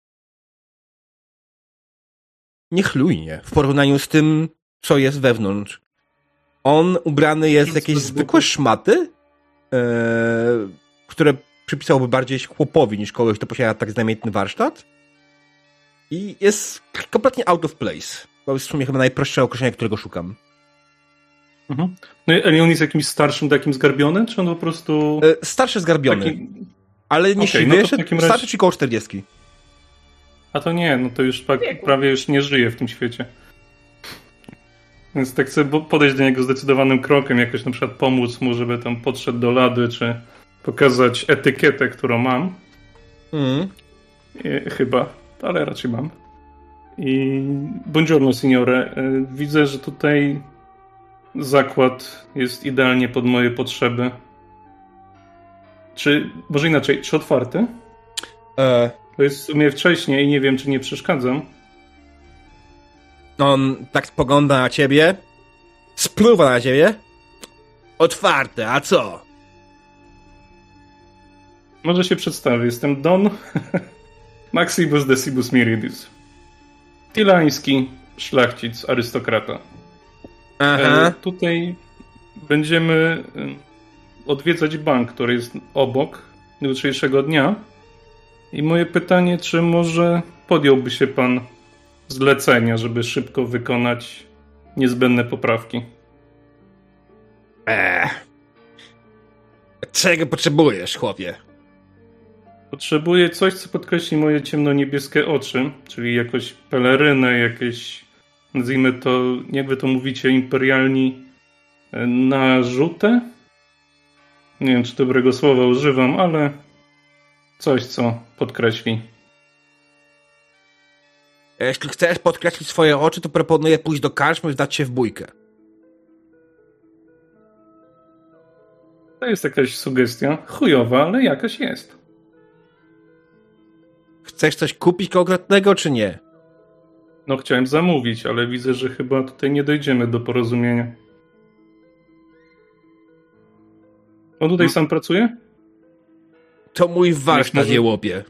niechlujnie w porównaniu z tym, co jest wewnątrz. On ubrany jest w jakieś zwykłe szmaty, które przypisałby bardziej chłopowi niż kogoś, kto posiada tak znamienny warsztat. I jest kompletnie out of place. To jest w sumie chyba najprostsze określenie, którego szukam. Mhm. No i on jest jakimś starszym, takim zgarbionym, czy on po prostu... Starszy zgarbiony. Taki... Ale nie siwy, no to w takim razie... starszy czy koło 40. A to nie, no to już prawie już nie żyje w tym świecie. Więc tak chcę podejść do niego zdecydowanym krokiem, jakoś na przykład pomóc mu, żeby tam podszedł do lady, czy pokazać etykietę, którą mam. Chyba, ale raczej mam. I buongiorno, signore. Widzę, że tutaj zakład jest idealnie pod moje potrzeby. Czy, może inaczej, czy otwarty? To jest w sumie wcześniej i nie wiem, czy nie przeszkadzam. On tak spogląda na ciebie, spluwa na ciebie. Otwarte, a co? Może się przedstawię. Jestem Don Maxibus Decibus Miridis. Tilański szlachcic, arystokrata. Aha. Tutaj będziemy odwiedzać bank, który jest obok jutrzejszego dnia. I moje pytanie, czy może podjąłby się pan zlecenia, żeby szybko wykonać niezbędne poprawki? Czego potrzebujesz, chłopie? Potrzebuję coś, co podkreśli moje ciemno-niebieskie oczy, czyli jakąś pelerynę, jakieś, nazwijmy to, jak wy to mówicie, imperialni narzutę? Nie wiem, czy dobrego słowa używam, ale coś, co podkreśli. Jeśli chcesz podkreślić swoje oczy, to proponuję pójść do karczmy i zdać się w bójkę. To jest jakaś sugestia. Chujowa, ale jakaś jest. Chcesz coś kupić konkretnego, czy nie? No chciałem zamówić, ale widzę, że chyba tutaj nie dojdziemy do porozumienia. On tutaj sam pracuje? To mój warsztat, jełopie.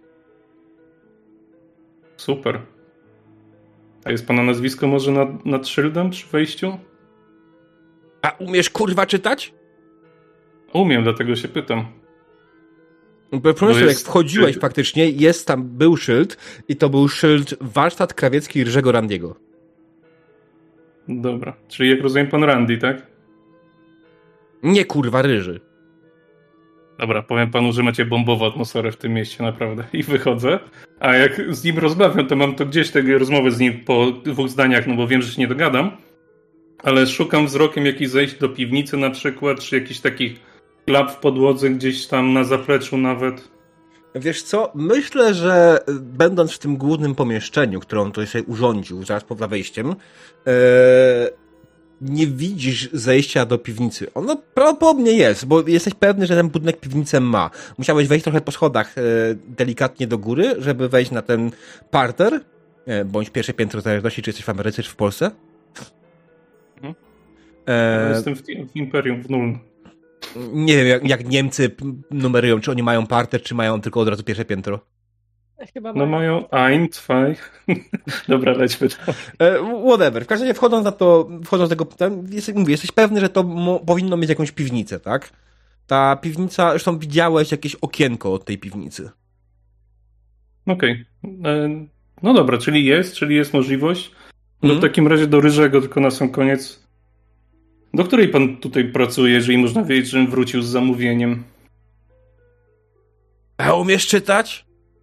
Super. A jest pana nazwisko może nad szyldem przy wejściu? A umiesz kurwa czytać? Umiem, dlatego się pytam. Pomyśl, jak wchodziłeś faktycznie, był szyld i to był szyld warsztat krawiecki Ryżego Randiego. Dobra, czyli jak rozumiem pan Randy, tak? Nie kurwa, Ryży. Dobra, powiem panu, że macie bombową atmosferę w tym mieście, naprawdę. I wychodzę. A jak z nim rozmawiam, to mam to gdzieś tego rozmowę z nim po 2 zdaniach, no bo wiem, że się nie dogadam. Ale szukam wzrokiem jakichś zejść do piwnicy na przykład, czy jakichś takich klap w podłodze gdzieś tam na zapleczu nawet. Wiesz co, myślę, że będąc w tym głównym pomieszczeniu, które on tutaj sobie urządził zaraz poza wejściem, nie widzisz zejścia do piwnicy. Ono prawdopodobnie jest, bo jesteś pewny, że ten budynek piwnicę ma. Musiałeś wejść trochę po schodach delikatnie do góry, żeby wejść na ten parter, bądź pierwsze piętro, w zależności czy jesteś w Ameryce, czy w Polsce. Jestem w Imperium, w Nuln. Nie wiem, jak Niemcy numerują, czy oni mają parter, czy mają tylko od razu pierwsze piętro. Chyba No mają ein, zwei. Dobra, lećmy to. Whatever. W każdym razie wchodząc do tego, jesteś pewny, że to powinno mieć jakąś piwnicę, tak? Ta piwnica, zresztą widziałeś jakieś okienko od tej piwnicy. Okej. No dobra, czyli jest możliwość. No w takim razie do Ryżego, tylko na sam koniec. Do której pan tutaj pracuje, jeżeli można wiedzieć, że wrócił z zamówieniem? A umiesz czytać?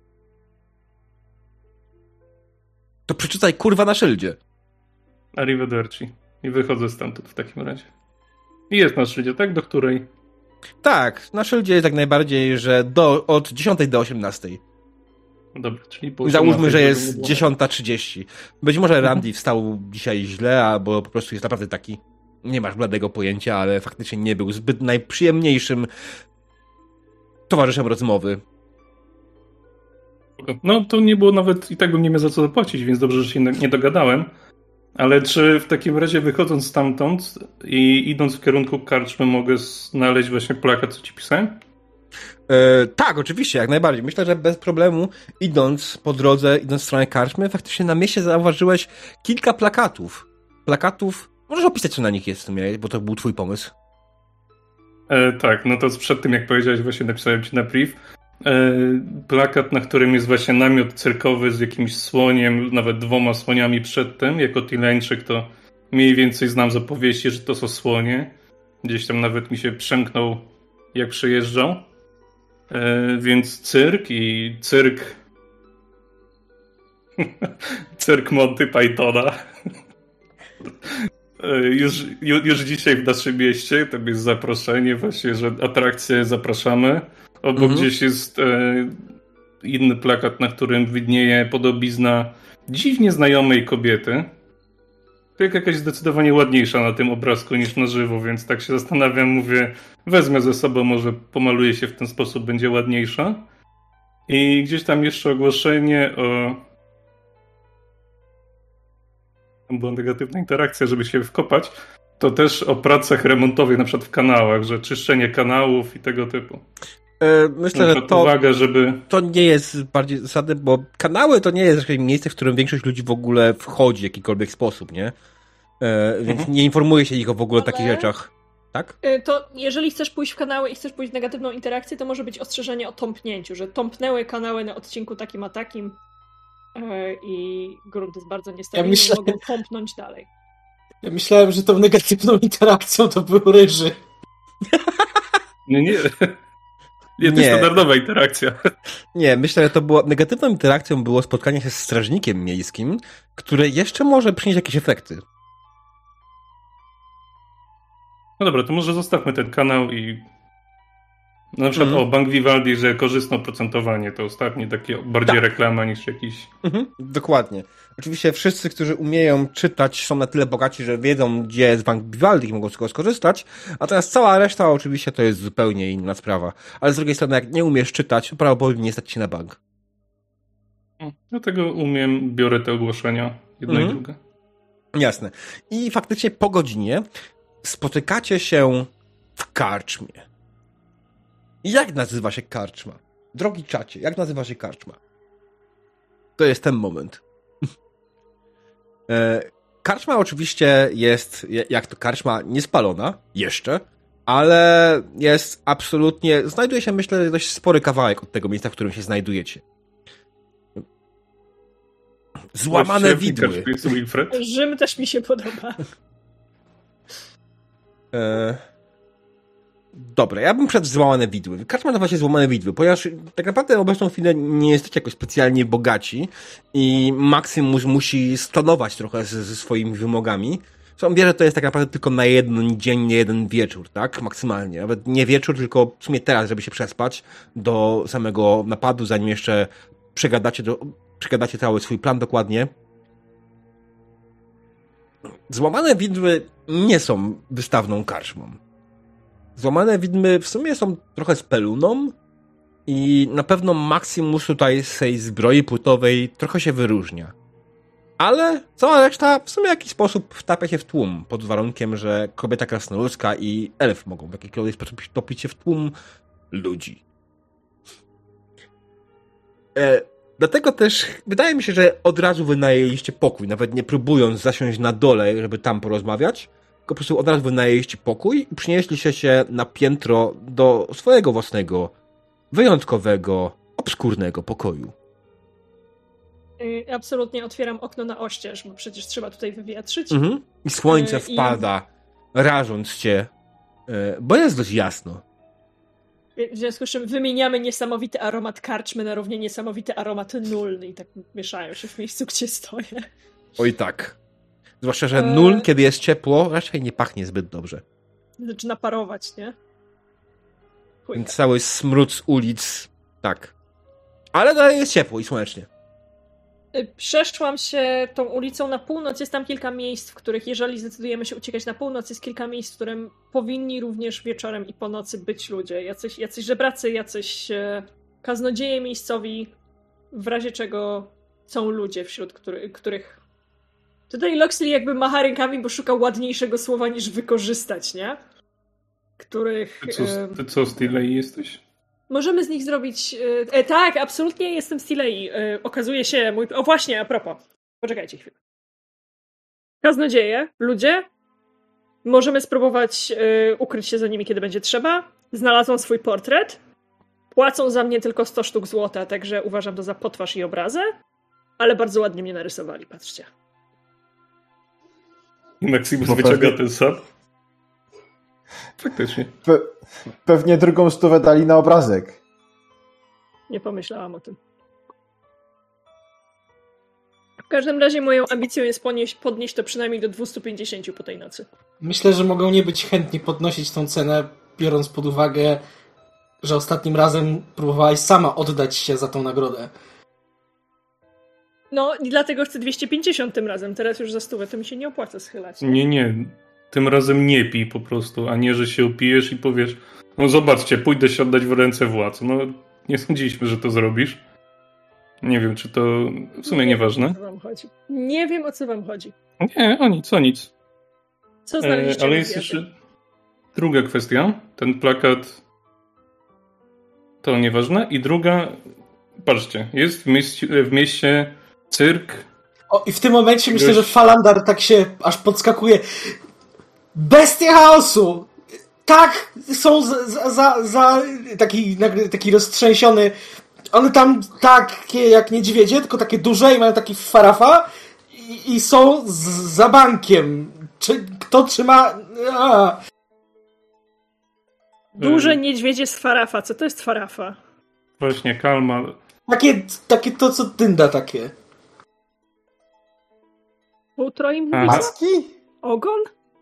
To przeczytaj kurwa na szyldzie. Arrivederci. I wychodzę stamtąd w takim razie. I jest na szyldzie, tak? Do której? Tak, na szyldzie jest jak najbardziej, że od 10 do 18. Dobra, czyli po Załóżmy, że jest żeby 10:30. Być może Randy wstał dzisiaj źle, albo po prostu jest naprawdę taki, nie masz bladego pojęcia, ale faktycznie nie był zbyt najprzyjemniejszym towarzyszem rozmowy. No to nie było nawet, i tak bym nie miał za co zapłacić, więc dobrze, że się nie dogadałem. Ale czy w takim razie wychodząc stamtąd i idąc w kierunku karczmy mogę znaleźć właśnie plakat, co ci pisałem? Tak, oczywiście, jak najbardziej. Myślę, że bez problemu idąc po drodze, idąc w stronę karczmy, faktycznie na mieście zauważyłeś kilka plakatów. Możesz opisać, co na nich jest w sumie, bo to był twój pomysł. Tak, no to przed tym, jak powiedziałeś, właśnie napisałem ci na priv. Plakat, na którym jest właśnie namiot cyrkowy z jakimś słoniem, nawet 2 słoniami przed tym. Jako Tileńczyk to mniej więcej znam z opowieści, że to są słonie. Gdzieś tam nawet mi się przemknął, jak przyjeżdżał. Więc cyrk i cyrk cyrk Monty Pythona. Już dzisiaj w naszym mieście tam jest zaproszenie właśnie, że atrakcje zapraszamy. Obok gdzieś jest inny plakat, na którym widnieje podobizna dziwnie znajomej kobiety. Tylko jakaś zdecydowanie ładniejsza na tym obrazku niż na żywo, więc tak się zastanawiam, mówię, wezmę ze sobą, może pomaluję się w ten sposób, będzie ładniejsza. I gdzieś tam jeszcze ogłoszenie o... Tam była negatywna interakcja, żeby się wkopać. To też o pracach remontowych, na przykład w kanałach, że czyszczenie kanałów i tego typu. Myślę, że to nie jest bardziej zasady, bo kanały to nie jest miejsce, w którym większość ludzi w ogóle wchodzi w jakikolwiek sposób, nie? Więc nie informuje się ich w ogóle o takich rzeczach. Tak? To jeżeli chcesz pójść w kanały i chcesz pójść w negatywną interakcję, to może być ostrzeżenie o tąpnięciu, że tąpnęły kanały na odcinku takim a takim i grunt jest bardzo niestabilny, mogą tąpnąć dalej. Ja myślałem, że tą negatywną interakcją to był Ryży. Nie. Nie, to jest standardowa interakcja. Nie, myślę, że to była negatywną interakcją było spotkanie się z strażnikiem miejskim, które jeszcze może przynieść jakieś efekty. No dobra, to może zostawmy ten kanał i na przykład Bank Vivaldi, że korzystne oprocentowanie, to ostatnie takie bardziej reklama niż jakiś... Dokładnie. Oczywiście wszyscy, którzy umieją czytać, są na tyle bogaci, że wiedzą, gdzie jest Bank Vivaldi i mogą z tego skorzystać, a teraz cała reszta oczywiście to jest zupełnie inna sprawa. Ale z drugiej strony, jak nie umiesz czytać, to prawdopodobnie nie stać się na bank. Dlatego umiem, biorę te ogłoszenia, jedno i drugie. Jasne. I faktycznie po godzinie spotykacie się w karczmie. Jak nazywa się karczma? Drogi czacie, jak nazywa się karczma? To jest ten moment. Karczma oczywiście jest, jak to karczma, niespalona jeszcze, ale jest absolutnie, znajduje się, myślę, dość spory kawałek od tego miejsca, w którym się znajdujecie. Złamane widły. Rzym też mi się podoba. Dobra, ja bym przed złamane widły. Karczma nazywa się Złamane Widły, ponieważ tak naprawdę obecną chwilę nie jesteście jakoś specjalnie bogaci i Maximus musi stonować trochę ze swoimi wymogami. Co on wie, że to jest tak naprawdę tylko na jeden dzień, nie jeden wieczór, tak? Maksymalnie. Nawet nie wieczór, tylko w sumie teraz, żeby się przespać do samego napadu, zanim jeszcze przegadacie cały swój plan dokładnie. Złamane widmy nie są wystawną karczmą. Złamane widmy w sumie są trochę speluną i na pewno Maximus tutaj z tej zbroi płytowej trochę się wyróżnia. Ale cała reszta w sumie w jakiś sposób wtapia się w tłum, pod warunkiem, że kobieta krasnoludzka i elf mogą w jakikolwiek sposób topić się w tłum ludzi. Dlatego też wydaje mi się, że od razu wynajęliście pokój, nawet nie próbując zasiąść na dole, żeby tam porozmawiać, tylko po prostu od razu wynajęliście pokój i przynieśliście się na piętro do swojego własnego, wyjątkowego, obskurnego pokoju. Absolutnie otwieram okno na oścież, bo przecież trzeba tutaj wywietrzyć. I słońce wpada, rażąc cię, bo jest dość jasno. W związku z czym wymieniamy niesamowity aromat karczmy na równie niesamowity aromat nulny i tak mieszają się w miejscu, gdzie stoję. Oj tak. Zwłaszcza, że nul, kiedy jest ciepło, raczej nie pachnie zbyt dobrze. Zaczyna parować, nie? Ten cały smród z ulic, tak. Ale dalej jest ciepło i słonecznie. Przeszłam się tą ulicą na północ. Jest tam kilka miejsc, w których jeżeli zdecydujemy się uciekać na północ, jest kilka miejsc, w którym powinni również wieczorem i po nocy być ludzie. Jacyś żebracy, jacyś kaznodzieje miejscowi, w razie czego są ludzie, wśród których... Tutaj Loxley jakby macha rękami, bo szuka ładniejszego słowa niż wykorzystać, nie? Których... Ty co, Stilei jesteś? Możemy z nich zrobić... tak, absolutnie jestem Stilei. Okazuje się mój... O właśnie, a propos. Poczekajcie chwilę. Kaznodzieje, ludzie. Możemy spróbować ukryć się za nimi, kiedy będzie trzeba. Znalazłam swój portret. Płacą za mnie tylko 100 sztuk złota, także uważam to za potwarz i obrazę. Ale bardzo ładnie mnie narysowali, patrzcie. I Maximus wyciąga ten sam. Faktycznie. Pewnie drugą stówę dali na obrazek. Nie pomyślałam o tym. W każdym razie moją ambicją jest podnieść to przynajmniej do 250 po tej nocy. Myślę, że mogą nie być chętni podnosić tą cenę, biorąc pod uwagę, że ostatnim razem próbowałaś sama oddać się za tą nagrodę. No i dlatego chcę 250 tym razem. Teraz już za 100 to mi się nie opłaca schylać. Nie. Tym razem nie pij po prostu, a nie, że się upijesz i powiesz, no zobaczcie, pójdę się oddać w ręce władz. No nie sądziliśmy, że to zrobisz. Nie wiem, czy to w sumie nieważne. Nie wiem, o co wam chodzi. Nie, o nic. Co znaleźliście? Ale jest jeszcze druga kwestia. Ten plakat to nieważne. I druga, patrzcie, jest w mieście cyrk. O, i w tym momencie myślę, że Falandar tak się aż podskakuje. Bestie chaosu! Tak! Są taki roztrzęsiony. One tam takie jak niedźwiedzie, tylko takie duże i mają taki farafa i są za bankiem. Kto trzyma... Duże niedźwiedzie z farafa. Co to jest farafa? Właśnie, kalma. Takie to, co dynda takie. Półtroim Maski? Ogon?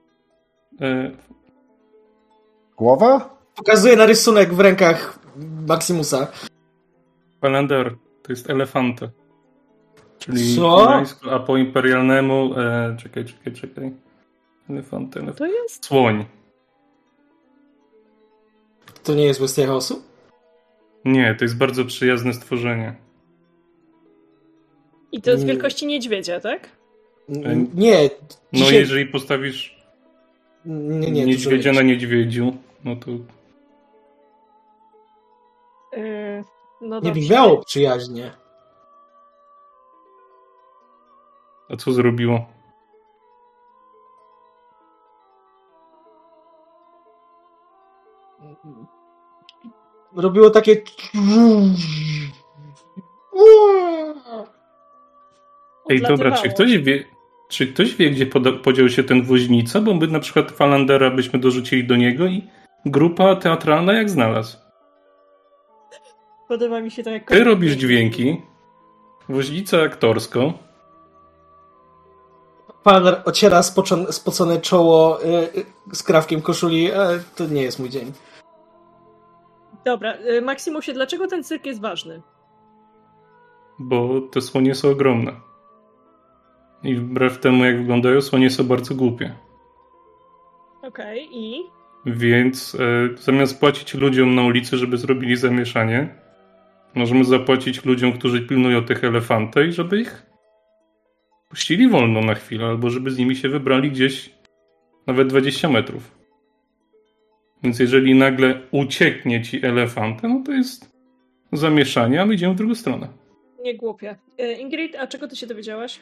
Głowa? Pokazuje na rysunek w rękach Maximusa. Falander, to jest elefanta. Czyli co? a po imperialnemu... Czekaj. Elefant. To jest? Słoń. To nie jest bestia chaosu? Nie, to jest bardzo przyjazne stworzenie. I to jest wielkości niedźwiedzia, tak? Nie. No jeżeli postawisz niedźwiedzia na niedźwiedziu, no to... No nie dobrze. brzmiało przyjaźnie. A co zrobiło? Robiło takie... Ej, dobra, czy ktoś wie, gdzie podział się ten woźnica? Bo my na przykład Falandera byśmy dorzucili do niego i grupa teatralna jak znalazł. Podoba mi się to jak... Ty robisz dźwięki, woźnica aktorsko. Pan ociera spocone czoło skrawkiem koszuli. To nie jest mój dzień. Dobra, Maximusie, dlaczego ten cyrk jest ważny? Bo te słonie są ogromne. I wbrew temu, jak wyglądają, słonie są bardzo głupie. Okej, i? Więc zamiast płacić ludziom na ulicy, żeby zrobili zamieszanie, możemy zapłacić ludziom, którzy pilnują tych elefantów i żeby ich puścili wolno na chwilę, albo żeby z nimi się wybrali gdzieś nawet 20 metrów. Więc jeżeli nagle ucieknie ci elefanta, no to jest zamieszanie, a my idziemy w drugą stronę. Nie głupie. Ingrid, a czego ty się dowiedziałaś?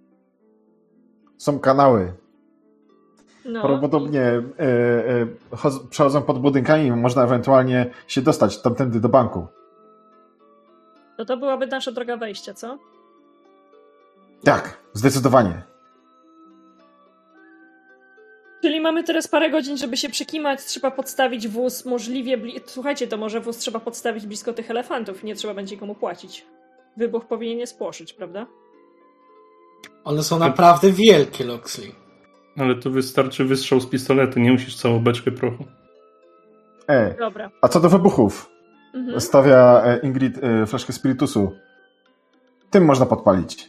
Są kanały. No. Prawdopodobnie przechodzą pod budynkami, można ewentualnie się dostać tamtędy do banku. To byłaby nasza droga wejścia, co? Tak, zdecydowanie. Czyli mamy teraz parę godzin, żeby się przekimać, trzeba podstawić wóz możliwie... Słuchajcie, to może wóz trzeba podstawić blisko tych elefantów i nie trzeba będzie komu płacić. Wybuch powinien je spłoszyć, prawda? One są naprawdę wielkie, Loxley. Ale to wystarczy wystrzał z pistoletu, nie musisz całą beczkę prochu. Dobra. A co do wybuchów? Stawia Ingrid flaszkę spirytusu. Tym można podpalić.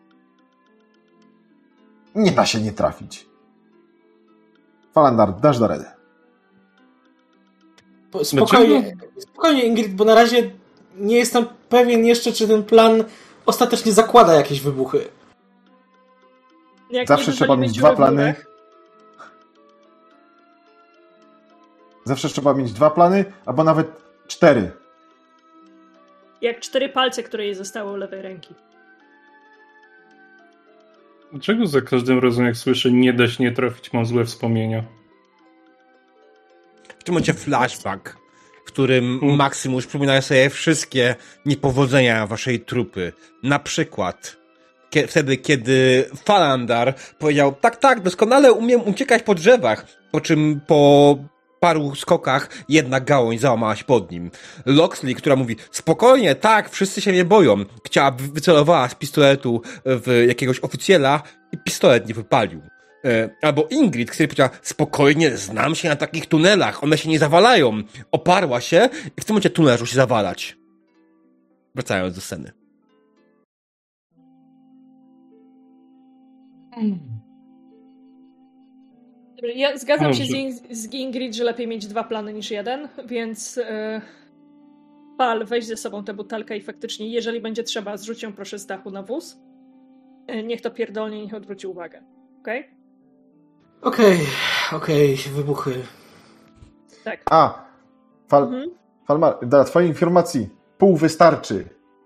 Nie da się nie trafić. Falandar, dasz do rady. Spokojnie, Ingrid, bo na razie nie jestem pewien jeszcze, czy ten plan ostatecznie zakłada jakieś wybuchy. Jak Zawsze trzeba mieć dwa plany. Zawsze trzeba mieć 2 plany, albo nawet 4. Jak 4 palce, które jej zostały u lewej ręki. Dlaczego za każdym razem, jak słyszę, nie da się nie trafić, mam złe wspomnienia? W tym momencie flashback, w którym Maximus przypomina sobie wszystkie niepowodzenia waszej trupy. Na przykład wtedy, kiedy Falandar powiedział, tak, doskonale umiem uciekać po drzewach, po czym po paru skokach jedna gałąź załamała się pod nim. Loxley, która mówi, spokojnie, tak, wszyscy się mnie boją. Wycelowała z pistoletu w jakiegoś oficjela i pistolet nie wypalił. Albo Ingrid, która powiedziała, spokojnie, znam się na takich tunelach, one się nie zawalają. Oparła się i w tym momencie tunel zaczął się zawalać. Wracając do sceny. Ja zgadzam się z Ingrid, że lepiej mieć 2 plany niż 1, więc Pal, weź ze sobą tę butelkę i faktycznie, jeżeli będzie trzeba, zrzuć ją proszę z dachu na wóz. Niech to pierdolnie, niech odwróci uwagę. Okej? Okej, wybuchy. Tak. Falmar, dla twojej informacji, pół wystarczy.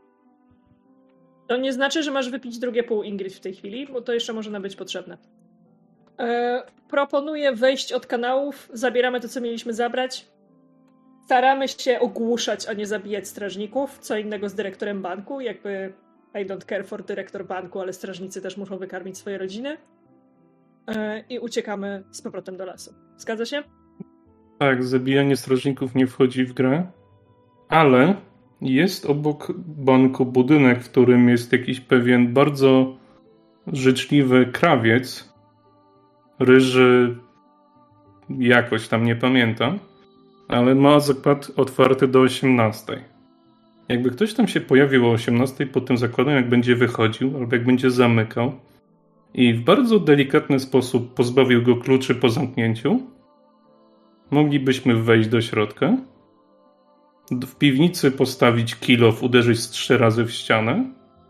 To nie znaczy, że masz wypić drugie pół, Ingrid, w tej chwili, bo to jeszcze może nam być potrzebne. Proponuję wejść od kanałów, zabieramy to, co mieliśmy zabrać. Staramy się ogłuszać, a nie zabijać strażników. Co innego z dyrektorem banku, jakby I don't care for dyrektor banku, ale strażnicy też muszą wykarmić swoje rodziny. I uciekamy z powrotem do lasu. Zgadza się? Tak, zabijanie strażników nie wchodzi w grę, ale jest obok banku budynek, w którym jest jakiś pewien bardzo życzliwy krawiec, ryży, jakoś tam nie pamiętam, ale ma zakład otwarty do 18. Jakby ktoś tam się pojawił o 18, potem zakładam, jak będzie wychodził, albo jak będzie zamykał i w bardzo delikatny sposób pozbawił go kluczy po zamknięciu, moglibyśmy wejść do środka, w piwnicy postawić kilof, uderzyć z 3 razy w ścianę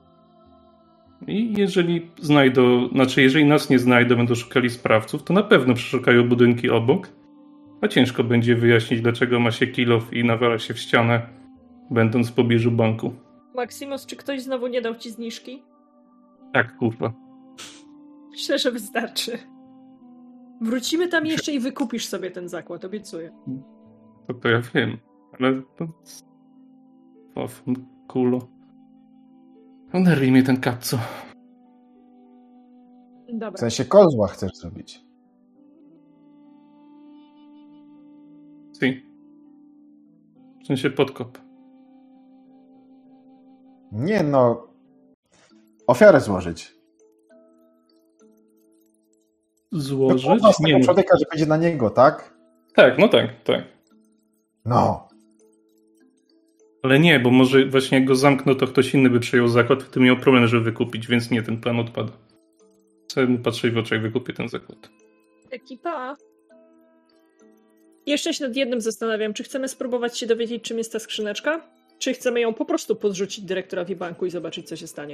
i jeżeli jeżeli nas nie znajdą, będą szukali sprawców, to na pewno przeszukają budynki obok, a ciężko będzie wyjaśnić, dlaczego ma się kilof i nawala się w ścianę, będąc w pobliżu banku. Maximus, czy ktoś znowu nie dał ci zniżki? Tak, kurwa. Myślę, że wystarczy. Wrócimy tam jeszcze i wykupisz sobie ten zakład, obiecuję. To ja wiem, ale to... Kulo. Nerwij mnie ten katco. Dobra. W sensie kozła chcesz zrobić. W sensie podkop. Nie no. Ofiarę złożyć. Złożyć? No, z tego człowieka, że będzie na niego, tak? Tak, no tak. No. Ale nie, bo może właśnie jak go zamknął, to ktoś inny by przejął zakład, wtedy miał problem, żeby wykupić, więc nie, ten plan odpada. Chcę mu patrzeć w oczy, jak wykupię ten zakład. Ekipa. Jeszcze się nad jednym zastanawiam, czy chcemy spróbować się dowiedzieć, czym jest ta skrzyneczka, czy chcemy ją po prostu podrzucić dyrektorowi banku i zobaczyć, co się stanie.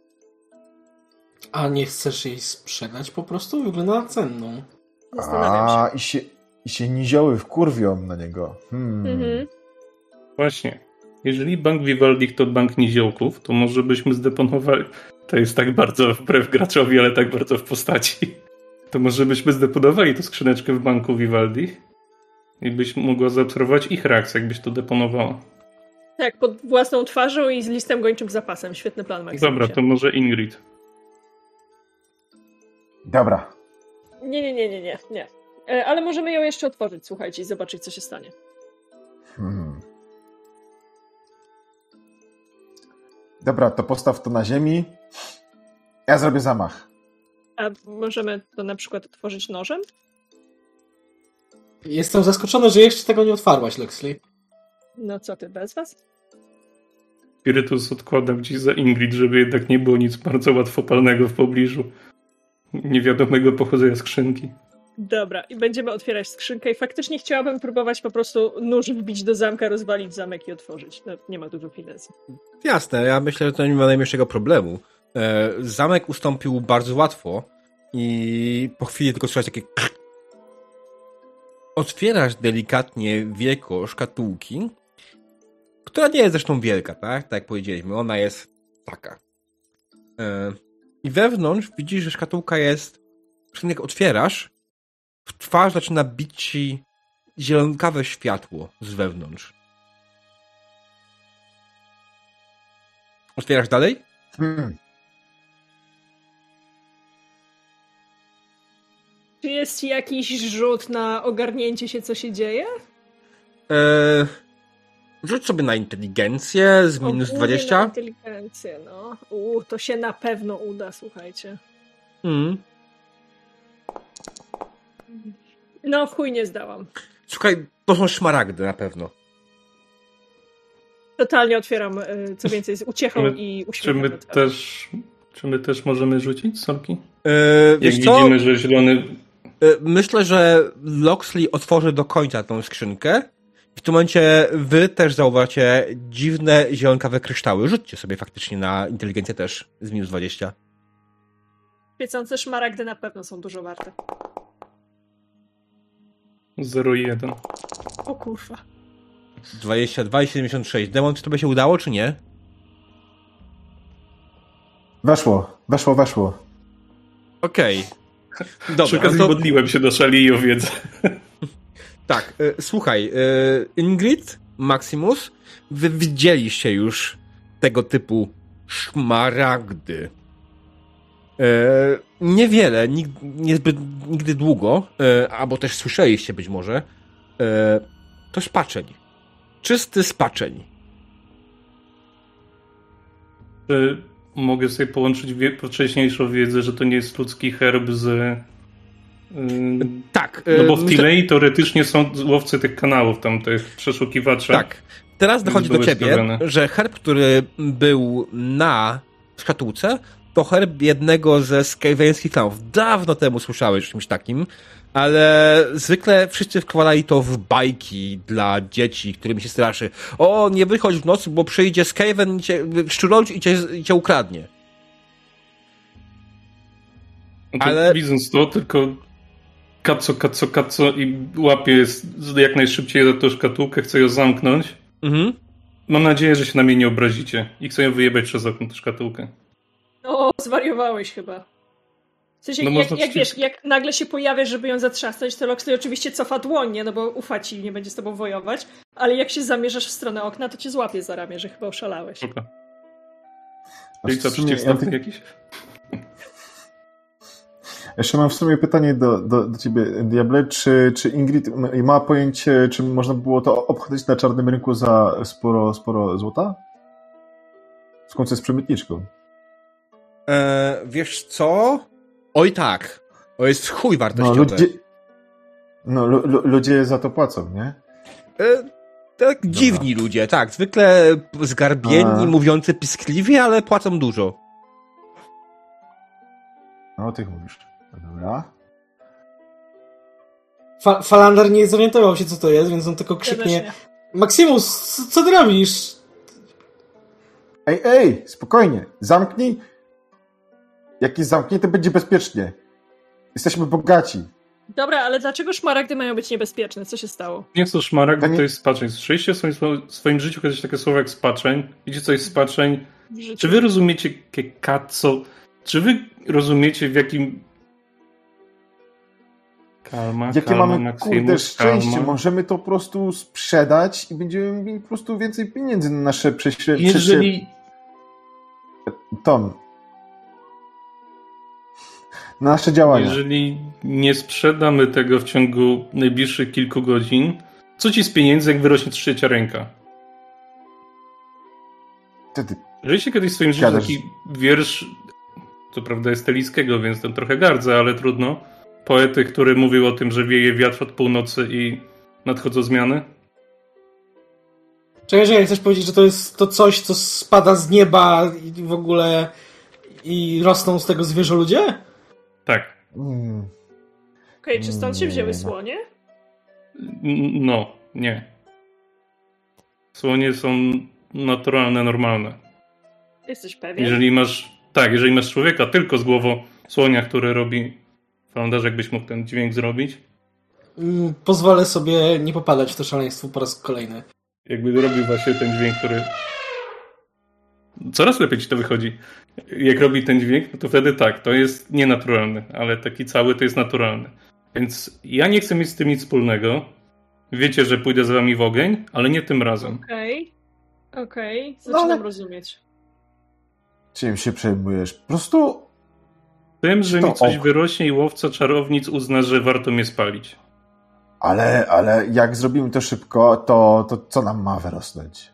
A nie chcesz jej sprzedać po prostu? Wygląda na cenną. Zastanawiam się. I się nizioły wkurwią na niego. Właśnie. Jeżeli bank Vivaldi to bank niziołków, to może byśmy zdeponowali... To jest tak bardzo wbrew graczowi, ale tak bardzo w postaci. To może byśmy zdeponowali tę skrzyneczkę w banku Vivaldi i byś mogła zaobserwować ich reakcję, jakbyś to deponowała. Tak, pod własną twarzą i z listem gończym zapasem. Świetny plan, Maximusie. Dobra, to może Ingrid. Dobra. Nie. Ale możemy ją jeszcze otworzyć, słuchajcie, i zobaczyć, co się stanie. Dobra, to postaw to na ziemi. Ja zrobię zamach. A możemy to na przykład otworzyć nożem? Jestem zaskoczony, że jeszcze tego nie otwarłaś, Lexley. No co ty, bez was? Spirytus odkładam ci za Ingrid, żeby jednak nie było nic bardzo łatwopalnego w pobliżu niewiadomego pochodzenia skrzynki. Dobra, i będziemy otwierać skrzynkę i faktycznie chciałabym próbować po prostu nóż wbić do zamka, rozwalić zamek i otworzyć. No, nie ma dużo finesy. Jasne, ja myślę, że to nie ma najmniejszego problemu. Zamek ustąpił bardzo łatwo i po chwili tylko słychać takie otwierasz delikatnie wieko szkatułki, która nie jest zresztą wielka, tak? Tak jak powiedzieliśmy, ona jest taka. I wewnątrz widzisz, że szkatułka jest, jak otwierasz, w twarz zaczyna bić ci zielonkawe światło z wewnątrz. Otwierasz dalej? Czy jest jakiś rzut na ogarnięcie się, co się dzieje? Rzuć sobie na inteligencję z minus Ogólnie 20. Na inteligencję, no. To się na pewno uda, słuchajcie. No, w chuj nie zdałam. Słuchaj, to są szmaragdy na pewno. Totalnie otwieram, co więcej, z uciechą i uśmiechem. Czy my też możemy rzucić sorki? Wiesz Jak co? widzimy, że zielony... Myślę, że Loxley otworzy do końca tą skrzynkę i w tym momencie wy też zauważycie dziwne zielonkawe kryształy. Rzućcie sobie faktycznie na inteligencję też z minus 20. Świecące szmaragdy na pewno są dużo warte. 0,1. O kurwa. 22 i 76. Demon, czy to by się udało, czy nie? Weszło. Okej. Dobra. Przy okazji no to... modliłem się do szali i o wiedzę. Tak, słuchaj, Ingrid, Maximus, wy widzieliście już tego typu szmaragdy. Niewiele, nigdy długo, albo też słyszeliście być może, to spaczeń. Czysty spaczeń. Czy mogę sobie połączyć wcześniejszą wiedzę, że to nie jest ludzki herb z... Tak. No bo w Tilei teoretycznie są łowcy tych kanałów, tam tych przeszukiwaczy. Tak. Teraz dochodzi do ciebie, że herb, który był na szkatułce, to herb jednego ze skaveńskich klanów. Dawno temu słyszałeś o czymś takim, ale zwykle wszyscy wkładali to w bajki dla dzieci, którymi się straszy. O, nie wychodź w nocy, bo przyjdzie Skaven, szczuroludź i cię ukradnie. No to ale... Widząc to, tylko kaco i łapie jak najszybciej za tą szkatułkę, chcę ją zamknąć. Mhm. Mam nadzieję, że się na mnie nie obrazicie i chcę ją wyjebać przez okno, tę szkatułkę. O, zwariowałeś chyba. W sensie, No jak nagle się pojawiasz, żeby ją zatrzasnąć, to Loxley oczywiście cofa dłonie, no bo ufa ci i nie będzie z tobą wojować, ale jak się zamierzasz w stronę okna, to cię złapie za ramię, że chyba oszalałeś. Okay. I co, przeciwstawny jakiś? Jeszcze mam w sumie pytanie do ciebie, Diable. Czy Ingrid ma pojęcie, czy można było to obchodzić na czarnym rynku za sporo złota? W końcu jest przemytniczką. Wiesz co? Oj tak. To jest chuj wartościowe. Ludzie za to płacą, nie? Tak dziwni ludzie, tak. Zwykle zgarbieni, mówiący piskliwie, ale płacą dużo. No, ty mówisz. Dobra. Falander nie zorientował się, co to jest, więc on tylko Ja też krzyknie: nie. Maximus, co ty robisz? Ej, spokojnie. Zamknij. Jak jest zamknięte, będzie bezpiecznie. Jesteśmy bogaci. Dobra, ale dlaczego szmaragdy mają być niebezpieczne? Co się stało? Nie są szmaragd, To bo nie- to jest spaczeń. Słyszeliście w swoim życiu kiedyś takie słowo jak spaczeń? Wiecie, co jest spaczeń? W życiu? Czy wy rozumiecie, Kekatso? Czy wy rozumiecie, w jakim... Kalma, Jakie kalma, mamy, Maximus, kurde, szczęście. kalma. Możemy to po prostu sprzedać i będziemy mieli po prostu więcej pieniędzy na nasze Jeżeli... Tom. Na nasze działania. Jeżeli nie sprzedamy tego w ciągu najbliższych kilku godzin, co ci z pieniędzy, jak wyrośnie trzecia ręka? Wtedy Żyliście kiedyś w swoim życiu Zgadzasz. taki wiersz, co prawda jest Telickiego, więc ten trochę gardzę, ale trudno. Poety, który mówił o tym, że wieje wiatr od północy i nadchodzą zmiany? Czekaj, chcesz powiedzieć, że to jest to coś, co spada z nieba i w ogóle i rosną z tego zwierzę ludzie? Tak. Okej, czy stąd się wzięły Nie. słonie? No, nie. Słonie są naturalne, normalne. Jesteś pewien? Jeżeli masz człowieka tylko z głową słonia, który robi Falanderze, jakbyś mógł ten dźwięk zrobić, Pozwolę sobie nie popadać w to szaleństwo po raz kolejny. jakby robił właśnie ten dźwięk, który... Coraz lepiej ci to wychodzi. Jak robi ten dźwięk, no to wtedy tak, to jest nienaturalny, ale taki cały to jest naturalny. Więc ja nie chcę mieć z tym nic wspólnego. Wiecie, że pójdę z wami w ogień, ale nie tym razem. Okej. Zaczynam ale- rozumieć. Czym się przejmujesz? Po prostu Tym, że To mi coś ok. wyrośnie i łowca czarownic uzna, że warto mnie spalić. ale jak zrobimy to szybko, to co nam ma wyrosnąć?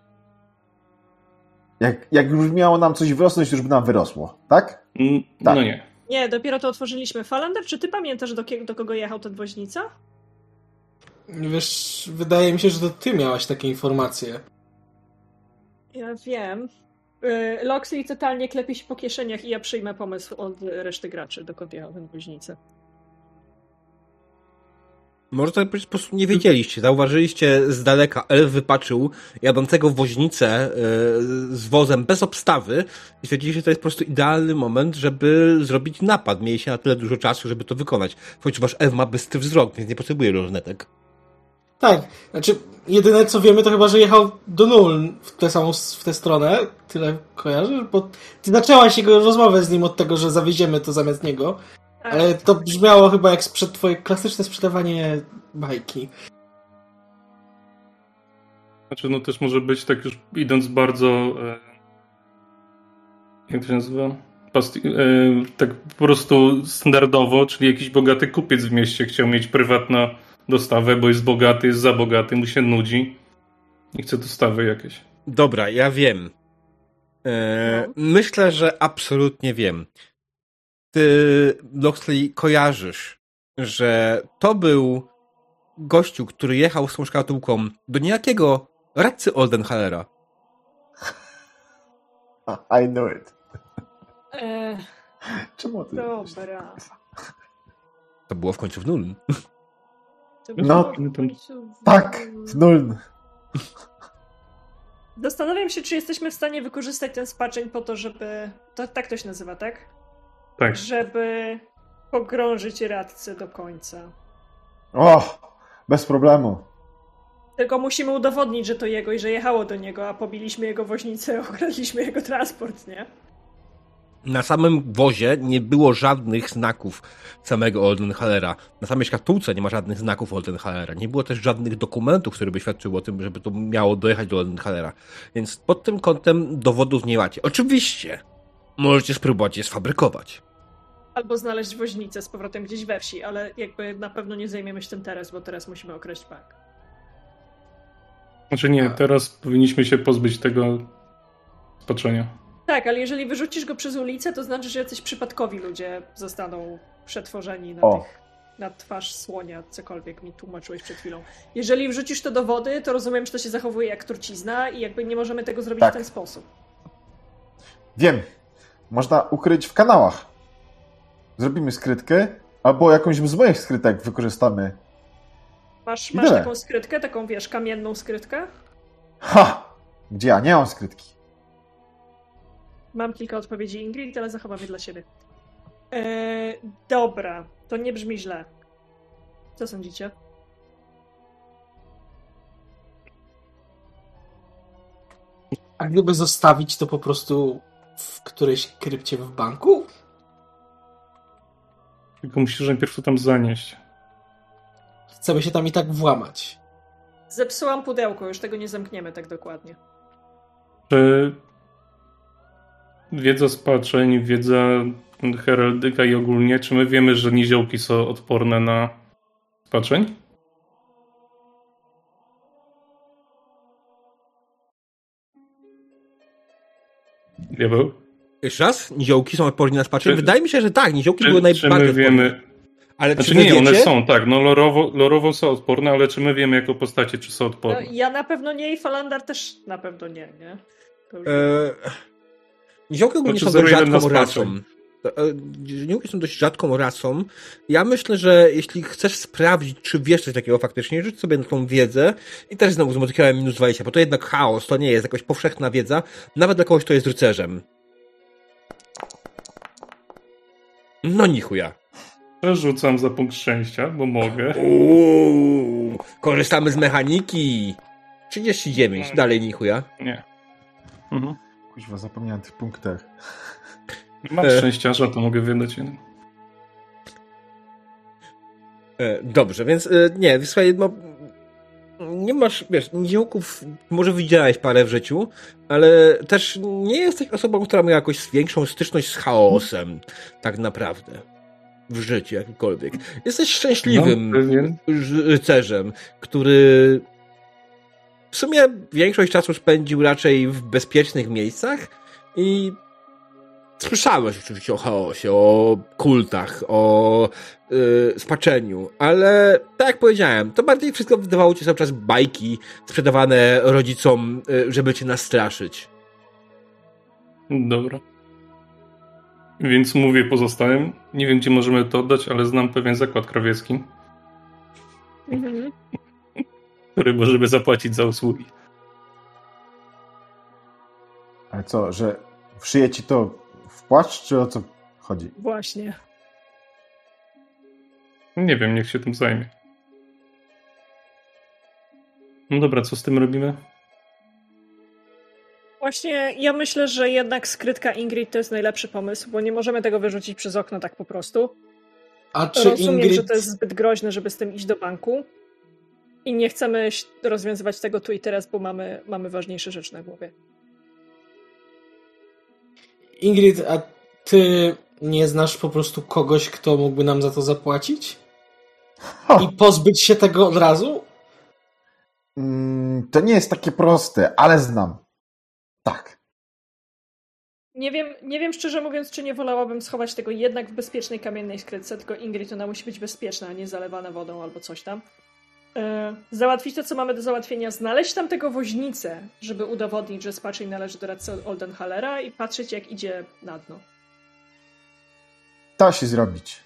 Jak już miało nam coś wyrosnąć, to już by nam wyrosło, tak? Tak. No nie. Nie, dopiero to otworzyliśmy. Falander, czy ty pamiętasz, do kogo jechał ten woźnica? Wiesz, wydaje mi się, że to ty miałaś takie informacje. Ja wiem. Loxley totalnie klepie się po kieszeniach i ja przyjmę pomysł od reszty graczy, dokąd jechał ten woźnica. Może to po prostu nie wiedzieliście. Zauważyliście z daleka, elf wypaczył jadącego woźnicę z wozem bez obstawy i stwierdziliście, że to jest po prostu idealny moment, żeby zrobić napad. Mieliście na tyle dużo czasu, żeby to wykonać. W końcu wasz elf ma bystry wzrok, więc nie potrzebuje lornetek. Tak, znaczy jedyne co wiemy to chyba, że jechał do Nuln w tę stronę. Tyle kojarzysz? Bo ty zaczęłaś jego rozmowę z nim od tego, że zawieziemy to zamiast niego. Ale to brzmiało chyba jak twoje klasyczne sprzedawanie bajki. Znaczy, no też może być tak już idąc bardzo... jak to się nazywa? Tak po prostu standardowo, czyli jakiś bogaty kupiec w mieście chciał mieć prywatną dostawę, bo jest bogaty, jest za bogaty, mu się nudzi i chce dostawy jakieś. Dobra, ja wiem. Myślę, że absolutnie wiem. Ty, Loxley, kojarzysz, że to był gościu, który jechał z tą szkatułką do niejakiego radcy Oldenhalera. I know it. Czemu ty? Dobra. To było w końcu w Nuln. To No, było w końcu w- Tak, w Nuln. Zastanawiam się, czy jesteśmy w stanie wykorzystać ten spaczeń po to, żeby... Tak to się nazywa, tak? Tak. Żeby pogrążyć radcę do końca. O, bez problemu. Tylko musimy udowodnić, że to jego i że jechało do niego, a pobiliśmy jego woźnicę, okradliśmy jego transport, nie? Na samym wozie nie było żadnych znaków samego Oldenhalera. Na samej szkatułce nie ma żadnych znaków Oldenhalera. Nie było też żadnych dokumentów, które by świadczyły o tym, żeby to miało dojechać do Oldenhalera. Więc pod tym kątem dowodów nie macie. Oczywiście możecie spróbować je sfabrykować. Albo znaleźć woźnicę z powrotem gdzieś we wsi, ale jakby na pewno nie zajmiemy się tym teraz, bo teraz musimy okraść bank. Znaczy nie, teraz powinniśmy się pozbyć tego spaczenia. Tak, ale jeżeli wyrzucisz go przez ulicę, to znaczy, że jacyś przypadkowi ludzie zostaną przetworzeni na twarz słonia, cokolwiek mi tłumaczyłeś przed chwilą. Jeżeli wrzucisz to do wody, to rozumiem, że to się zachowuje jak trucizna i jakby nie możemy tego zrobić Tak. w ten sposób. Wiem. Można ukryć w kanałach. zrobimy skrytkę, albo jakąś z moich skrytek wykorzystamy. Masz Tyle. taką skrytkę, taką wiesz, kamienną skrytkę? Ha! Gdzie ja nie mam skrytki? Mam kilka odpowiedzi Ingrid, ale zachowam je dla siebie. Dobra, to nie brzmi źle. Co sądzicie? A gdyby zostawić to po prostu w którejś krypcie w banku? Tylko musisz najpierw to tam zanieść. Chcemy się tam i tak włamać. Zepsułam pudełko, już tego nie zamkniemy tak dokładnie. Czy wiedza z patrzeń, wiedza heraldyka i ogólnie, czy my wiemy, że niziołki są odporne na patrzeń? Diabeł? Jeszcze raz? Niziołki są odporne na spaczeń? Czy- Wydaje mi się, że tak. Niziołki były Czy najbardziej my odporne. wiemy... Ale Znaczy czy wy nie, one wiecie? są, tak, no lorowo są odporne, ale czy my wiemy jako postacie, czy są No, odporne? ja na pewno nie i Falandar też na pewno nie? To już Niziołki ogólnie Znaczy są dość 0,1 na rzadką rasą. spaczeń. Niziołki są dość rzadką rasą. Ja myślę, że jeśli chcesz sprawdzić, czy wiesz coś takiego faktycznie, rzuć sobie na tą wiedzę i też znowu zmodyfikowałem minus 20, bo to jednak chaos, to nie jest jakaś powszechna wiedza, nawet dla kogoś, kto jest rycerzem. No ni chuja. Przerzucam za punkt szczęścia, bo mogę. Korzystamy z mechaniki. 39, dalej ni chuja. Nie. Mhm. Kuźwa, zapomniałem o tych punktach. Mam szczęściarza, to mogę wydać jeden. Dobrze, więc nie, słuchaj, no nie masz, wiesz, niziołków może widziałeś parę w życiu, ale też nie jesteś osobą, która ma jakąś większą styczność z chaosem, tak naprawdę. W życiu jakimkolwiek. Jesteś szczęśliwym rycerzem, który w sumie większość czasu spędził raczej w bezpiecznych miejscach i słyszałeś oczywiście o chaosie, o kultach, o spaczeniu, ale tak jak powiedziałem, to bardziej wszystko wydawało ci cały czas bajki sprzedawane rodzicom, żeby cię nastraszyć. Dobra. Więc mówię pozostałym. Nie wiem, gdzie możemy to oddać, ale znam pewien zakład krawiecki, który możemy zapłacić za usługi. Ale co, że wszyje ci to w płaszcz, czy o co chodzi? Właśnie. Nie wiem, niech się tym zajmie. No dobra, co z tym robimy? Właśnie ja myślę, że jednak skrytka Ingrid to jest najlepszy pomysł, bo nie możemy tego wyrzucić przez okno tak po prostu. A czy Rozumiem, Ingrid... że to jest zbyt groźne, żeby z tym iść do banku. I nie chcemy rozwiązywać tego tu i teraz, bo mamy ważniejsze rzeczy na głowie. Ingrid, a ty nie znasz po prostu kogoś, kto mógłby nam za to zapłacić? I pozbyć się tego od razu? To nie jest takie proste, ale znam. Tak. Nie wiem szczerze mówiąc, czy nie wolałabym schować tego jednak w bezpiecznej kamiennej skrytce, tylko Ingrid, ona musi być bezpieczna, a nie zalewana wodą albo coś tam. Załatwić to, co mamy do załatwienia, znaleźć tam tego woźnicę, żeby udowodnić, że spaczeń należy do radcy Oldenhalera i patrzeć, jak idzie na dno. Da się zrobić.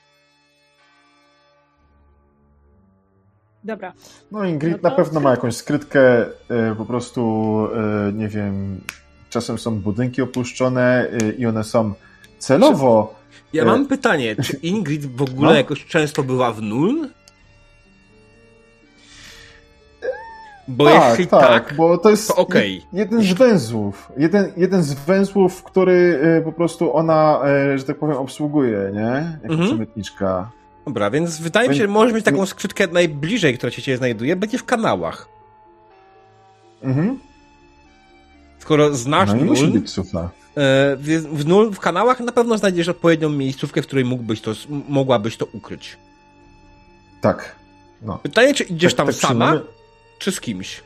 Dobra. No Ingrid No to na pewno ma jakąś skrytkę, po prostu, nie wiem, czasem są budynki opuszczone i one są celowo... Ja mam pytanie, czy Ingrid w ogóle jakoś często była w Nuln? Bo jeśli tak, bo to jest to okej. jeden z węzłów. Jeden z węzłów, który po prostu ona, że tak powiem, obsługuje, nie? Jako przemytniczka. Dobra, więc wydaje mi się, że możesz mieć taką skrytkę najbliżej, która cię znajduje, będzie w kanałach. Skoro znasz No i musi Nuln, być sucha. w kanałach na pewno znajdziesz odpowiednią miejscówkę, w której mogłabyś to ukryć. Tak. No. Pytanie, czy idziesz tam sama, przyjmujemy. czy z kimś?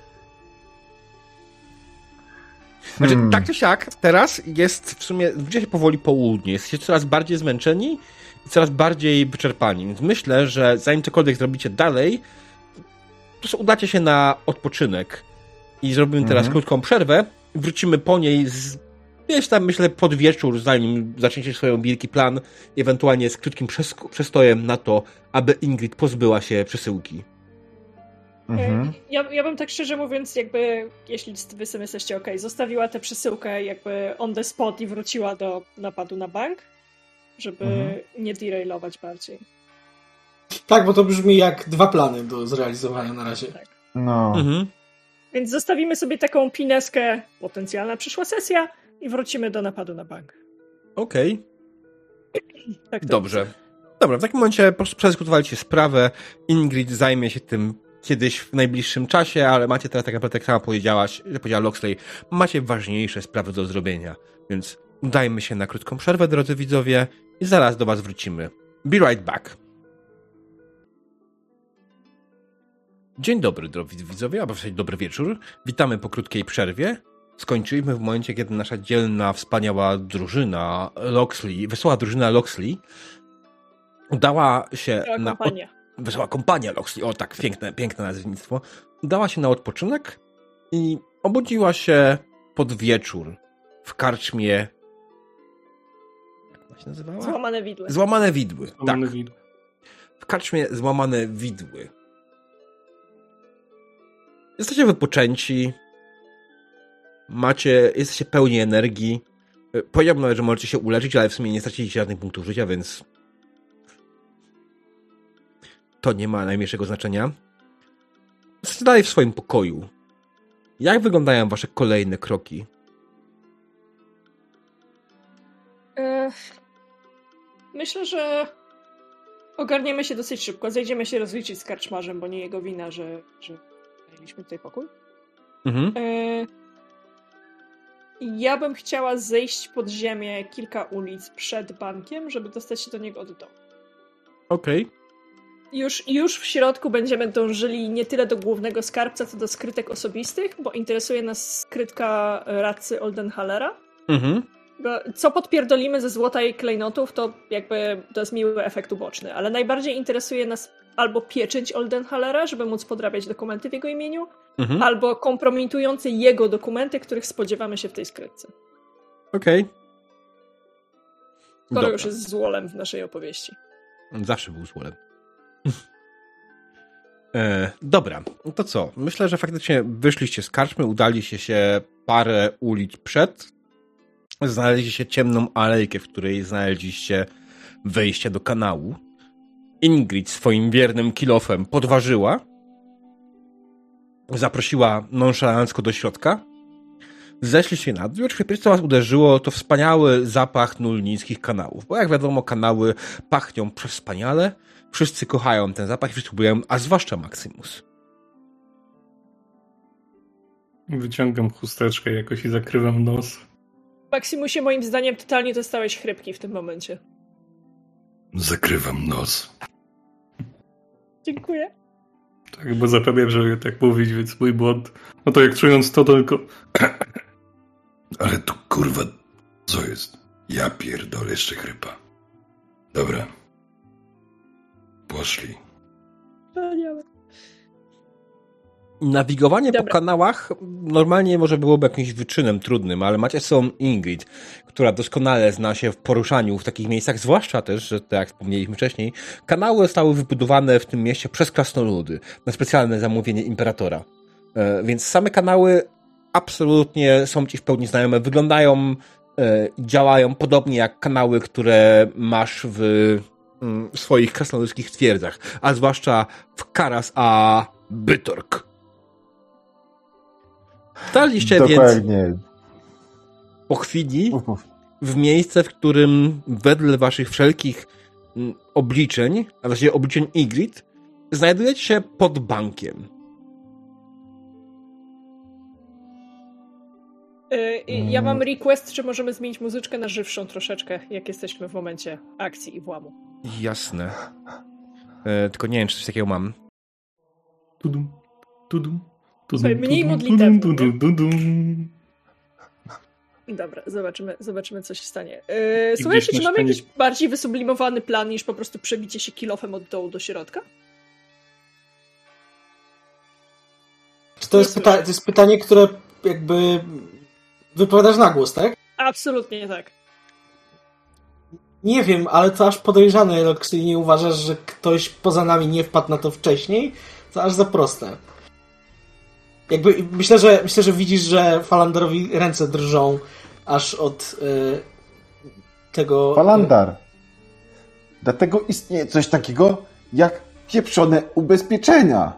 Znaczy, tak czy siak, teraz jest w sumie, zbliża się powoli południe, jesteście coraz bardziej zmęczeni i coraz bardziej wyczerpani, więc myślę, że zanim cokolwiek zrobicie dalej, po prostu udacie się na odpoczynek i zrobimy teraz krótką przerwę, wrócimy po niej z Gdzieś tam, myślę, pod wieczór, zanim zaczniecie swoją wielki plan, ewentualnie z krótkim przestojem na to, aby Ingrid pozbyła się przesyłki. Ja bym tak szczerze mówiąc, jakby, jeśli wy sobie jesteście okej, zostawiła tę przesyłkę jakby on the spot i wróciła do napadu na bank, żeby nie derailować bardziej. Tak, bo to brzmi jak 2 plany do zrealizowania na razie. Tak. No. Więc zostawimy sobie taką pineskę, potencjalna przyszła sesja i wrócimy do napadu na bank. Okej. Tak to Dobrze. jest. Dobra, w takim momencie po prostu przedyskutowaliście sprawę. Ingrid zajmie się tym kiedyś w najbliższym czasie, ale macie teraz tak naprawdę, jak sama powiedziała Loxley, macie ważniejsze sprawy do zrobienia. Więc udajmy się na krótką przerwę, drodzy widzowie, i zaraz do was wrócimy. Be right back. Dzień dobry, drodzy widzowie, albo właściwie dobry wieczór. Witamy po krótkiej przerwie. Skończyliśmy w momencie, kiedy nasza dzielna, wspaniała drużyna Loxley, wesoła drużyna Loxley udała się Wesoła kompania Loxley, o tak, piękne nazewnictwo. Udała się na odpoczynek i obudziła się pod wieczór w karczmie. Jak ona się nazywała? Złamane widły. Złamane widły, Złamane tak. widły. W karczmie Złamane widły. Jesteście wypoczęci. Jesteście pełni energii. Powiedziałbym nawet, że możecie się uleczyć, ale w sumie nie straciliście żadnych punktów życia, więc to nie ma najmniejszego znaczenia. Jesteście dalej w swoim pokoju. Jak wyglądają wasze kolejne kroki? Myślę, że ogarniemy się dosyć szybko. Zejdziemy się rozliczyć z karczmarzem, bo nie jego wina, że mieliśmy tutaj pokój. Ja bym chciała zejść pod ziemię kilka ulic przed bankiem, żeby dostać się do niego od dołu. Okej. Już w środku będziemy dążyli nie tyle do głównego skarbca, co do skrytek osobistych, bo interesuje nas skrytka radcy Oldenhallera. Co podpierdolimy ze złota i klejnotów, to jakby to jest miły efekt uboczny, ale najbardziej interesuje nas albo pieczęć Oldenhallera, żeby móc podrabiać dokumenty w jego imieniu, albo kompromitujące jego dokumenty, których spodziewamy się w tej skrytce. Okej. Skoro już jest złolem w naszej opowieści. On zawsze był złolem. Dobra, to co? Myślę, że faktycznie wyszliście z karczmy, udaliście się parę ulic przed, znaleźliście ciemną alejkę, w której znaleźliście wejście do kanału. Ingrid swoim wiernym kilofem podważyła, zaprosiła nonszalancko do środka, zeszliście na dół. Pierwsze, co was uderzyło, to wspaniały zapach nulnickich kanałów, bo jak wiadomo, kanały pachnią przewspaniale, wszyscy kochają ten zapach i wszyscy próbują, a zwłaszcza Maximus. Wyciągam chusteczkę jakoś i zakrywam nos. Maximusie, moim zdaniem totalnie dostałeś chrypki w tym momencie. Zakrywam nos. Dziękuję. Tak, bo zapomniałem, żeby tak mówić, więc mój błąd. No to jak czując to tylko... Ale tu kurwa, co jest? Ja pierdolę, jeszcze chrypa. Dobra. Poszli. Nawigowanie po kanałach normalnie może byłoby jakimś wyczynem trudnym, ale macie sobą Ingrid, która doskonale zna się w poruszaniu w takich miejscach, zwłaszcza też, że tak jak wspomnieliśmy wcześniej, kanały zostały wybudowane w tym mieście przez krasnoludy na specjalne zamówienie imperatora. Więc same kanały absolutnie są ci w pełni znajome, wyglądają i działają podobnie jak kanały, które masz w swoich krasnoludzkich twierdzach, a zwłaszcza w Karas a Bytork. Dotarliście więc po chwili w miejsce, w którym wedle waszych wszelkich obliczeń, a właściwie obliczeń Ingrid, znajdujecie się pod bankiem. Ja mam request, czy możemy zmienić muzyczkę na żywszą troszeczkę, jak jesteśmy w momencie akcji i włamu. Jasne. Tylko nie wiem, czy coś takiego mam. Tudum, tudum. Słuchaj, mniej modlitewną. Dobra, zobaczymy, co się stanie. Słuchajcie, czy mamy jakiś bardziej wysublimowany plan niż po prostu przebicie się kilofem od dołu do środka? Czy to jest pytanie, które jakby wypowiadasz na głos, tak? Absolutnie tak. Nie wiem, ale to aż podejrzane, Loxley, nie uważasz, że ktoś poza nami nie wpadł na to wcześniej? To aż za proste. Jakby myślę, że widzisz, że Falandarowi ręce drżą aż od tego... Falandar. Dlatego istnieje coś takiego jak pieprzone ubezpieczenia.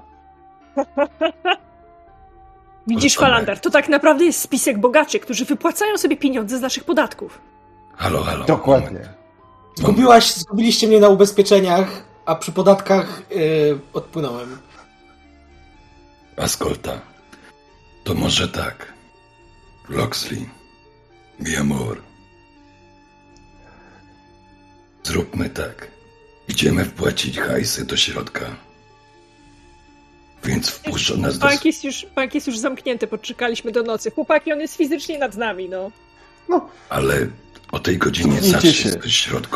Widzisz, Falandar, to tak naprawdę jest spisek bogaczy, którzy wypłacają sobie pieniądze z naszych podatków. Halo. Dokładnie. Zgubiliście mnie na ubezpieczeniach, a przy podatkach odpłynąłem. Ascolta. To może tak. Loxley. Mi amor. Zróbmy tak. Idziemy wpłacić hajsy do środka. Więc wpuszczą nas do... Bank jest już zamknięty, poczekaliśmy do nocy. Chłopaki, on jest fizycznie nad nami, no. Ale o tej godzinie Cofnijcie zawsze się. jest w środku.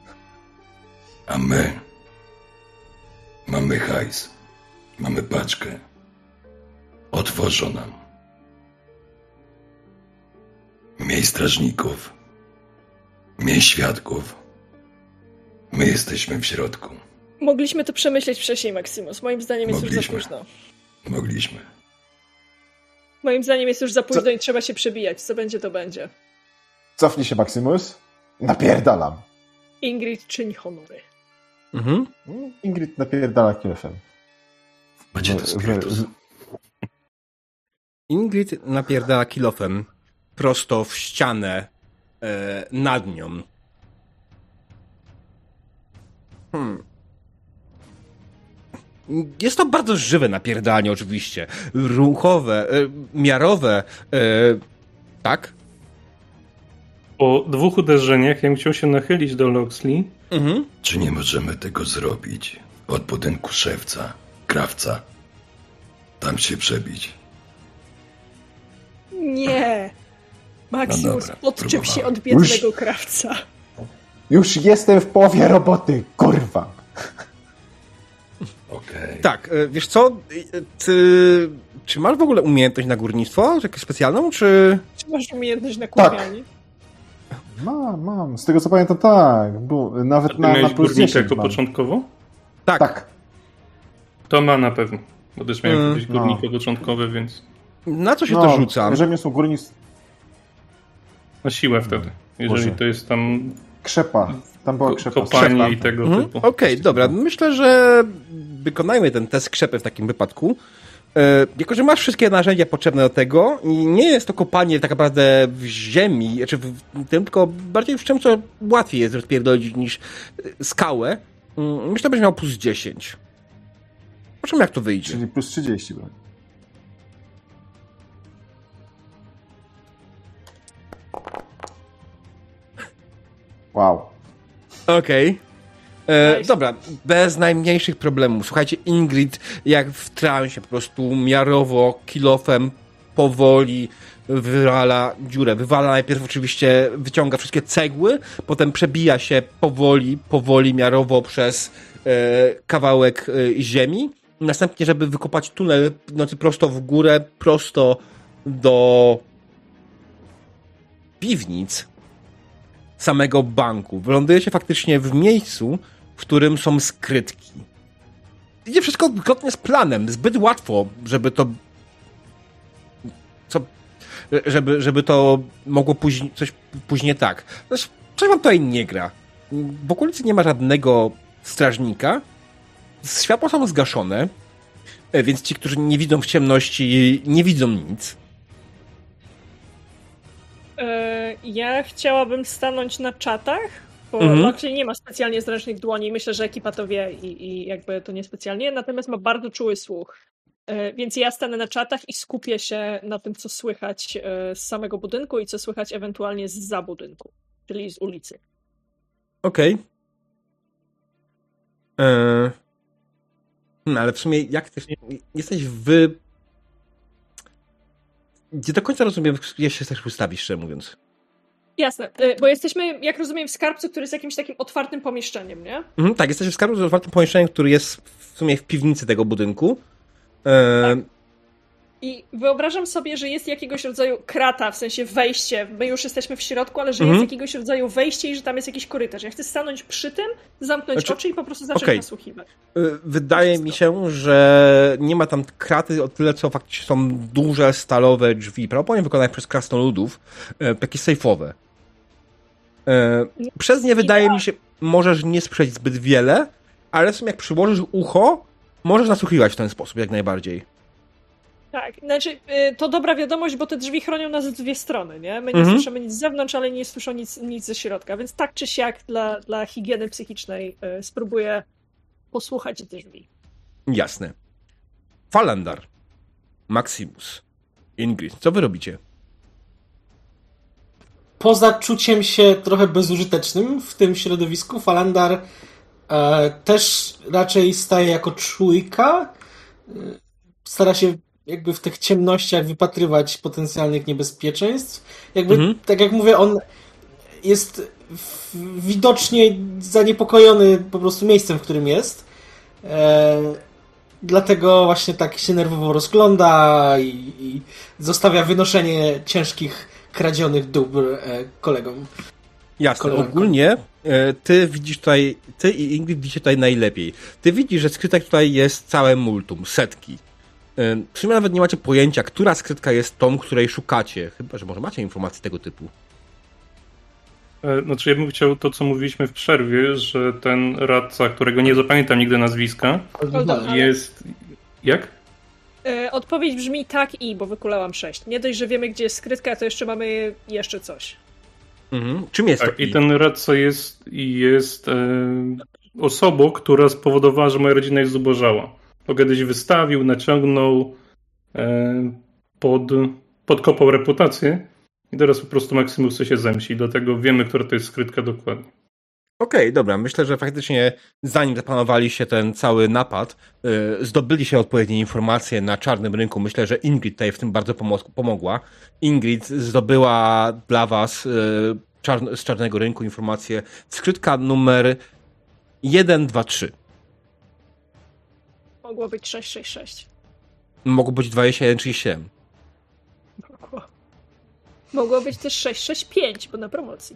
A my mamy hajs. Mamy paczkę. Otworzą nam. Miej strażników. Miej świadków. My jesteśmy w środku. Mogliśmy to przemyśleć wcześniej, Maximus. Moim zdaniem jest już za późno. Mogliśmy. Moim zdaniem jest już za późno i trzeba się przebijać. Co będzie, to będzie. Cofnij się, Maximus. Napierdalam. Ingrid, czyń honory. Mhm. Ingrid napierdala kilofem. Macie to spirytus. Ingrid napierdala kilofem prosto w ścianę nad nią. Jest to bardzo żywe napierdalanie oczywiście. Ruchowe, miarowe. Tak? Po 2 uderzeniach ja bym chciał się nachylić do Loxley. Mhm. Czy nie możemy tego zrobić? Od budynku szewca, krawca. Tam się przebić. Nie! Maximus, dobra, odczep się próbowałem. od biednego krawca. Już jestem w połowie roboty, kurwa. Okej. Tak, wiesz co? Czy masz w ogóle umiejętność na górnictwo? Jakąś specjalną, czy... Czy masz umiejętność na kurwianie? Mam. Z tego co pamiętam, tak. Bo nawet A ty na miałeś plus górnika 10 jako mam. początkowo? Tak. To ma na pewno. Bo też miałem kiedyś no. górnika początkowy, więc Na co się to rzuca? Rzemiosło górnictwo. na siłę wtedy. Jeżeli Boże. to jest tam Krzepa. Tam była krzepa. kopanie i tego Mhm. typu. Okej, dobra. Myślę, że wykonajmy ten test krzepy w takim wypadku. Jako, że masz wszystkie narzędzia potrzebne do tego i nie jest to kopanie tak naprawdę w ziemi, czy w tym, tylko bardziej w czymś, co łatwiej jest rozpierdolić niż skałę, myślę, że będziesz miał plus 10. Zobaczymy, jak to wyjdzie. Czyli plus 30 było. Wow. Okej. Nice. Dobra, bez najmniejszych problemów. Słuchajcie, Ingrid jak w transie po prostu miarowo, kilofem, powoli wywala dziurę. Wywala najpierw oczywiście, wyciąga wszystkie cegły, potem przebija się powoli, miarowo przez kawałek ziemi. Następnie, żeby wykopać tunel prosto w górę, prosto do piwnic samego banku. Wyląduje się faktycznie w miejscu, w którym są skrytki. Idzie wszystko zgodnie z planem. Zbyt łatwo, żeby to żeby to mogło coś później tak. Coś wam tutaj nie gra. W okolicy nie ma żadnego strażnika. Światła są zgaszone, więc ci, którzy nie widzą w ciemności, nie widzą nic. Ja chciałabym stanąć na czatach, bo Loxley nie ma specjalnie zręcznych dłoni. Myślę, że ekipa to wie i jakby to niespecjalnie. Natomiast ma bardzo czuły słuch. Więc ja stanę na czatach i skupię się na tym, co słychać z samego budynku i co słychać ewentualnie zza budynku, czyli z ulicy. Okej. Ale w sumie jak też jesteś nie do końca rozumiem, gdzie się chcesz ustawić, szczerze mówiąc. Jasne, bo jesteśmy, jak rozumiem, w skarbcu, który jest jakimś takim otwartym pomieszczeniem, nie? Tak, jesteś w skarbcu z otwartym pomieszczeniem, który jest w sumie w piwnicy tego budynku. I wyobrażam sobie, że jest jakiegoś rodzaju krata, w sensie wejście. My już jesteśmy w środku, ale że jest jakiegoś rodzaju wejście i że tam jest jakiś korytarz. Ja chcę stanąć przy tym, zamknąć oczy i po prostu zacząć nasłuchiwać. Wydaje mi się, że nie ma tam kraty o tyle, co faktycznie są duże stalowe drzwi, prawdopodobnie wykonane przez krasnoludów, takie sejfowe. Przez nie wydaje mi się, możesz nie słyszeć zbyt wiele, ale jak przyłożysz ucho, możesz nasłuchiwać w ten sposób jak najbardziej. Tak, znaczy to dobra wiadomość, bo te drzwi chronią nas z dwie strony, nie? My nie słyszymy nic z zewnątrz, ale nie słyszą nic ze środka, więc tak czy siak dla higieny psychicznej spróbuję posłuchać drzwi. Jasne. Falandar, Maximus, Ingrid, co wy robicie? Poza czuciem się trochę bezużytecznym w tym środowisku, Falandar też raczej staje jako czujka. Stara się jakby w tych ciemnościach wypatrywać potencjalnych niebezpieczeństw. Jakby, tak jak mówię, on jest widocznie zaniepokojony po prostu miejscem, w którym jest. Dlatego właśnie tak się nerwowo rozgląda i zostawia wynoszenie ciężkich, kradzionych dóbr kolegom. Jasne, ogólnie ty widzisz tutaj, ty i Ingrid widzicie tutaj najlepiej. Ty widzisz, że skrytek tutaj jest całe multum, setki. W sumie nawet nie macie pojęcia, która skrytka jest tą, której szukacie. Chyba że może macie informacje tego typu. Znaczy ja bym chciał to, co mówiliśmy w przerwie, że ten radca, którego nie zapamiętam nigdy nazwiska, jest... Jak? Odpowiedź brzmi tak bo wykulałam 6. Nie dość, że wiemy, gdzie jest skrytka, to jeszcze mamy jeszcze coś. Czym jest to I ten radca jest osobą, która spowodowała, że moja rodzina jest zubożała. To kiedyś wystawił, naciągnął, podkopał reputację i teraz po prostu Maximus chce się zemści. Dlatego wiemy, która to jest skrytka dokładnie. Okej, dobra. Myślę, że faktycznie zanim zapanowali się ten cały napad, zdobyli się odpowiednie informacje na czarnym rynku. Myślę, że Ingrid tutaj w tym bardzo pomogła. Ingrid zdobyła dla was z czarnego rynku informację. Skrytka numer 123. Mogło być 666. Mogło być 2137. Mogło być też 665, bo na promocji.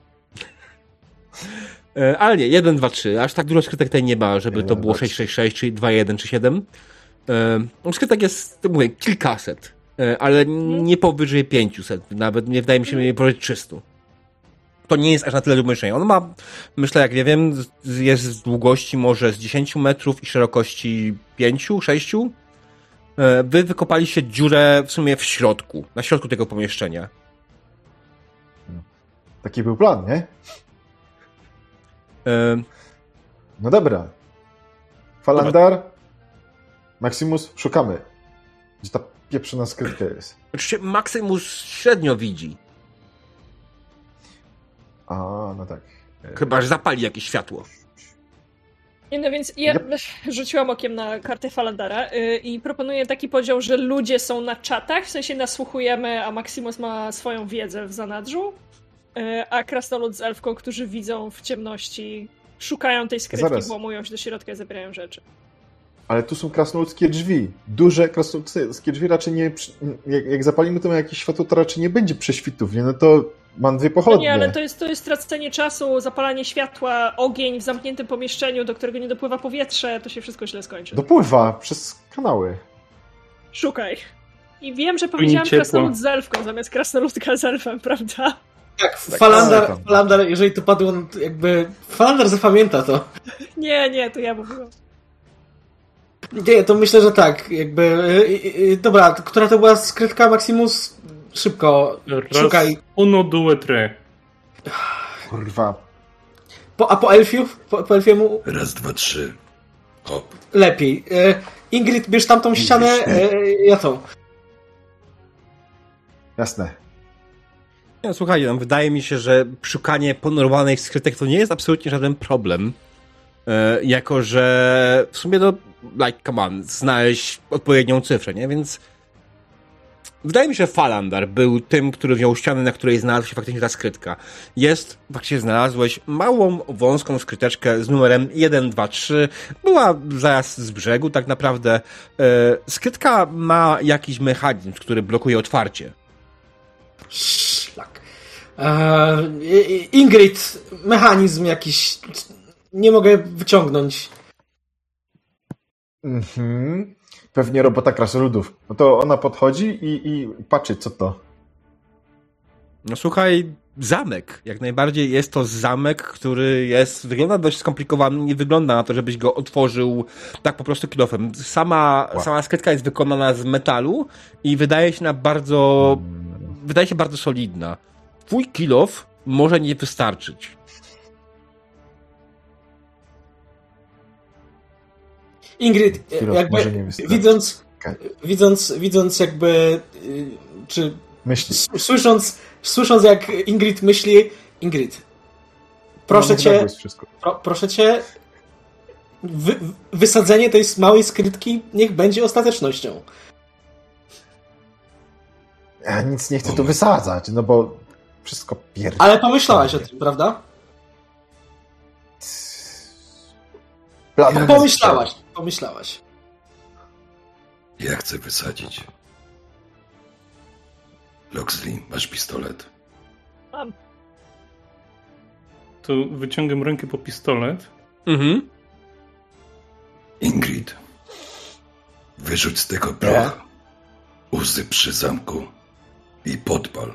Ale nie, 1, 2, 3. Aż tak dużo skrytek tutaj nie ma, żeby to było 666, czy 2, 1, czy 7. Skrytek jest, mówię, kilkaset, ale nie powyżej 500. Nawet nie wydaje mi się, nie powyżej 300. To nie jest aż na tyle do umieszczenia. On ma, myślę, jak nie wiem, jest z długości może z 10 metrów i szerokości 5, 6. Wy wykopaliście dziurę w sumie w środku, na środku tego pomieszczenia. Taki był plan, nie? No dobra. Falandar, Maximus, szukamy. Gdzie ta pieprzona skrytka jest? Oczywiście Maximus średnio widzi. A, no tak. Chyba, że zapali jakieś światło. No więc ja rzuciłam okiem na kartę Falandara i proponuję taki podział, że ludzie są na czatach, w sensie nasłuchujemy, a Maximus ma swoją wiedzę w zanadrzu, a krasnolud z elfką, którzy widzą w ciemności, szukają tej skrytki, włamują się do środka i zabierają rzeczy. Ale tu są krasnoludzkie drzwi. Duże krasnoludzkie drzwi raczej nie... Jak zapalimy to jakieś światło, to raczej nie będzie prześwitów, nie? No to mam dwie pochodnie. No nie, ale to jest tracenie czasu, zapalanie światła, ogień w zamkniętym pomieszczeniu, do którego nie dopływa powietrze, to się wszystko źle skończy. Dopływa przez kanały. Szukaj. I wiem, że powiedziałam krasnolud z elfką zamiast krasnoludka z elfem, prawda? Tak, Falandar, jeżeli to padło, jakby... Falandar zapamięta to. Nie, to ja mówiłam. Nie, to myślę, że tak, jakby... Dobra, która to była skrytka, Maximus? Szybko, szukaj. Uno, due, tre. Kurwa. A po elfiu? Po elfiemu? 1, 2, 3. Hop. Lepiej. Ingrid, bierz tamtą ścianę, ja tą. Jasne. No, słuchajcie, wydaje mi się, że szukanie ponormalnych skrytek to nie jest absolutnie żaden problem. Jako, że w sumie come on, znaleźć odpowiednią cyfrę, nie? Więc Wydaje mi się, że Falandar był tym, który wziął ścianę, na której znalazła się faktycznie ta skrytka. Faktycznie znalazłeś małą, wąską skryteczkę z numerem 123. Była zaraz z brzegu tak naprawdę. Skrytka ma jakiś mechanizm, który blokuje otwarcie. Szlak. Ingrid, mechanizm jakiś. Nie mogę wyciągnąć. Pewnie robota krasnoludów. No to ona podchodzi i patrzy, co to. No słuchaj, zamek. Jak najbardziej jest to zamek, który wygląda dość skomplikowany. Nie wygląda na to, żebyś go otworzył tak po prostu kilofem. Sama skrytka jest wykonana z metalu i wydaje się bardzo solidna. Twój kilof może nie wystarczyć. Ingrid, jakby widząc jakby, czy myśli. Słysząc jak Ingrid myśli, Ingrid, proszę cię, wysadzenie tej małej skrytki niech będzie ostatecznością. Ja nic nie chcę tu wysadzać, no bo wszystko pierdolę. Ale pomyślałaś o tym, prawda? Pomyślałaś. Ja chcę wysadzić. Loxley, masz pistolet? Mam. To wyciągam rękę po pistolet. Mhm. Ingrid, wyrzuć z tego proch. Usyp przy zamku i podpal.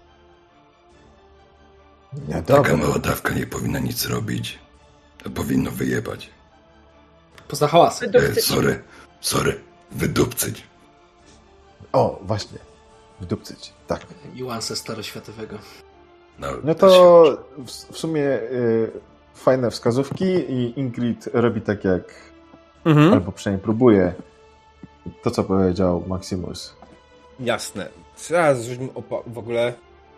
Taka mała dawka nie powinna nic robić. To powinno wyjebać. Poza hałasem. Sorry. Wydupcyć. O, właśnie. Wydupcyć, tak. Niuanse staroświatowego. No to w sumie fajne wskazówki i Ingrid robi tak jak albo przynajmniej próbuje to, co powiedział Maximus. Jasne. Teraz rzućmy w ogóle...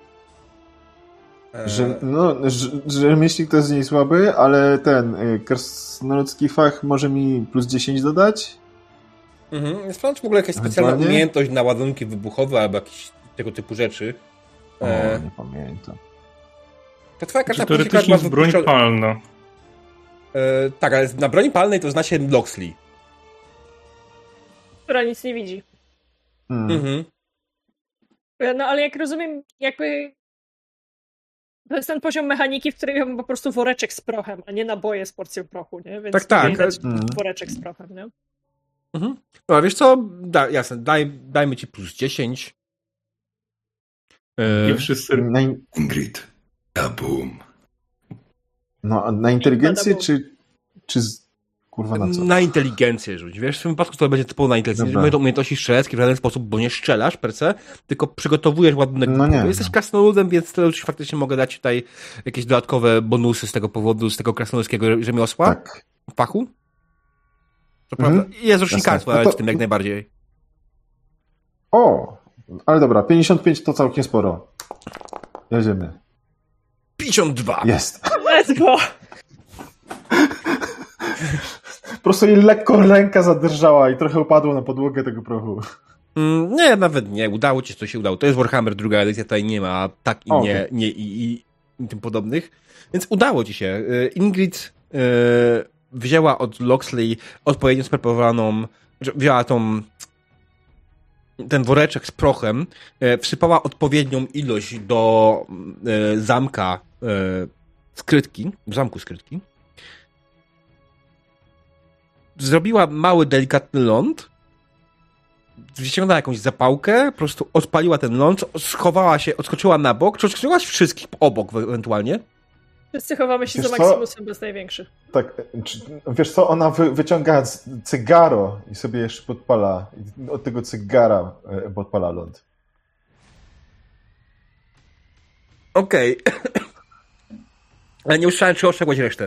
Że myśli, to jest nie słaby, ale ten krasnoludzki fach może mi plus 10 dodać? Sprawdź w ogóle jakaś specjalna umiejętność na ładunki wybuchowe albo jakieś tego typu rzeczy. Nie pamiętam. To twoja karta teoretycznie jest broń palna. Tak, ale na broni palnej to zna się Loxley. Która nic nie widzi. No ale jak rozumiem, jakby to jest ten poziom mechaniki, w którym mam po prostu woreczek z prochem, a nie naboje z porcją prochu, nie? Więc tak. Woreczek z prochem, nie? No, wiesz co? Jasne, dajmy ci plus 10. I wszyscy... Ingrid, boom. No, na inteligencję czy kurwa na co? Na inteligencję rzuć. Wiesz, w tym wypadku to będzie typowo na inteligencję. Nie będą umiejętności strzeleckie w żaden sposób, bo nie strzelasz per se, tylko przygotowujesz ładunek. Jesteś krasnoludem, więc to już faktycznie mogę dać tutaj jakieś dodatkowe bonusy z tego powodu, z tego krasnoludzkiego rzemiosła. Tak. Fachu. To prawda. Jest rocznikarstwo, ale w tym jak najbardziej. O! Ale dobra, 55 to całkiem sporo. Jedziemy. 52! Jest. Let's go! Po prostu jej lekko ręka zadrżała i trochę upadło na podłogę tego prochu. Nie, nawet nie. Udało ci, co się udało. To jest Warhammer, druga edycja, tutaj nie ma tak i nie i tym podobnych. Więc udało ci się. Ingrid wzięła od Loxley odpowiednio spreparowaną, wzięła ten woreczek z prochem, wsypała odpowiednią ilość do zamka skrytki, w zamku skrytki. Zrobiła mały, delikatny ląd, wyciągnęła jakąś zapałkę, po prostu odpaliła ten ląd, schowała się, odskoczyła na bok. Czy odskoczyłaś wszystkich obok ewentualnie? Wszyscy chowamy się za Maximusem, bez największych. Tak, wiesz co, ona wyciąga cygaro i sobie jeszcze podpala. Od tego cygara podpala ląd. Okej. Ale nie usłyszałem, czy ostrzegłeś resztę.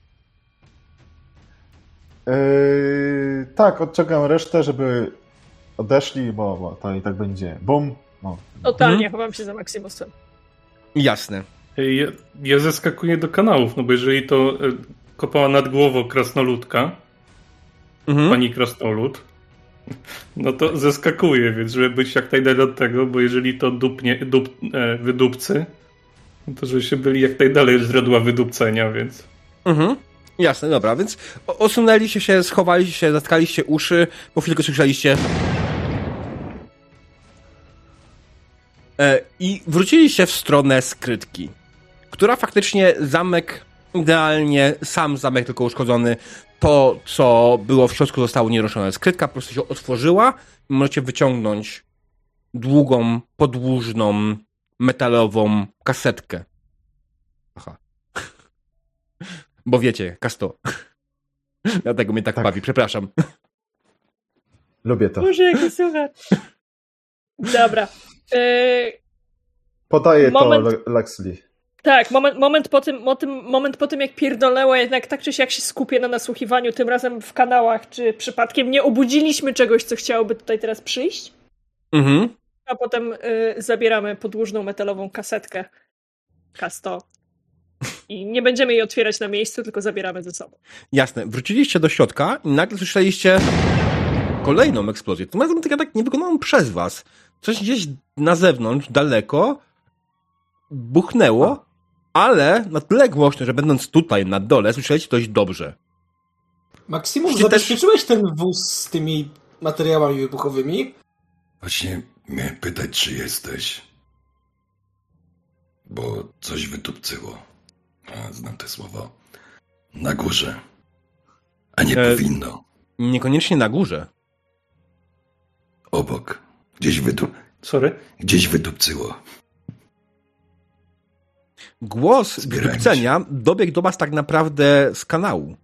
Tak, odciągam resztę, żeby odeszli, bo to i tak będzie bum. No. Totalnie chowam się za Maximusem. Jasne. Ja zeskakuję do kanałów, no bo jeżeli to kopała nad głową krasnoludka, pani krasnolud, No to zeskakuje, więc żeby być jak najdalej od tego, bo jeżeli to wydupcy, to żebyście byli jak najdalej od źródła wydupcenia, więc... Mhm. Jasne, dobra, więc osunęliście się, schowaliście się, zatkaliście uszy, po chwilkę słyszeliście i wróciliście w stronę skrytki, która faktycznie zamek, idealnie sam zamek, tylko uszkodzony. To, co było w środku, zostało nieruszone. Skrytka po prostu się otworzyła i możecie wyciągnąć długą, podłużną, metalową kasetkę. Aha. Bo wiecie, kasto. Dlatego mnie tak bawi, przepraszam. Lubię to. Boże, jaki słuchacz. Dobra. Podaję moment... to Luxley. Tak, moment po tym, jak pierdolęło, jednak tak czy siak się skupię na nasłuchiwaniu, tym razem w kanałach, czy przypadkiem nie obudziliśmy czegoś, co chciałoby tutaj teraz przyjść. Mhm. A potem zabieramy podłużną metalową kasetkę K100 i nie będziemy jej otwierać na miejscu, tylko zabieramy ze sobą. Jasne. Wróciliście do środka i nagle słyszeliście kolejną eksplozję. Tym razem tak nie wykonaną przez was. Coś gdzieś na zewnątrz, daleko buchnęło, ale na tyle głośno, że będąc tutaj na dole słyszeliście dość dobrze. Maksimum, zabezpieczyłeś ten wóz z tymi materiałami wybuchowymi? Właśnie miałem pytać, czy jesteś. Bo coś wytupcyło. A, znam te słowa. Na górze. A nie powinno. Niekoniecznie na górze. Obok. Gdzieś wytupcyło. Głos Zbierajmy wydupcenia dobiegł do was tak naprawdę z kanału.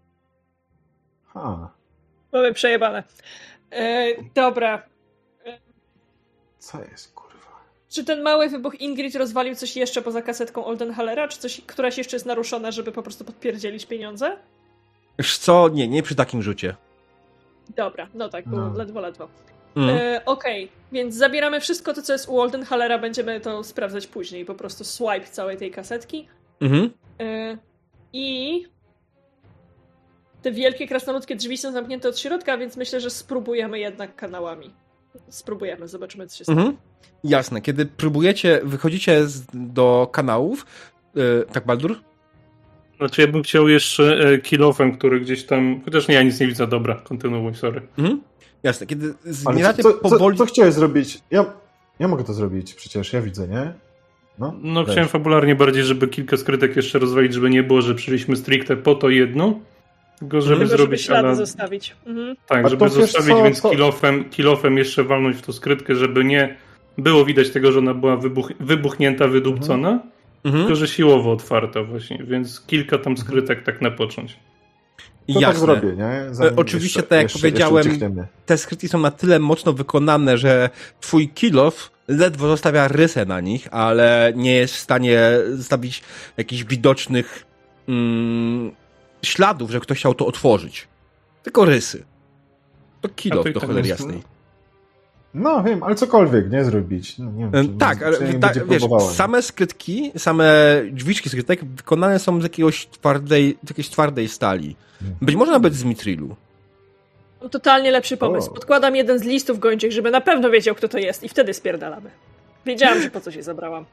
Mamy przejebane. Dobra. Co jest, kurwa? Czy ten mały wybuch Ingrid rozwalił coś jeszcze poza kasetką Oldenhallera? Czy coś, któraś jeszcze jest naruszona, żeby po prostu podpierdzielić pieniądze? Wiesz co? Nie przy takim rzucie. Dobra, no tak, było ledwo. Mm. Okej, więc zabieramy wszystko to, co jest u Oldenhallera, będziemy to sprawdzać później. Po prostu swipe całej tej kasetki. Mhm. I te wielkie krasnoludkie drzwi są zamknięte od środka, więc myślę, że spróbujemy jednak kanałami. Spróbujemy, zobaczymy, co się stanie. Mhm. Jasne, kiedy wychodzicie do kanałów, tak Baldur? Znaczy ja bym chciał jeszcze kill-offem, który gdzieś tam... Chociaż nie, ja nic nie widzę, dobra, kontynuuj, sorry. Mhm. Jasne, kiedy zmierzacie powoli... Co chciałeś zrobić? Ja mogę to zrobić, przecież ja widzę, nie? No chciałem fabularnie bardziej, żeby kilka skrytek jeszcze rozwalić, żeby nie było, że przyszliśmy stricte po to jedno, tylko żeby zrobić... ślady zostawić. Mhm. Tak, żeby zostawić, więc kill-offem jeszcze walnąć w tą skrytkę, żeby nie było widać tego, że ona była wybuchnięta, wydupcona, tylko że siłowo otwarta właśnie, więc kilka tam skrytek tak na począć. To tak zrobię, nie? Oczywiście, tak jak powiedziałem, te skrytki są na tyle mocno wykonane, że twój kill-off ledwo zostawia rysę na nich, ale nie jest w stanie zostawić jakichś widocznych śladów, że ktoś chciał to otworzyć. Tylko rysy. To kill-off do cholery jasnej. No wiem, ale cokolwiek, nie zrobić. No, nie wiem, tak, ale wiesz, same skrytki, same drzwiczki skrytek wykonane są z jakiejś twardej stali. Być może nawet z mitrilu. Totalnie lepszy pomysł. Podkładam jeden z listów gończych, żeby na pewno wiedział, kto to jest i wtedy spierdalamy. Wiedziałam, że po co się zabrałam.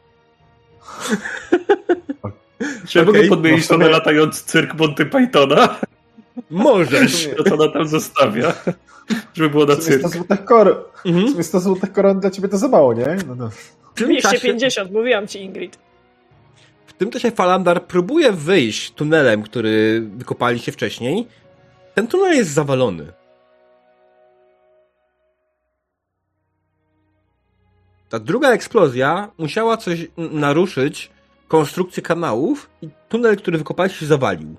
Trzeba go podmienić to na latający cyrk Monty Pythona. Możesz. To co ona tam zostawia. Żeby było na cyrk. 100 złotych koron dla ciebie to za mało, nie? No. 250, mówiłam ci, Ingrid. W tym czasie Falandar próbuje wyjść tunelem, który wykopaliście wcześniej. Ten tunel jest zawalony. Ta druga eksplozja musiała coś naruszyć konstrukcję kanałów i tunel, który wykopaliście, się zawalił.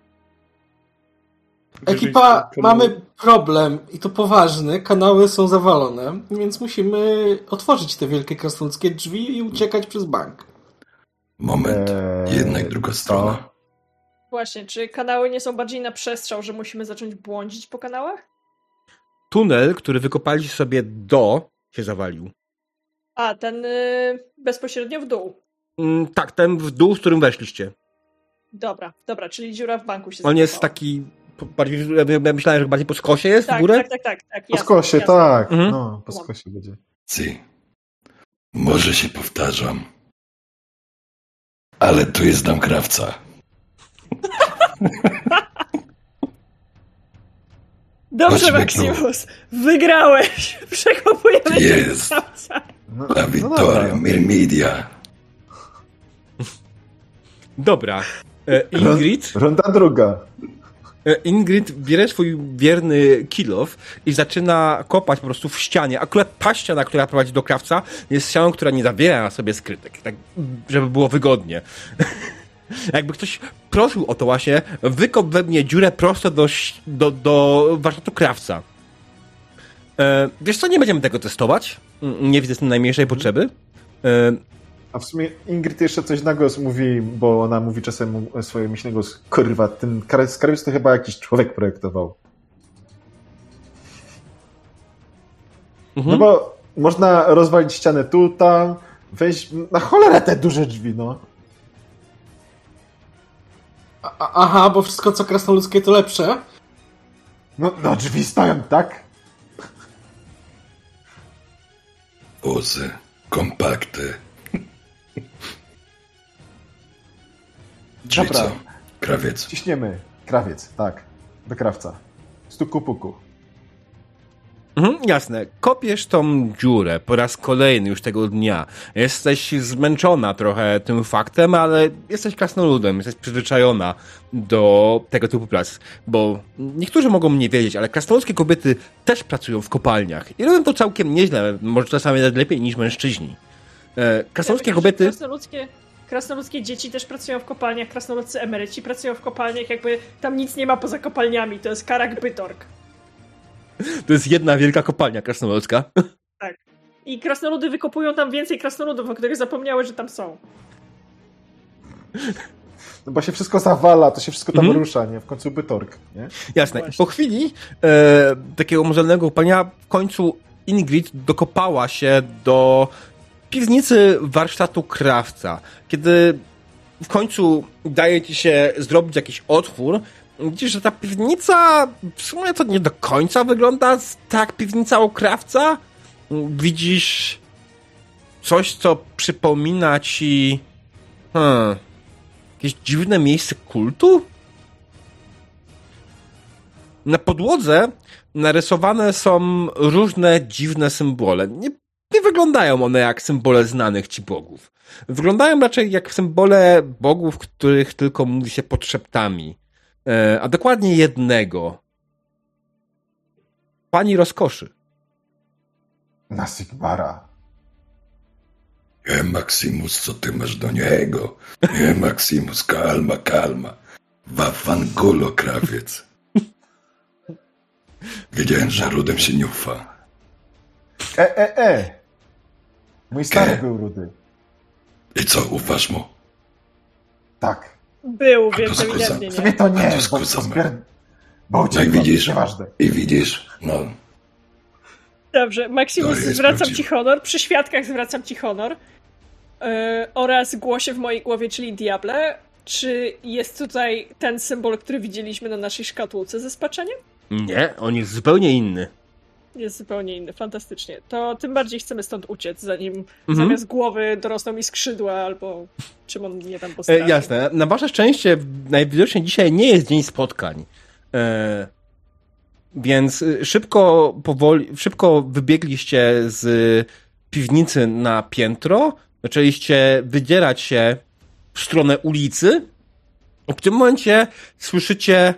Ekipa, mamy problem i to poważny. Kanały są zawalone, więc musimy otworzyć te wielkie krasnoludzkie drzwi i uciekać przez bank. Moment, jednak druga strona. Właśnie, czy kanały nie są bardziej na przestrzał, że musimy zacząć błądzić po kanałach? Tunel, który wykopaliście sobie się zawalił. A, ten bezpośrednio w dół. Tak, ten w dół, z którym weszliście. Dobra, czyli dziura w banku się On jest taki bardziej, ja myślałem, że bardziej po skosie jest w górę? Tak. Po Jasne, skosie, jasne. tak. Mhm. No, po skosie będzie. Może się powtarzam, ale tu jest dom krawca. Dobrze, Chodźmy Maximus, wygrałeś. Przekopujemy Jest. się do No, La Vittoria, Mirmidia. Dobra. Ingrid? Runda druga. Ingrid bierze swój wierny kilof i zaczyna kopać po prostu w ścianie. Akurat ta ściana, która prowadzi do krawca, jest ścianą, która nie zawiera na sobie skrytek. Tak, żeby było wygodnie. Jakby ktoś prosił o to właśnie, wykop we mnie dziurę prosto do warsztatu krawca. Wiesz co, nie będziemy tego testować. Nie widzę z tym najmniejszej potrzeby. A w sumie Ingrid jeszcze coś na głos mówi, bo ona mówi czasem swoje myślne głos. Kurwa, ten skarbnic to chyba jakiś człowiek projektował. No bo można rozwalić ścianę tu, tam, wejść na cholerę te duże drzwi, no. Aha, bo wszystko co krasnoludzkie to lepsze. No drzwi stoją, tak? Wozy, kompakty. Czyli Dobra. co? Krawiec. Ciśniemy. Krawiec, tak. Do krawca. Stuku puku. Jasne. Kopiesz tą dziurę po raz kolejny już tego dnia. Jesteś zmęczona trochę tym faktem, ale jesteś krasnoludem, jesteś przyzwyczajona do tego typu prac. Bo niektórzy mogą nie wiedzieć, ale krasnoludzkie kobiety też pracują w kopalniach. I robią to całkiem nieźle, może czasami nawet lepiej niż mężczyźni. Krasnoludzkie kobiety... Krasnoludzkie dzieci też pracują w kopalniach, krasnoludcy emeryci pracują w kopalniach, jakby tam nic nie ma poza kopalniami, to jest Karak Bytorg. To jest jedna wielka kopalnia krasnoludzka. Tak. I krasnoludy wykopują tam więcej krasnoludów, o których zapomniały, że tam są. No bo się wszystko zawala, to się wszystko tam rusza, nie? W końcu Bytorg, nie? Jasne. I po chwili takiego muzealnego kopalnia w końcu Ingrid dokopała się do piwnicy warsztatu krawca. Kiedy w końcu daje ci się zrobić jakiś otwór, widzisz, że ta piwnica w sumie to nie do końca wygląda tak piwnica u krawca. Widzisz coś, co przypomina ci jakieś dziwne miejsce kultu? Na podłodze narysowane są różne dziwne symbole. Nie wyglądają one jak symbole znanych ci bogów. Wyglądają raczej jak symbole bogów, których tylko mówi się pod szeptami. A dokładnie jednego. Pani rozkoszy. Na Sigbara. Maximus, co ty masz do niego? Nie, Maximus, kalma. Wafangulo, krawiec. Wiedziałem, że Rudem się nie ufa. Mój stary był rudy. I co, ufasz mu? Tak. Był, A więc to ewidentnie W nie. sumie to nie, A to skuzamy. bo No i widzisz, nieważne. no. Dobrze, Maximus, To jest zwracam prawdziwe. ci honor, przy świadkach zwracam ci honor oraz głosie w mojej głowie, czyli Diable. Czy jest tutaj ten symbol, który widzieliśmy na naszej szkatułce ze spaczeniem? Nie, on jest zupełnie inny. Jest zupełnie inny, fantastycznie. To tym bardziej chcemy stąd uciec, zanim zamiast głowy dorosną mi skrzydła, albo czym on mnie tam postrafi. Jasne. Na wasze szczęście najwidoczniej dzisiaj nie jest dzień spotkań. Więc szybko wybiegliście z piwnicy na piętro, zaczęliście wydzierać się w stronę ulicy. W tym momencie słyszycie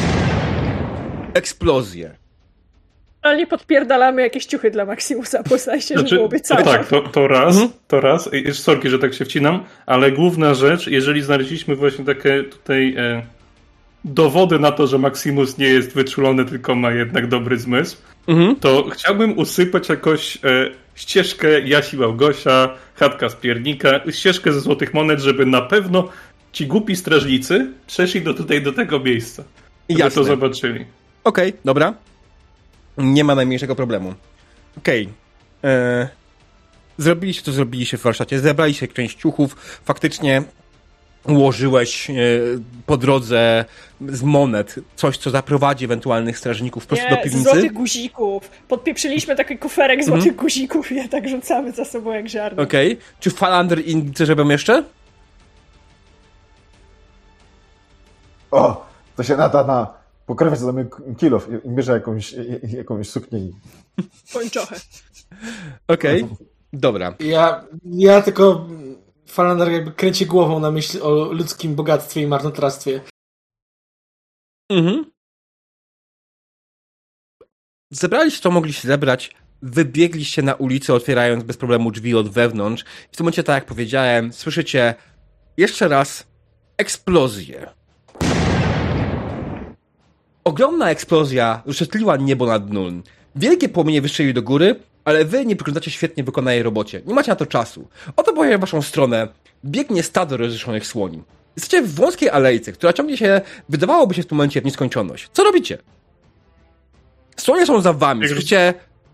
eksplozję. Ale nie podpierdalamy jakieś ciuchy dla Maximusa, bo zdaje się, że byłoby całe. Tak, to raz. Sorki, że tak się wcinam, ale główna rzecz, jeżeli znaleźliśmy właśnie takie tutaj dowody na to, że Maximus nie jest wyczulony, tylko ma jednak dobry zmysł, to chciałbym usypać jakoś ścieżkę Jasi Małgosia, chatka z piernika, ścieżkę ze złotych monet, żeby na pewno ci głupi strażnicy przeszli do tego miejsca. Żeby Jasne. to zobaczyli. Okej, dobra. Nie ma najmniejszego problemu. Okej. Zrobiliście, co zrobiliście w warsztacie. Zebraliście część ciuchów. Faktycznie ułożyłeś po drodze z monet coś, co zaprowadzi ewentualnych strażników po prostu do piwnicy? Z złotych guzików. Podpieprzyliśmy taki kuferek złotych guzików i je tak rzucamy za sobą jak ziarno. Okej. Czy Falander i Ingrid robią jeszcze? O, to się nada na pokrywać za kilof i bierze jakąś suknię i... Pończochę. Okej. Dobra. Ja tylko Falander jakby kręci głową na myśl o ludzkim bogactwie i marnotrawstwie. Zebraliście, co mogliście zebrać, wybiegliście na ulicę, otwierając bez problemu drzwi od wewnątrz. W tym momencie, tak jak powiedziałem, słyszycie jeszcze raz eksplozję. Ogromna eksplozja rozświetliła niebo nad Nuln. Wielkie płomienie wystrzeliły do góry, ale wy nie przyglądacie świetnie wykonanej robocie. Nie macie na to czasu. Oto bowiem w waszą stronę biegnie stado rozrzeszonych słoni. Jesteście w wąskiej alejce, która ciągnie się, wydawałoby się w tym momencie w nieskończoność. Co robicie? Słonie są za wami. Słyszycie...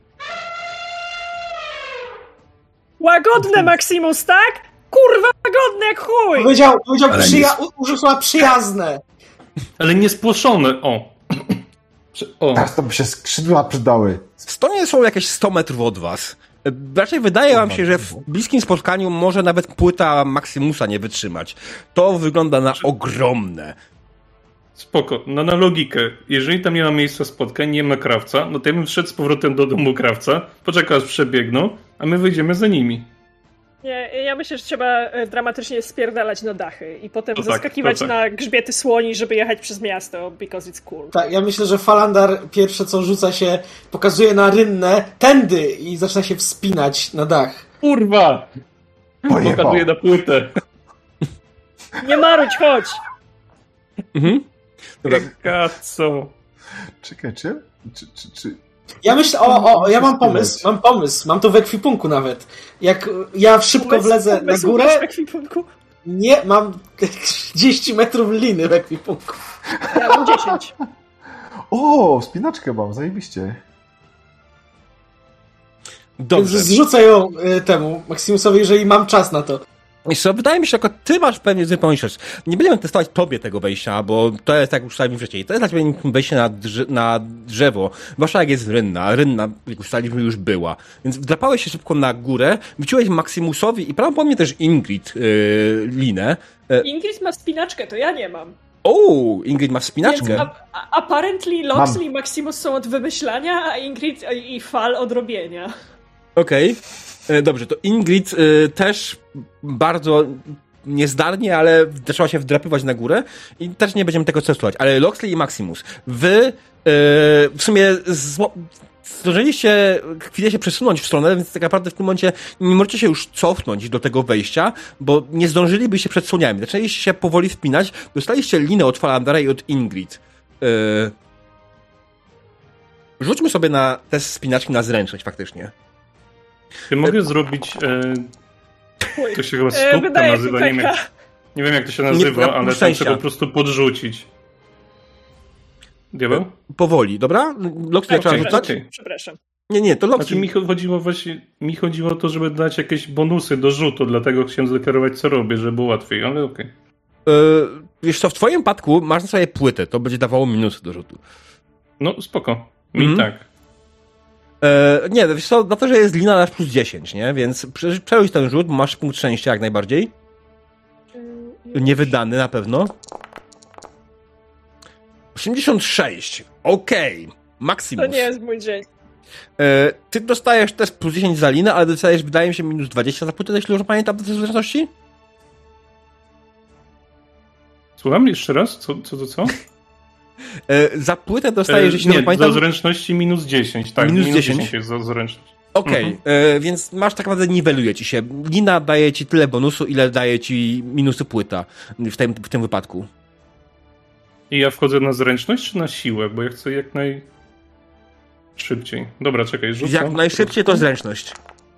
Łagodne, Maximus, tak? Kurwa, łagodne jak chuj! Powiedział użył słowa przyjazne. Ale nie spłoszone, o. Teraz to by się skrzydła przydały. Stonie są jakieś 100 metrów od was. Raczej wydaje wam się, że w bliskim spotkaniu może nawet płyta Maximusa nie wytrzymać. To wygląda na ogromne. Spoko, no na logikę. Jeżeli tam nie ma miejsca spotkań, nie ma krawca, no to ja bym wszedł z powrotem do domu krawca, poczekał aż przebiegną, a my wyjdziemy za nimi. Nie, ja myślę, że trzeba dramatycznie spierdalać na dachy i potem zaskakiwać tak. na grzbiety słoni, żeby jechać przez miasto, because it's cool. Tak, ja myślę, że Falander pierwsze co rzuca się, pokazuje na rynnę tędy i zaczyna się wspinać na dach. Kurwa! Pokazuje na płytę. Nie maruć, chodź! Dobra. Co? Czekaj, czy... Ja myślę, ja mam pomysł, mam to w ekwipunku nawet. Jak ja szybko wlezę na górę... w ekwipunku? Nie, mam 30 metrów liny w ekwipunku. Ja mam 10. O, spinaczkę mam, zajebiście. Dobrze. Więc zrzucę ją temu Maximusowi, jeżeli mam czas na to. Wiesz co, wydaje mi się, że tylko ty masz pewnie zupełnie rzecz. Nie będziemy testować tobie tego wejścia, bo to jest, jak już ustaliliśmy wcześniej, to jest dla ciebie wejście na drzewo. Zwłaszcza jak jest rynna. Rynna, jak ustaliliśmy, już była. Więc wdrapałeś się szybko na górę, wyciąłeś Maximusowi i prawdopodobnie też Ingrid linę. Ingrid ma wspinaczkę, to ja nie mam. Ingrid ma wspinaczkę. Więc apparently Loxley i Maximus są od wymyślania, a Ingrid i Fal od robienia. Okej. Dobrze, to Ingrid też bardzo niezdarnie, ale zaczęła się wdrapywać na górę i też nie będziemy tego testować. Ale Loxley i Maximus, wy w sumie zdążyliście chwilę się przesunąć w stronę, więc tak naprawdę w tym momencie nie możecie się już cofnąć do tego wejścia, bo nie zdążylibyście przed słoniami. Zaczęliście się powoli wspinać, dostaliście linę od Falandera i od Ingrid. Rzućmy sobie na test spinaczki na zręczność faktycznie. Ja mogę zrobić... to się chyba stópka nazywa, nie wiem jak to się nazywa, ale tam trzeba po prostu podrzucić. Diabeł? Powoli, dobra? Loxley trzeba rzucać? Okay. Przepraszam. Nie, to Loxley... Znaczy mi chodziło o to, żeby dać jakieś bonusy do rzutu, dlatego chciałem zdeklarować co robię, żeby było łatwiej, ale okej. Wiesz co, w twoim przypadku masz na sobie płytę, to będzie dawało minusy do rzutu. No spoko, mi tak. Nie, wiesz co, na to, że jest lina na plus 10, nie? Więc przejdź ten rzut, bo masz punkt szczęścia jak najbardziej. Niewydany na pewno. 86. Okej. Maximus. To nie jest mój dzień. Ty dostajesz też plus 10 za linę, ale dostajesz, wydaje mi się, minus 20 za płytę, jeśli już pamiętam, do tej zręczności? Słucham jeszcze raz? Co? Za płytę dostajesz, jeśli nie, pamiętam... za zręczności minus 10, tak. Minus 10 jest za zręczność. Okej, więc masz tak naprawdę niweluje ci się. Lina daje ci tyle bonusu, ile daje ci minusy płyta w tym wypadku. I ja wchodzę na zręczność czy na siłę? Bo ja chcę jak najszybciej. Dobra, czekaj, rzucam. Jak najszybciej to zręczność.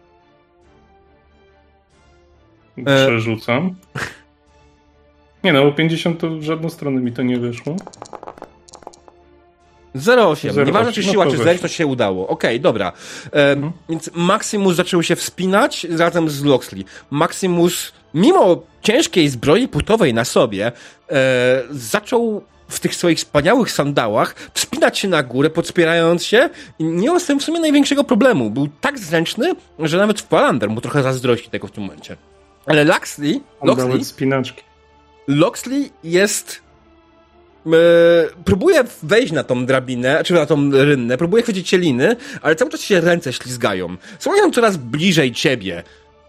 Przerzucam. Nie no, bo 50 to w żadną stronę mi to nie wyszło. 0,8. 0,8. Nieważne, czy No siła, to czy weź. zręczność się udało. Okej, dobra. Więc Maximus zaczął się wspinać razem z Loxley. Maximus, mimo ciężkiej zbroi płytowej na sobie, zaczął w tych swoich wspaniałych sandałach wspinać się na górę, podspierając się i nie miał z tym w sumie największego problemu. Był tak zręczny, że nawet Palander mu trochę zazdrości tego w tym momencie. Ale Loxley Nawet spinaczki. Loxley jest... próbuje wejść na tą drabinę, czy na tą rynnę, próbuje chwycić się liny, ale cały czas się ręce ślizgają. Są coraz bliżej ciebie.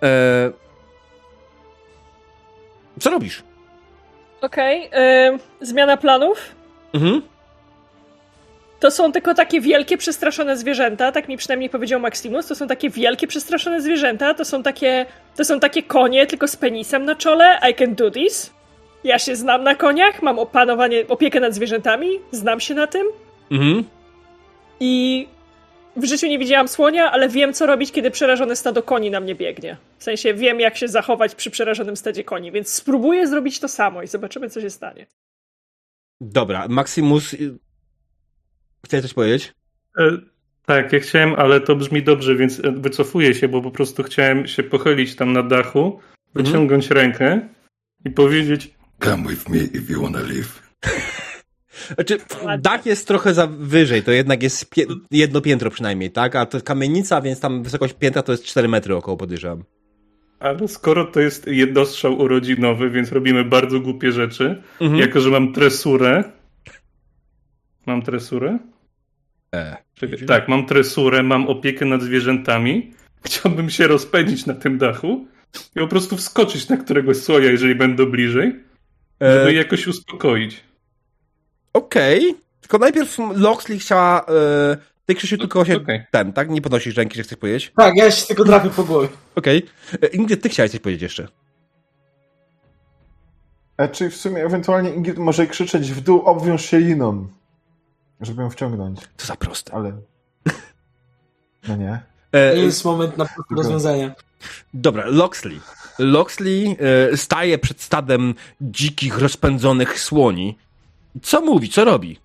Co robisz? Okej, zmiana planów. Mhm. To są tylko takie wielkie, przestraszone zwierzęta, tak mi przynajmniej powiedział Maximus, to są takie wielkie, przestraszone zwierzęta, to są takie konie, tylko z penisem na czole, I can do this. Ja się znam na koniach, mam opiekę nad zwierzętami, znam się na tym. Mhm. I w życiu nie widziałam słonia, ale wiem, co robić, kiedy przerażone stado koni na mnie biegnie. W sensie wiem, jak się zachować przy przerażonym stadzie koni, więc spróbuję zrobić to samo i zobaczymy, co się stanie. Dobra, Maximus... Chciałeś coś powiedzieć? Tak, ja chciałem, ale to brzmi dobrze, więc wycofuję się, bo po prostu chciałem się pochylić tam na dachu, wyciągnąć rękę i powiedzieć: Come with me if you wanna live. Znaczy, dach jest trochę za wyżej, to jednak jest jedno piętro przynajmniej, tak? A to jest kamienica, więc tam wysokość piętra to jest 4 metry około, podejrzewam. ale skoro to jest jednostrzał urodzinowy, więc robimy bardzo głupie rzeczy, jako że mam tresurę. Mam tresurę? Tak, mam tresurę, mam opiekę nad zwierzętami. Chciałbym się rozpędzić na tym dachu i po prostu wskoczyć na któregoś słoja, jeżeli będę bliżej, żeby jakoś uspokoić. Okej. Tylko najpierw Loxley chciała... Ty, Krzysiu, tylko się ten, tak? Nie podnosisz ręki, że chcesz powiedzieć? Tak, ja się tylko trafię po głowie. Okej. Ingrid, ty chciałeś coś powiedzieć jeszcze. Czyli w sumie ewentualnie Ingrid może krzyczeć w dół, obwiąż się liną, żeby ją wciągnąć. To za proste. Ale... No nie. Nie jest moment na proste rozwiązanie. Dobra, Loxley. Loxley staje przed stadem dzikich, rozpędzonych słoni. Co mówi? Co robi?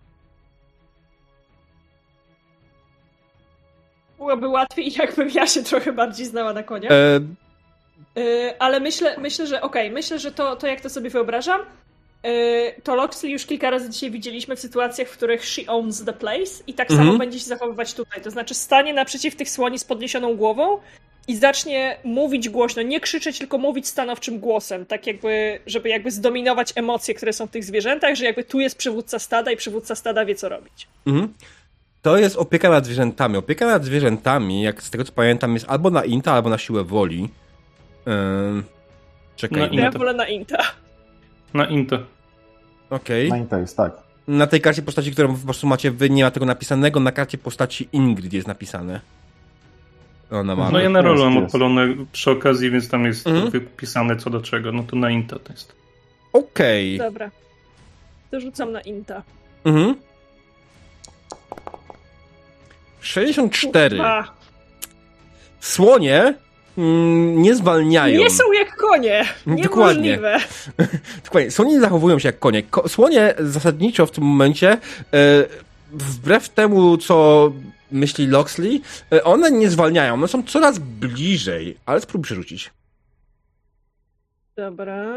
Byłoby łatwiej, jakbym ja się trochę bardziej znała na koniach. Ale myślę, że myślę, że to jak to sobie wyobrażam, to Loxley już kilka razy dzisiaj widzieliśmy w sytuacjach, w których she owns the place i tak samo będzie się zachowywać tutaj. To znaczy stanie naprzeciw tych słoni z podniesioną głową i zacznie mówić głośno, nie krzyczeć, tylko mówić stanowczym głosem, tak jakby, żeby jakby zdominować emocje, które są w tych zwierzętach, że jakby tu jest przywódca stada i przywódca stada wie, co robić. To jest opieka nad zwierzętami. Opieka nad zwierzętami, jak z tego co pamiętam, jest albo na inta, albo na siłę woli. Czekaj. Ja wolę na inta. Na inta. Okej. Na inta jest, tak. Na tej karcie postaci, którą po prostu macie wy, nie ma tego napisanego. Na karcie postaci Ingrid jest napisane. Ona ma. No ja na rolę mam jest. odpalone przy okazji, więc tam jest wypisane co do czego. No to na inta to jest. Okej. Dobra. Dorzucam na inta. 64. Ufa. Słonie nie zwalniają. Nie są jak konie. Dokładnie. Niemożliwe. Dokładnie. Słonie nie zachowują się jak konie. Słonie zasadniczo w tym momencie, wbrew temu, co myśli Loxley, one nie zwalniają. One są coraz bliżej, ale spróbuj przerzucić. Dobra.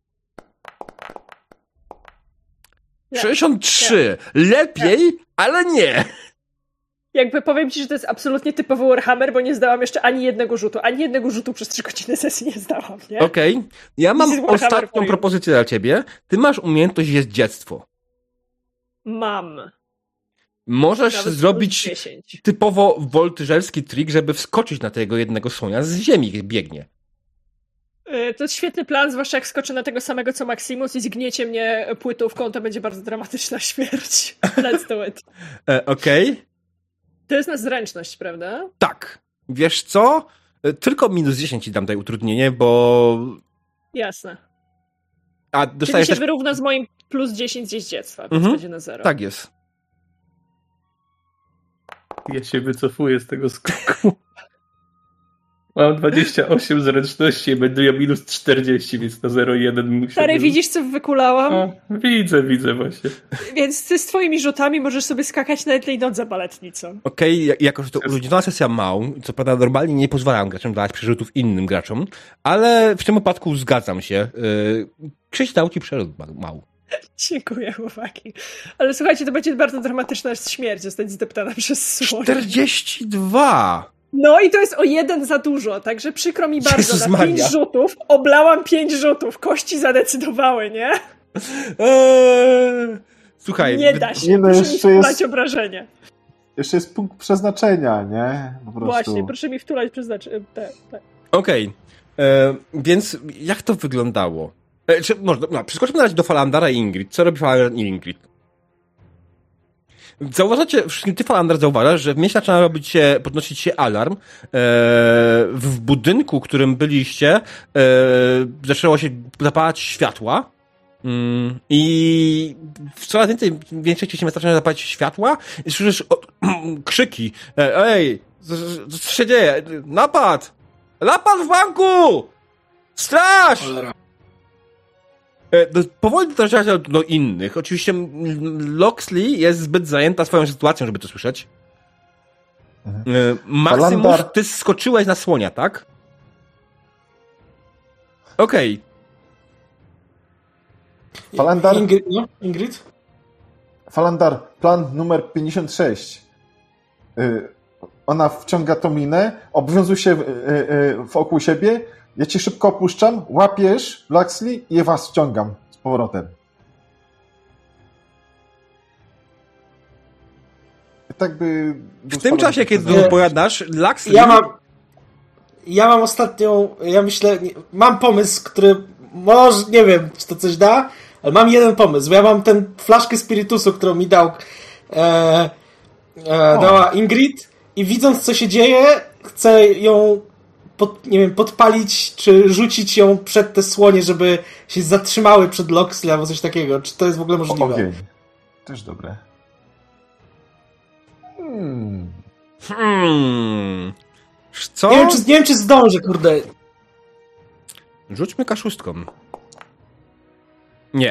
Nie. 63. Lepiej, ale nie. Jakby powiem ci, że to jest absolutnie typowy Warhammer, bo nie zdałam jeszcze ani jednego rzutu. Ani jednego rzutu przez 3 godziny sesji nie zdałam, nie? Okej. Ja mam This is Warhammer ostatnią for you. propozycję dla ciebie. Ty masz umiejętność jeździectwo. Mam. Możesz Nawet zrobić 10. typowo woltyżerski trik, żeby wskoczyć na tego jednego słonia z ziemi, jak biegnie. To jest świetny plan, zwłaszcza jak skoczę na tego samego co Maximus i zgniecie mnie płytówką, to będzie bardzo dramatyczna śmierć. Let's do it. Okej. To jest na zręczność, prawda? Tak. Wiesz co? Tylko minus 10 ci dam tutaj utrudnienie, bo... Jasne. A Czyli dostajesz się też... wyrówna z moim plus 10 jeździectwa, więc będzie na 0. Tak jest. Ja się wycofuję z tego skoku. Mam 28 zręczności i będę miał minus 40, więc na 0,1 muszę... Stary, widzisz, co wykulałam? A, widzę właśnie. Więc ty z twoimi rzutami możesz sobie skakać na jednej nodze, baletnico. Okej, jako że to urodzinowa sesja mał, co prawda normalnie nie pozwalam graczom dawać przerzutów innym graczom, ale w tym wypadku zgadzam się. Krzyś dał ci przerzut mał. Dziękuję, chłopaki. Ale słuchajcie, to będzie bardzo dramatyczna śmierć, zostać zdeptana przez słoń. 42! No i to jest o 1 za dużo, także przykro mi bardzo. Jezus Na 5 Maria. rzutów oblałam 5 rzutów. Kości zadecydowały, nie? Słuchaj. Nie da się. Nie, no Proszę mi jeszcze wtulać jest- obrażenia. Jeszcze jest punkt przeznaczenia, nie? Po prostu. Właśnie, proszę mi wtulać przeznaczenie. Okej. Więc jak to wyglądało? Przeskoczmy na razie do Falandara i Ingrid. Co robi Falandar i Ingrid? Zauważacie, ty Falandar zauważasz, że w mieście zaczyna podnosić się alarm. W budynku, w którym byliście, zaczęło się zapalać światła. I coraz więcej się zaczyna zapalać światła i słyszysz krzyki. Ej, co się dzieje? Napad! Napad w banku! Straż! Powoli dotarcia się do innych. Oczywiście Loxley jest zbyt zajęta swoją sytuacją, żeby to słyszeć. Maximus, Falandar. ty skoczyłeś na słonia, tak? Okej. Falandar? Ingrid? Falandar, plan numer 56. Ona wciąga tą minę, obwiązuje się wokół siebie, ja cię szybko opuszczam, łapiesz Luxley i ja was wciągam z powrotem. I tak by... W tym czasie, kiedy Nie. opowiadasz, Luxley... Ja mam ostatnią, ja myślę, mam pomysł, który może, nie wiem, czy to coś da, ale mam jeden pomysł, bo ja mam tę flaszkę spirytusu, którą mi dała Ingrid i widząc, co się dzieje, chcę ją podpalić, czy rzucić ją przed te słonie, żeby się zatrzymały przed Loxley albo coś takiego. Czy to jest w ogóle możliwe? Ogień. Też dobre. Co? Nie wiem, czy zdążę, kurde. Rzućmy kaszustką. Nie.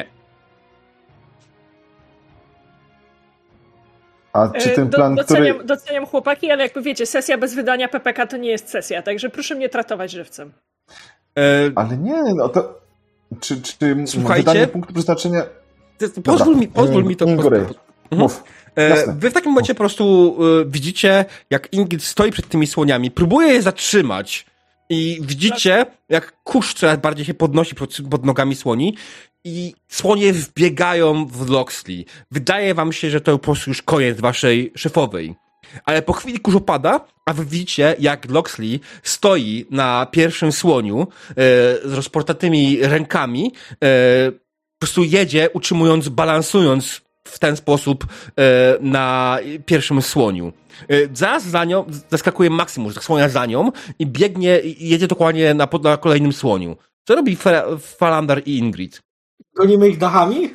A czy ten plan, który... Doceniam chłopaki, ale jakby wiecie, sesja bez wydania PPK to nie jest sesja, także proszę mnie tratować żywcem. Ale nie, no to... Czy Słuchajcie, wydanie punktu przeznaczenia... Pozwól mi to... Mów. Wy w takim momencie po prostu widzicie, jak Ingrid stoi przed tymi słoniami, próbuje je zatrzymać i widzicie, jak kurz coraz bardziej się podnosi pod nogami słoni i słonie wbiegają w Loxley. Wydaje wam się, że to po prostu już koniec waszej szefowej. Ale po chwili kurz opada, a wy widzicie, jak Loxley stoi na pierwszym słoniu z rozportatymi rękami, po prostu jedzie, balansując w ten sposób na pierwszym słoniu. Zaraz za nią zaskakuje Maximus, słonia za nią i biegnie, jedzie dokładnie na kolejnym słoniu. Co robi Falandar i Ingrid? Gonimy ich dachami?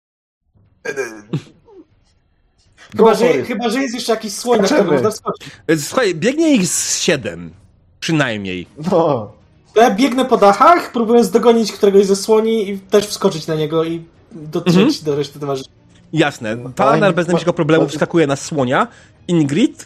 Chyba, że jest jeszcze jakiś słoń, na który można wskoczyć. Słuchaj, biegnie ich z 7. Przynajmniej. No. To ja biegnę po dachach, próbując dogonić któregoś ze słoni i też wskoczyć na niego i dotrzeć do reszty towarzyszy. Jasne. Falandar bez najmniejszego problemu wskakuje na słonia. Ingrid?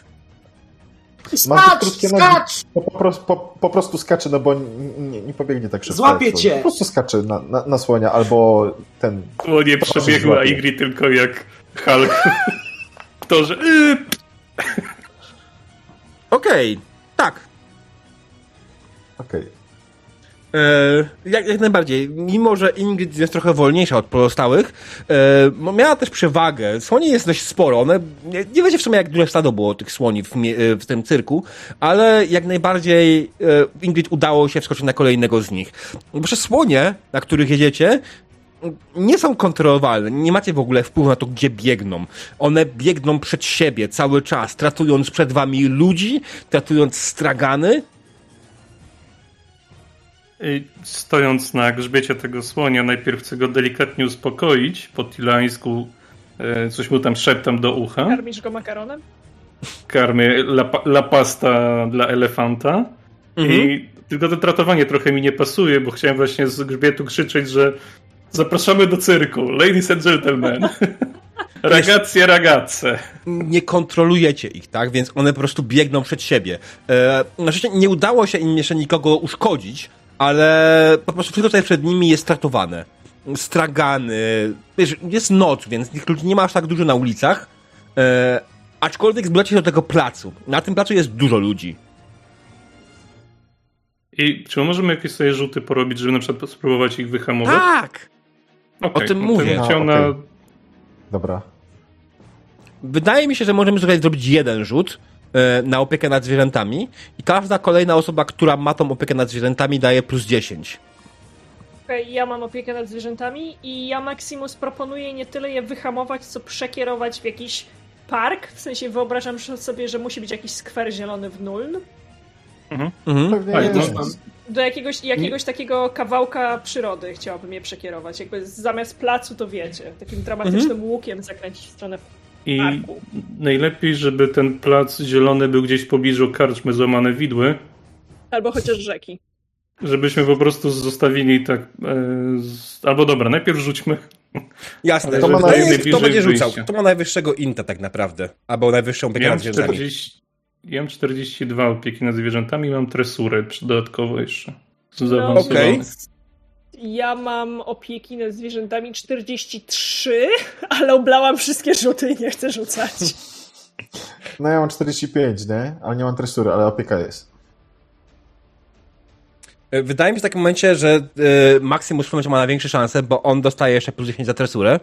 Skacz! Po prostu skacze, no bo nie pobiegnie tak szybko. Złapię cię! Po prostu skacze na słonia, albo ten... Słonie przebiegły, a Ingrid tylko jak Hulk. To, że... Okej. Tak. Okej. Jak najbardziej. Mimo, że Ingrid jest trochę wolniejsza od pozostałych, miała też przewagę. Słoni jest dość sporo. One, nie wiecie w sumie, jak duże stado było tych słoni w tym cyrku, ale jak najbardziej Ingrid udało się wskoczyć na kolejnego z nich. Bo słonie, na których jedziecie, nie są kontrolowalne. Nie macie w ogóle wpływu na to, gdzie biegną. One biegną przed siebie cały czas, tratując przed wami ludzi, tratując stragany. Stojąc na grzbiecie tego słonia, najpierw chcę go delikatnie uspokoić, po tilańsku coś mu tam szeptam do ucha. Karmisz go makaronem? Karmię la pasta dla elefanta I tylko to tratowanie trochę mi nie pasuje, bo chciałem właśnie z grzbietu krzyczeć, że zapraszamy do cyrku. Ladies and gentlemen. Ragazze, ragazze. Nie kontrolujecie ich, tak? Więc one po prostu biegną przed siebie. Na szczęście nie udało się im jeszcze nikogo uszkodzić, ale po prostu wszystko, co jest przed nimi, jest tratowane. Stragany. Wiesz, jest noc, więc tych ludzi nie ma aż tak dużo na ulicach. Aczkolwiek zbliżacie się do tego placu. Na tym placu jest dużo ludzi. I czy możemy jakieś sobie rzuty porobić, żeby na przykład spróbować ich wyhamować? Tak! Okay, o tym mówię. Dobra. Wydaje mi się, że możemy sobie zrobić jeden rzut na opiekę nad zwierzętami i każda kolejna osoba, która ma tą opiekę nad zwierzętami, daje plus 10. Okej, ja mam opiekę nad zwierzętami i ja Maximus proponuję nie tyle je wyhamować, co przekierować w jakiś park. W sensie wyobrażam sobie, że musi być jakiś skwer zielony w Nuln. Do jakiegoś takiego kawałka przyrody chciałabym je przekierować. Jakby zamiast placu, to wiecie, takim dramatycznym łukiem zakręcić w stronę parku. I najlepiej, żeby ten plac zielony był gdzieś w pobliżu karczmy Złamane Widły. Albo chociaż rzeki. Żebyśmy po prostu zostawili tak... Albo dobra, najpierw rzućmy. Jasne, kto będzie rzucał? Kto ma najwyższego inta tak naprawdę? Albo najwyższą opiekę nad zwierzętami? Ja mam 42 opieki nad zwierzętami, mam tresurę dodatkowo jeszcze. Okej. Ja mam opieki nad zwierzętami 43, ale oblałam wszystkie rzuty i nie chcę rzucać. No ja mam 45, nie? Ale nie mam tresury, ale opieka jest. Wydaje mi się w takim momencie, że Maximus w tym momencie ma największe szanse, bo on dostaje jeszcze plus 10 za tresurę.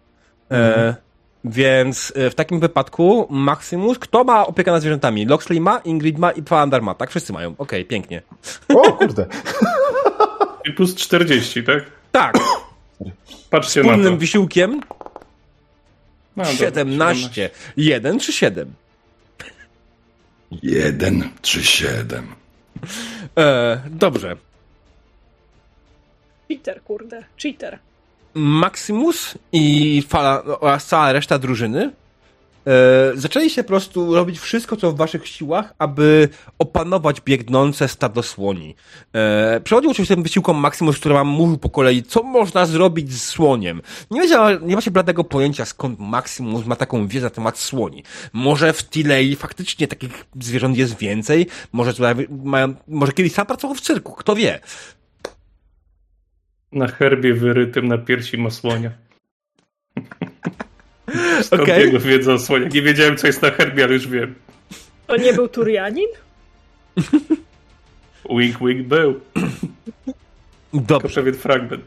Więc w takim wypadku Maximus, kto ma opiekę nad zwierzętami? Loxley ma, Ingrid ma i Falandar ma, tak? Wszyscy mają. Okej, pięknie. O kurde. I plus 40, tak? Tak. Patrzcie Wspólnym na to. wysiłkiem 17. Dobra, 1 czy 7? 1 czy 7. Dobrze. Cheater, kurde. Cheater. Maximus i oraz cała reszta drużyny zaczęli się po prostu robić wszystko, co w waszych siłach, aby opanować biegnące stado słoni. Przechodził oczywiście tym wysiłkom Maximus, który wam mówił po kolei, co można zrobić z słoniem. Nie macie bladego pojęcia, skąd Maximus ma taką wiedzę na temat słoni. Może w Tilei faktycznie takich zwierząt jest więcej, może kiedyś sam pracował w cyrku, kto wie. Na herbie wyrytym na piersi ma słonia. Skąd Okej. jego wiedza o słoniach? Nie wiedziałem, co jest na herbie, ale już wiem. To nie był Turianin? Wink, wink był. Dobrze. Tylko pewien fragment.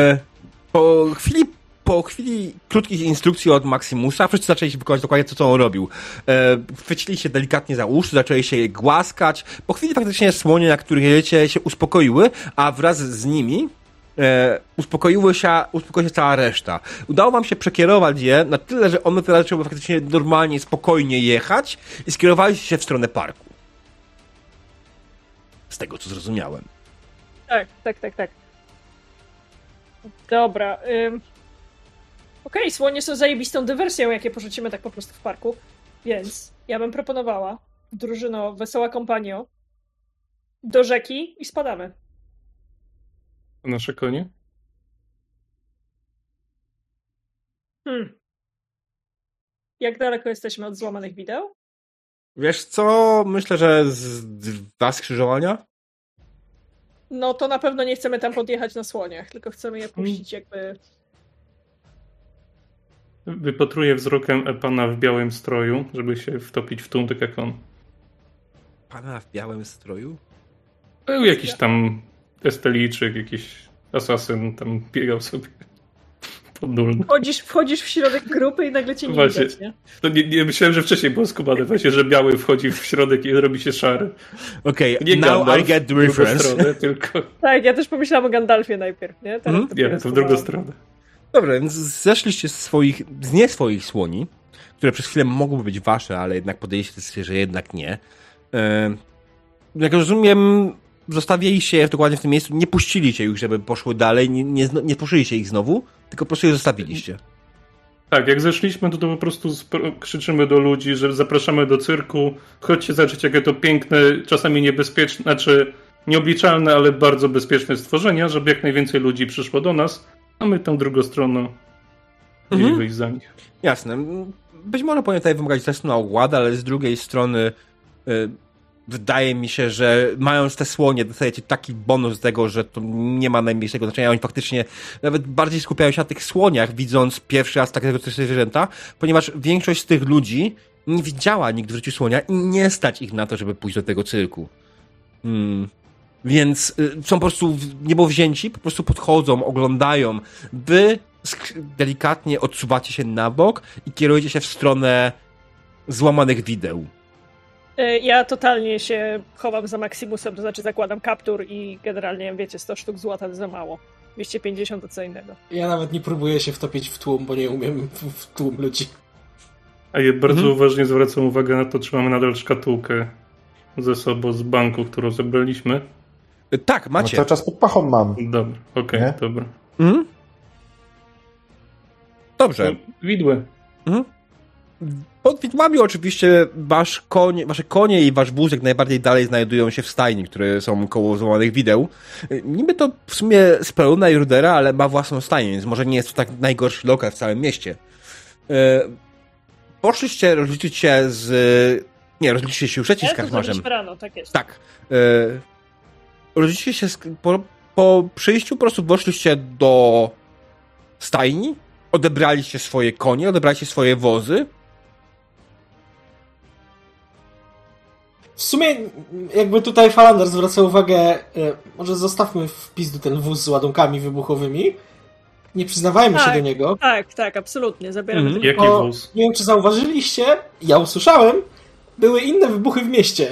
Po chwili krótkich instrukcji od Maximusa wszyscy zaczęli się wykonać dokładnie to, co on robił. Chwycili się delikatnie za uszy, zaczęli się je głaskać. Po chwili faktycznie słonie, na których jedziecie, się uspokoiły, a wraz z nimi uspokoiła się cała reszta. Udało wam się przekierować je na tyle, że one teraz zaczęły faktycznie normalnie, spokojnie jechać i skierowali się w stronę parku. Z tego, co zrozumiałem. Tak. Dobra. Okej, słonie są zajebistą dywersją, jakie porzucimy tak po prostu w parku. Więc ja bym proponowała, drużyno, wesoła kompanio, do rzeki i spadamy. Nasze konie? Jak daleko jesteśmy od złamanych wideł? Wiesz co? Myślę, że z 2 skrzyżowania? No to na pewno nie chcemy tam podjechać na słoniach, tylko chcemy je puścić jakby... Wypatruję wzrokiem pana w białym stroju, żeby się wtopić w tłum, tak jak on. Pana w białym stroju? Był jakiś tam Estelijczyk, jakiś asasyn tam biegał sobie pod Nuln. Wchodzisz w środek grupy i nagle cię nie Właśnie. widać, nie? To nie myślałem, że wcześniej było skubane, właśnie, że biały wchodzi w środek i robi się szary. Okej, Nie now Gandalf, I get the w drugą reference. stronę, tylko... Tak, ja też pomyślałam o Gandalfie najpierw, nie? Teraz Nie, to w drugą stronę. Dobra, więc zeszliście z nie swoich słoni, które przez chwilę mogłyby być wasze, ale jednak podjęliście decyzję, że jednak nie. Jak rozumiem, zostawiliście je dokładnie w tym miejscu, nie puściliście ich, żeby poszły dalej, nie puszyliście ich znowu, tylko po prostu je zostawiliście. Tak, jak zeszliśmy, to po prostu krzyczymy do ludzi, że zapraszamy do cyrku. Chodźcie zobaczyć, jakie to piękne, czasami niebezpieczne, znaczy nieobliczalne, ale bardzo bezpieczne stworzenia, żeby jak najwięcej ludzi przyszło do nas, a my tą drugą stroną mieli wyjść za nich. Jasne. Być może powinien tutaj wymagać testu na ogładę, ale z drugiej strony wydaje mi się, że mając te słonie dostajecie taki bonus z tego, że to nie ma najmniejszego znaczenia. Oni faktycznie nawet bardziej skupiają się na tych słoniach, widząc pierwszy raz takiego zwierzęta, ponieważ większość z tych ludzi nie widziała nigdy w życiu słonia i nie stać ich na to, żeby pójść do tego cyrku. Więc są po prostu niebowzięci, po prostu podchodzą, oglądają. Wy delikatnie odsuwacie się na bok i kierujecie się w stronę złamanych wideł. Ja totalnie się chowam za Maximusem, to znaczy zakładam kaptur i generalnie, wiecie, 100 sztuk złota to za mało. 250 to co innego. Ja nawet nie próbuję się wtopić w tłum, bo nie umiem w tłum ludzi. A ja bardzo uważnie zwracam uwagę na to, czy mamy nadal szkatułkę ze sobą z banku, którą zebraliśmy. Tak, macie. No, cały czas pod pachą mam. Dobra, okej, Nie? dobra. Dobrze. Widły. Pod widmami oczywiście wasze konie i wasz wóz jak najbardziej dalej znajdują się w stajni, które są koło złamanych wideł. Niby to w sumie Speluna i Rudera, ale ma własną stajnię, więc może nie jest to tak najgorszy lokal w całym mieście. Poszliście rozliczyć się z... Nie, rozliczycie się już z karczmarzem. Rano, tak jest. Tak. Rozliczycie się po przyjściu po prostu doszliście do stajni, odebraliście swoje konie, odebraliście swoje wozy. W sumie jakby tutaj Falander zwraca uwagę, może zostawmy w pizdu ten wóz z ładunkami wybuchowymi. Nie przyznawajmy się do niego. Tak, absolutnie. Zabieramy ten... Jaki wóz? Nie wiem, czy zauważyliście, ja usłyszałem, były inne wybuchy w mieście.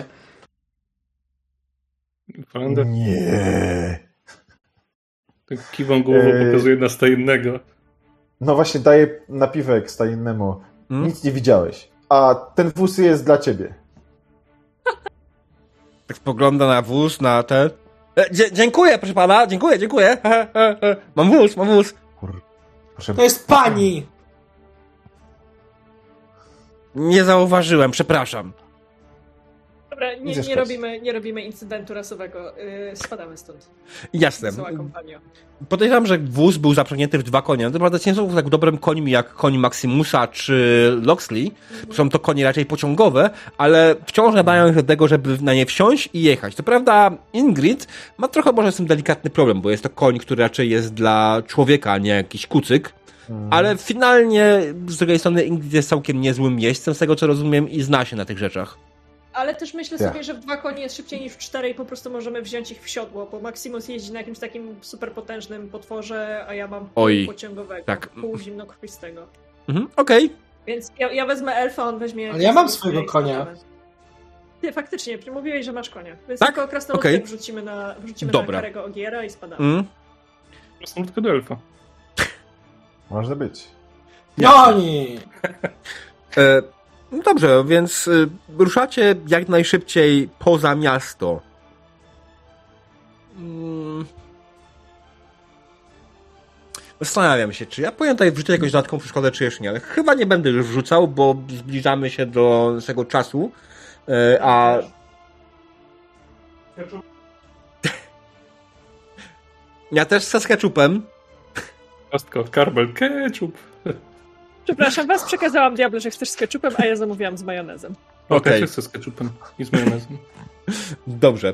Falander Nie. tak kiwą głową pokazuje na innego. No właśnie, daję napiwek stajinnemu. Nic nie widziałeś. A ten wóz jest dla ciebie. Tak spogląda na wóz, na te... Dziękuję, proszę pana, dziękuję. Mam wóz. Proszę. To jest pani! Nie zauważyłem, przepraszam. Dobra, nie robimy incydentu rasowego. Spadamy stąd. Jasne. Zła kompanio. Podejrzewam, że wóz był zaprzęgnięty w 2 konie. Naprawdę nie są tak dobrym końmi jak koń Maximusa czy Loxley. Są to konie raczej pociągowe, ale wciąż nadają się do tego, żeby na nie wsiąść i jechać. To prawda, Ingrid ma trochę może z tym delikatny problem, bo jest to koń, który raczej jest dla człowieka, a nie jakiś kucyk. Ale finalnie z drugiej strony Ingrid jest całkiem niezłym jeźdźcem, z tego co rozumiem, i zna się na tych rzeczach. Ale też myślę sobie, że w 2 konie jest szybciej niż w 4 i po prostu możemy wziąć ich w siodło, bo Maximus jeździ na jakimś takim super potężnym potworze, a ja mam pół pociągowego, tak. pół zimnokrwistego. Okej. Więc ja wezmę elfa, on weźmie... Ale ja mam swojego konia. Ty, faktycznie, mówiłeś, że masz konia. Więc tak? tylko krasnoludkę wrzucimy na Karego Ogiera i spadamy. Krasnoludkę do elfa. Może być. Joni! No dobrze, więc ruszacie jak najszybciej poza miasto. Zastanawiam się, czy ja powinien tutaj wrzucić jakąś dodatkową przeszkodę, czy jeszcze nie, ale chyba nie będę już wrzucał, bo zbliżamy się do naszego czasu, a... Ja też z ketchupem. Ciastko, karbel, ketchup. Przepraszam was, przekazałam Diablo, że chcesz z ketchupem, a ja zamówiłam z majonezem. Okej, okay. Z ketchupem i z majonezem. Dobrze.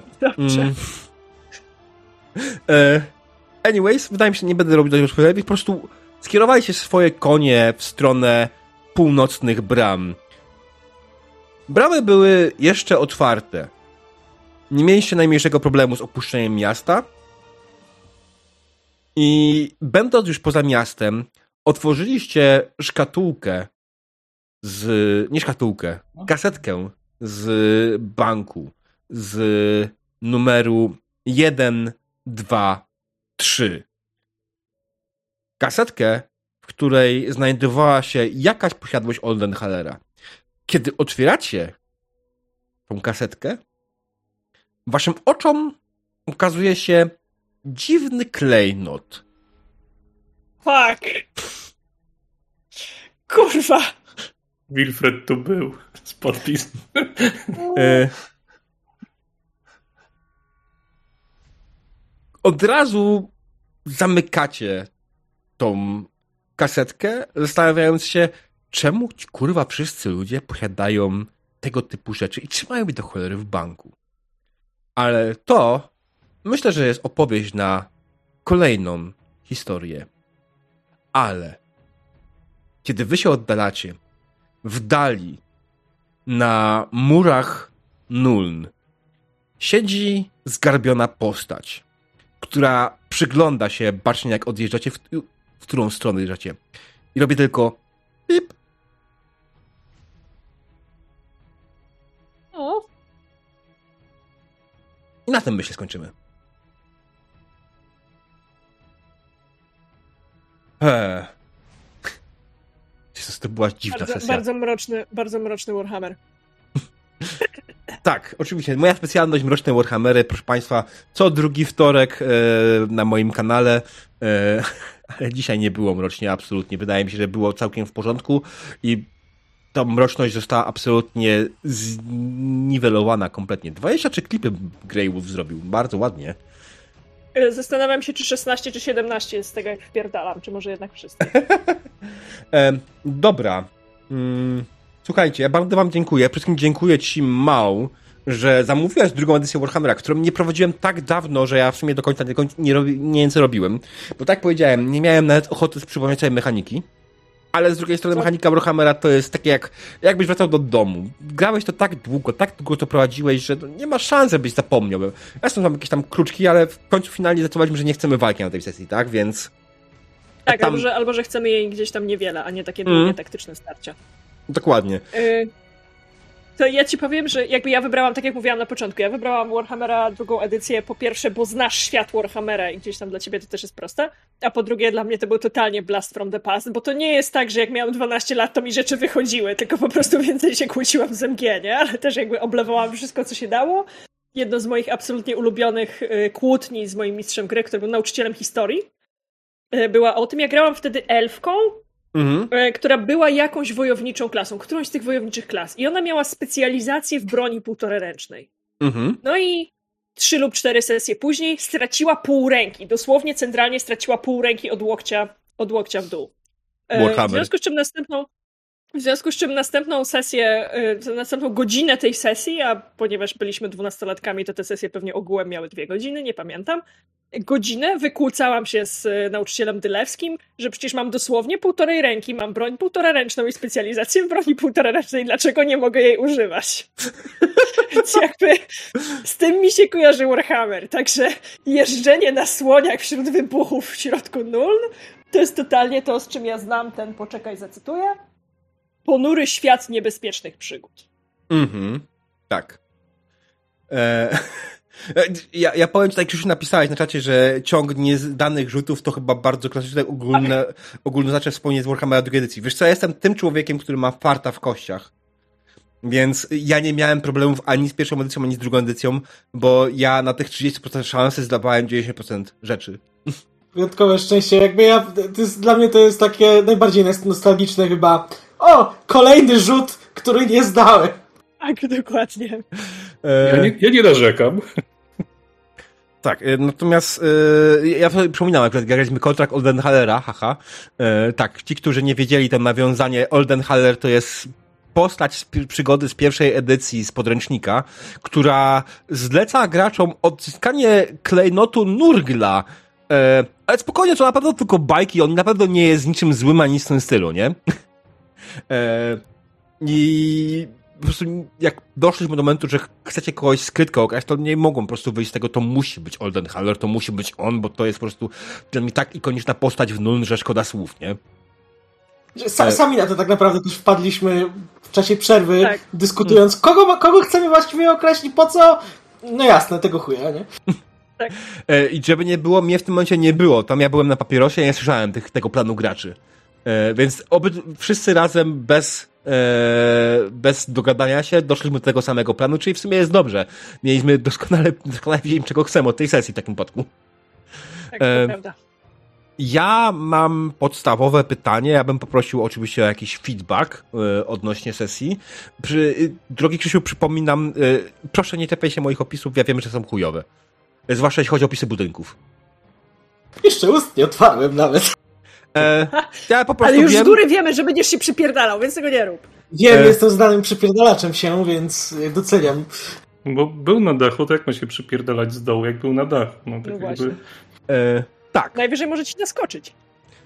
Anyways, wydaje mi się, że nie będę robić tego sposobu. Po prostu skierowaliście swoje konie w stronę północnych bram. Bramy były jeszcze otwarte. Nie mieliście najmniejszego problemu z opuszczeniem miasta. I będąc już poza miastem, otworzyliście szkatułkę nie szkatułkę, kasetkę z banku z numeru 1, 2, 3. Kasetkę, w której znajdowała się jakaś posiadłość Oldenhalera. Kiedy otwieracie tą kasetkę, waszym oczom ukazuje się dziwny klejnot. Fuck! Kurwa! Wilfred tu był z podpis. Od razu zamykacie tą kasetkę, zastanawiając się, czemu ci kurwa wszyscy ludzie posiadają tego typu rzeczy i trzymają je do cholery w banku. Ale to myślę, że jest opowieść na kolejną historię. Ale kiedy wy się oddalacie, w dali na murach Nuln siedzi zgarbiona postać, która przygląda się bacznie jak odjeżdżacie, w którą stronę jeżdżacie. I robi tylko pip. O, I na tym myślę skończymy. Jezus, to była dziwna sesja. bardzo mroczny Warhammer. Tak, oczywiście. Moja specjalność Mroczne Warhammery, proszę Państwa, co drugi wtorek na moim kanale. Ale dzisiaj nie było mrocznie, absolutnie. Wydaje mi się, że było całkiem w porządku i ta mroczność została absolutnie zniwelowana kompletnie. 23 klipy Grey Wolf zrobił. Bardzo ładnie. Zastanawiam się, czy 16, czy 17 jest z tego, jak wpierdalam, czy może jednak wszyscy. Dobra. Słuchajcie, ja bardzo wam dziękuję. Przede wszystkim dziękuję ci, Mał, że zamówiłaś drugą edycję Warhammera, którą nie prowadziłem tak dawno, że ja w sumie do końca nie wiem, co robiłem. Bo tak powiedziałem, nie miałem nawet ochoty przypomnieć sobie mechaniki. Ale z drugiej strony mechanika Warhammera to jest takie jakbyś wracał do domu. Grałeś to tak długo to prowadziłeś, że nie ma szans, żebyś zapomniał. Jasno, mam jakieś tam kruczki, ale w końcu finalnie zdecydowaliśmy, że nie chcemy walki na tej sesji, tak? Więc... Tak, tam... albo że chcemy jej gdzieś tam niewiele, a nie takie długie taktyczne starcia. Dokładnie. To ja ci powiem, że jakby ja wybrałam, tak jak mówiłam na początku, ja wybrałam Warhammera drugą edycję, po pierwsze, bo znasz świat Warhammera i gdzieś tam dla ciebie to też jest proste, a po drugie, dla mnie to był totalnie blast from the past, bo to nie jest tak, że jak miałam 12 lat, to mi rzeczy wychodziły, tylko po prostu więcej się kłóciłam z MG, nie? Ale też jakby oblewałam wszystko, co się dało. Jedno z moich absolutnie ulubionych kłótni z moim mistrzem gry, który był nauczycielem historii, była o tym, ja grałam wtedy elfką, która była jakąś wojowniczą klasą, którąś z tych wojowniczych klas. I ona miała specjalizację w broni półtoraręcznej. No i 3 lub 4 sesje później straciła pół ręki. Dosłownie centralnie straciła pół ręki od łokcia w dół. W związku z czym następną sesję, następną godzinę tej sesji, a ponieważ byliśmy 12-latkami, to te sesje pewnie ogółem miały 2 godziny, nie pamiętam. Godzinę wykłócałam się z nauczycielem Dylewskim, że przecież mam dosłownie 1,5 ręki, mam broń półtoraręczną i specjalizację w broni półtoraręcznej, dlaczego nie mogę jej używać? Więc jakby z tym mi się kojarzy Warhammer, także jeżdżenie na słoniach wśród wybuchów w środku Nuln to jest totalnie to, z czym ja znam ten, poczekaj, zacytuję, ponury świat niebezpiecznych przygód. Tak. Ja powiem tutaj, Krzysiu, napisałeś na czacie, że ciąg niedanych rzutów to chyba bardzo klasyczne ogólnoznaczne wspomnienie z Warhammera drugiej edycji. Wiesz co, ja jestem tym człowiekiem, który ma farta w kościach. Więc ja nie miałem problemów ani z pierwszą edycją, ani z drugą edycją, bo ja na tych 30% szansy zdawałem 90% rzeczy. Wyjątkowe szczęście. Jakby dla mnie to jest takie najbardziej nostalgiczne chyba. O! Kolejny rzut, który nie zdałem. Tak, dokładnie. Ja nie narzekam. Tak, natomiast ja sobie przypominam, jak graliśmy kontrakt Oldenhallera, haha. Tak, ci, którzy nie wiedzieli, to nawiązanie Oldenhaller to jest postać z przygody z pierwszej edycji z podręcznika, która zleca graczom odzyskanie klejnotu Nurgla. Ale spokojnie, to na pewno tylko bajki, on na pewno nie jest niczym złym ani nic w tym stylu, nie? I po prostu jak doszliśmy do momentu, że chcecie kogoś skrytko ograć, to nie mogą po prostu wyjść z tego, to musi być Oldenhaller, to musi być on, bo to jest po prostu dla mnie tak ikoniczna postać w Nuln, że szkoda słów, nie? Sami na to tak naprawdę też wpadliśmy w czasie przerwy, dyskutując, kogo chcemy właściwie określić, po co? No jasne, tego chuja, nie? Tak. I żeby nie było, mnie w tym momencie nie było. Tam ja byłem na papierosie i nie słyszałem tego planu graczy. Więc wszyscy razem bez dogadania się doszliśmy do tego samego planu, czyli w sumie jest dobrze. Doskonale wiedzieliśmy, czego chcemy od tej sesji w takim przypadku. Tak, to prawda. Ja mam podstawowe pytanie, ja bym poprosił oczywiście o jakiś feedback odnośnie sesji. Drogi Krzysiu, przypominam, proszę nie czepiaj się moich opisów, ja wiem, że są chujowe. Zwłaszcza jeśli chodzi o opisy budynków. Jeszcze ust nie otwarłem nawet. Ja po prostu Ale już wiem... z góry wiemy, że będziesz się przypierdalał, więc tego nie rób. Wiem, jestem znanym przypierdalaczem się, więc doceniam. Bo był na dachu, to jak ma się przypierdalać z dołu, jak był na dachu? No, tak No jakby... właśnie. Tak. Najwyżej może ci naskoczyć.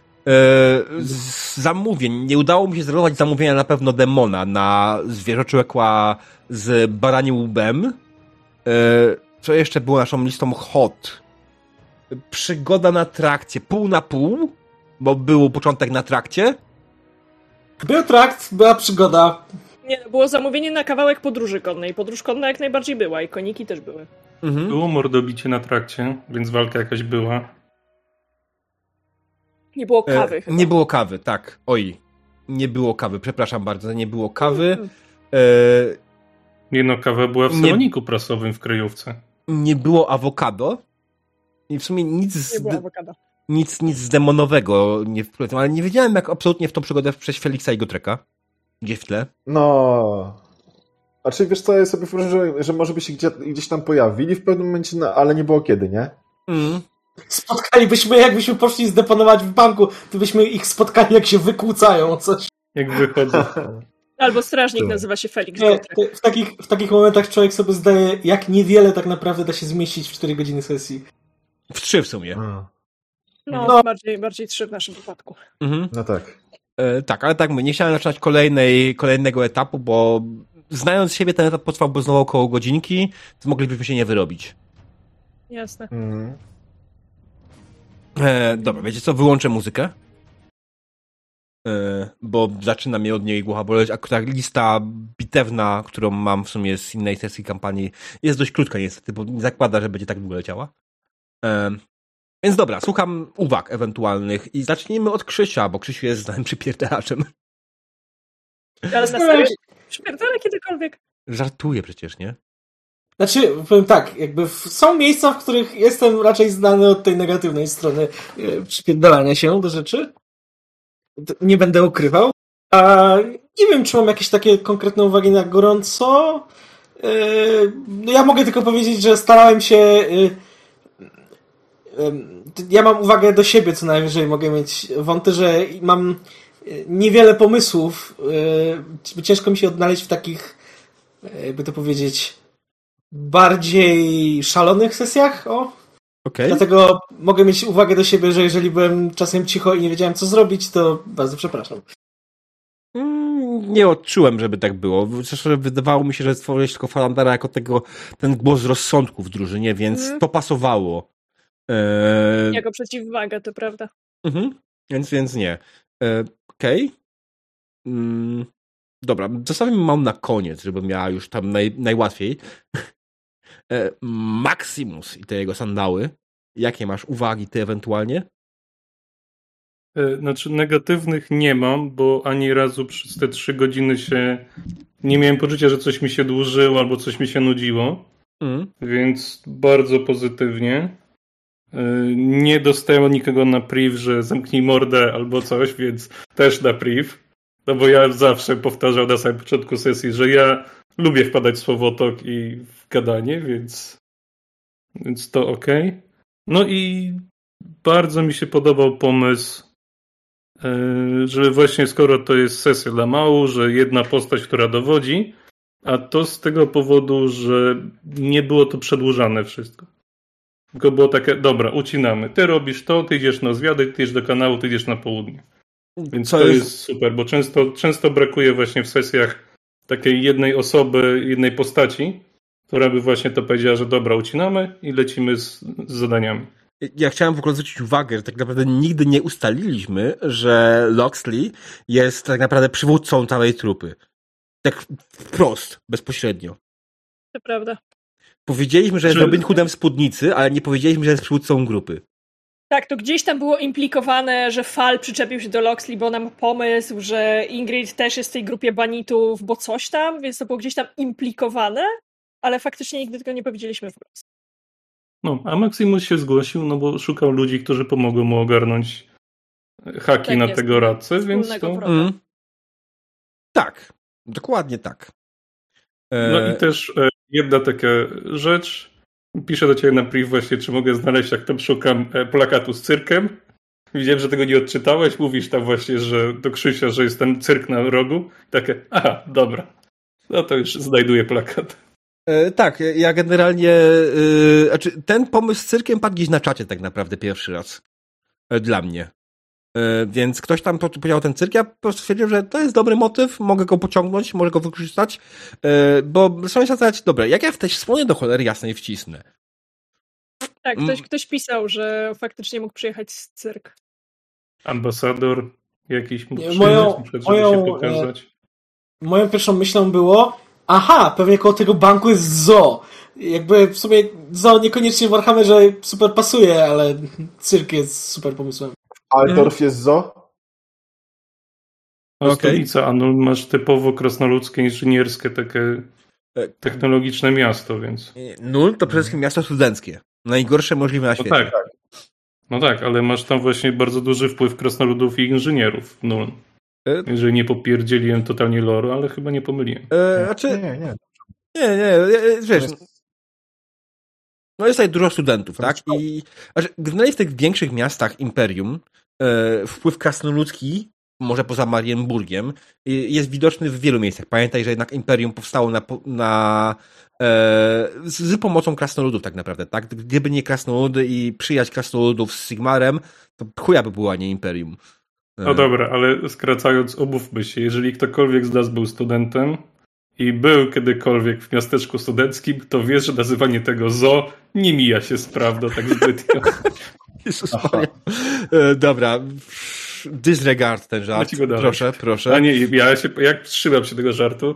Zamówień. Nie udało mi się zrobić zamówienia na pewno demona na zwierzoczłekła z baranim łbem. Co jeszcze było naszą listą hot? Przygoda na trakcie. Pół na pół, bo był początek na trakcie. Był trakt, była przygoda. Nie, było zamówienie na kawałek podróży konnej. Podróż konna jak najbardziej była i koniki też były. Mhm. Było mordobicie na trakcie, więc walka jakaś była. Nie było kawy chyba. Nie było kawy, tak. Oj. Nie było kawy, przepraszam bardzo, nie było kawy. Nie no, kawa była w saloniku prasowym w kryjówce. Nie było awokado. I w sumie Nie było awokado. nic demonowego nie wpłynęło, ale nie wiedziałem jak absolutnie w tą przygodę wprzeć Feliksa i Gotreka. Gdzieś w tle. No. Znaczy, wiesz co, ja sobie wyobrażam, że może by się gdzieś tam pojawili w pewnym momencie, no, ale nie było kiedy, nie? Spotkalibyśmy, jakbyśmy poszli zdeponować w banku, to byśmy ich spotkali, jak się wykłócają o coś. Jak wychodzą. Albo strażnik nazywa się Felix Nie, Gotrek. w takich momentach człowiek sobie zdaje, jak niewiele tak naprawdę da się zmieścić w 4 godziny sesji. W 3 w sumie. No. Bardziej 3 w naszym wypadku. No tak. Tak, ale tak mówię, nie chciałem zaczynać kolejnego etapu, bo znając siebie ten etap potrwałby znowu około godzinki, to moglibyśmy się nie wyrobić. Jasne. Dobra, wiecie co, wyłączę muzykę. Bo zaczyna mnie od niej głowa boleć, a ta lista bitewna, którą mam w sumie z innej sesji kampanii, jest dość krótka niestety, bo nie zakłada, że będzie tak długo leciała. Więc dobra, słucham uwag ewentualnych i zacznijmy od Krzysia, bo Krzysiu jest znanym przypierdalaczem. Ale na serio przypierdolę kiedykolwiek. Żartuję przecież, nie? Znaczy, powiem tak, jakby są miejsca, w których jestem raczej znany od tej negatywnej strony przypierdalania się do rzeczy. Nie będę ukrywał. Nie wiem, czy mam jakieś takie konkretne uwagi na gorąco. No ja mogę tylko powiedzieć, że starałem się... Ja mam uwagę do siebie co najwyżej. Mogę mieć wąty, że mam niewiele pomysłów. Ciężko mi się odnaleźć w takich, jakby to powiedzieć, bardziej szalonych sesjach. Okay. Dlatego mogę mieć uwagę do siebie, że jeżeli byłem czasem cicho i nie wiedziałem, co zrobić, to bardzo przepraszam. Nie odczułem, żeby tak było. Zresztą wydawało mi się, że stworzyłeś tylko Falandara jako ten głos rozsądku w drużynie, więc to pasowało. Jako przeciwwaga, to prawda. Więc nie. Okej. Dobra, zostawimy mam na koniec, żeby miała już tam najłatwiej. Maximus i te jego sandały. Jakie masz uwagi ty ewentualnie? Znaczy negatywnych nie mam, bo ani razu przez te 3 godziny nie miałem poczucia, że coś mi się dłużyło albo coś mi się nudziło. Więc bardzo pozytywnie. Nie dostałem od nikogo na priv, że zamknij mordę albo coś, więc też na priv. No bo ja zawsze powtarzam na samym początku sesji, że ja lubię wpadać w słowotok i w gadanie, więc to okej. No i bardzo mi się podobał pomysł, że właśnie skoro to jest sesja dla mału, że jedna postać, która dowodzi, a to z tego powodu, że nie było to przedłużane wszystko. Tylko było takie, dobra, ucinamy. Ty robisz to, ty idziesz na zwiady, ty idziesz do kanału, ty idziesz na południe. Więc to jest super, bo często brakuje właśnie w sesjach takiej jednej osoby, jednej postaci, która by właśnie to powiedziała, że dobra, ucinamy i lecimy z zadaniami. Ja chciałem w ogóle zwrócić uwagę, że tak naprawdę nigdy nie ustaliliśmy, że Locksley jest tak naprawdę przywódcą całej trupy. Tak wprost, bezpośrednio. To prawda. Powiedzieliśmy, że jest Robin Hoodem w spódnicy, ale nie powiedzieliśmy, że jest przywódcą grupy. Tak, to gdzieś tam było implikowane, że Fal przyczepił się do Locksley, bo ona ma pomysł, że Ingrid też jest w tej grupie banitów, bo coś tam, więc to było gdzieś tam implikowane, ale faktycznie nigdy tego nie powiedzieliśmy wprost. No, a Maximus się zgłosił, no bo szukał ludzi, którzy pomogą mu ogarnąć haki Tak na jest. tego radcę, więc Wspólnego to... wroga. Tak, dokładnie tak. No i też jedna taka rzecz. Piszę do ciebie na priv właśnie, czy mogę znaleźć, jak tam szukam plakatu z cyrkiem. Widziałem, że tego nie odczytałeś. Mówisz tam właśnie, że do Krzysia, że jest ten cyrk na rogu. Takie, aha, dobra. No to już znajduję plakat. Tak, ja generalnie... Znaczy, ten pomysł z cyrkiem padł gdzieś na czacie tak naprawdę pierwszy raz. Dla mnie. Więc ktoś tam powiedział ten cyrk, ja po prostu stwierdziłem, że to jest dobry motyw, mogę go pociągnąć, mogę go wykorzystać, bo są zastanawiać, dobra, jak ja w tej słonie do cholery jasnej wcisnę? Tak, ktoś pisał, że faktycznie mógł przyjechać z cyrk. Ambasador jakiś mógł Nie, przyjechać, żeby się pokazać. Moją pierwszą myślą było, aha, pewnie koło tego banku jest zoo. Jakby w sumie zoo niekoniecznie w Warhammerze super pasuje, ale cyrk jest super pomysłem. Altdorf jest zo? No, stolica Anul masz typowo krasnoludzkie, inżynierskie, takie technologiczne miasto, więc... Nul to przede wszystkim miasto studenckie. Najgorsze możliwe na świecie. No tak. No tak, ale masz tam właśnie bardzo duży wpływ krasnoludów i inżynierów. Nul. Jeżeli nie popierdzieliłem totalnie lore, ale chyba nie pomyliłem. Znaczy... Nie. Nie, wiesz... No jest tutaj dużo studentów, tak? I generalnie w tych większych miastach Imperium wpływ krasnoludzki, może poza Marienburgiem, jest widoczny w wielu miejscach. Pamiętaj, że jednak Imperium powstało z pomocą krasnoludów tak naprawdę, tak? Gdyby nie krasnoludy i przyjaźń krasnoludów z Sigmarem, to chuja by była nie Imperium. No dobra, ale skracając, umówmy się, jeżeli ktokolwiek z nas był studentem i był kiedykolwiek w miasteczku studenckim, to wiesz, że nazywanie tego zoo nie mija się z prawdą tak zbytnio. Jezus Maria. Dobra. Disregard ten żart. Proszę. A nie, jak trzymam się tego żartu.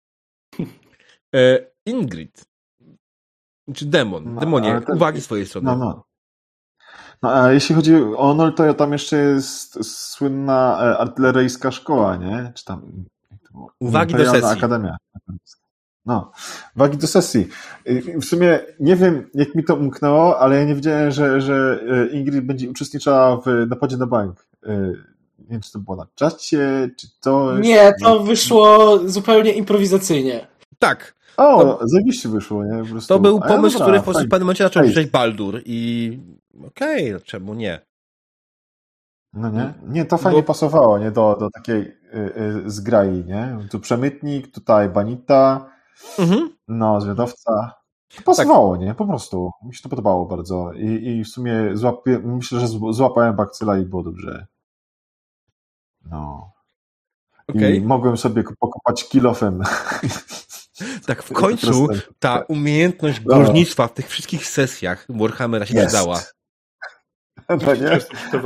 Ingrid. Czy demon? Demonie, uwagi z twojej strony. No, a jeśli chodzi o Onol, to tam jeszcze jest słynna artyleryjska szkoła, nie? Czy tam... Uwagi do sesji. Akademia. No, uwagi do sesji. W sumie nie wiem, jak mi to umknęło, ale ja nie wiedziałem, że Ingrid będzie uczestniczała w napadzie na bank. Nie wiem, czy to było na czacie, czy to... Nie, to wyszło zupełnie improwizacyjnie. Tak. zajebiście wyszło, nie? Po prostu. To był pomysł, który w pewnym momencie zaczął brzeć Baldur i okej, czemu nie? No nie? Nie, to fajnie pasowało, nie? Do takiej zgrai, nie? Tu przemytnik, tutaj banita, no, zwiadowca. To pasowało, nie? Po prostu. Mi się to podobało bardzo. I w sumie myślę, że złapałem bakcyla i było dobrze. No. I mogłem sobie pokopać kilofem. Tak, w końcu ta umiejętność górnictwa w tych wszystkich sesjach Warhammera się przydała. No nie?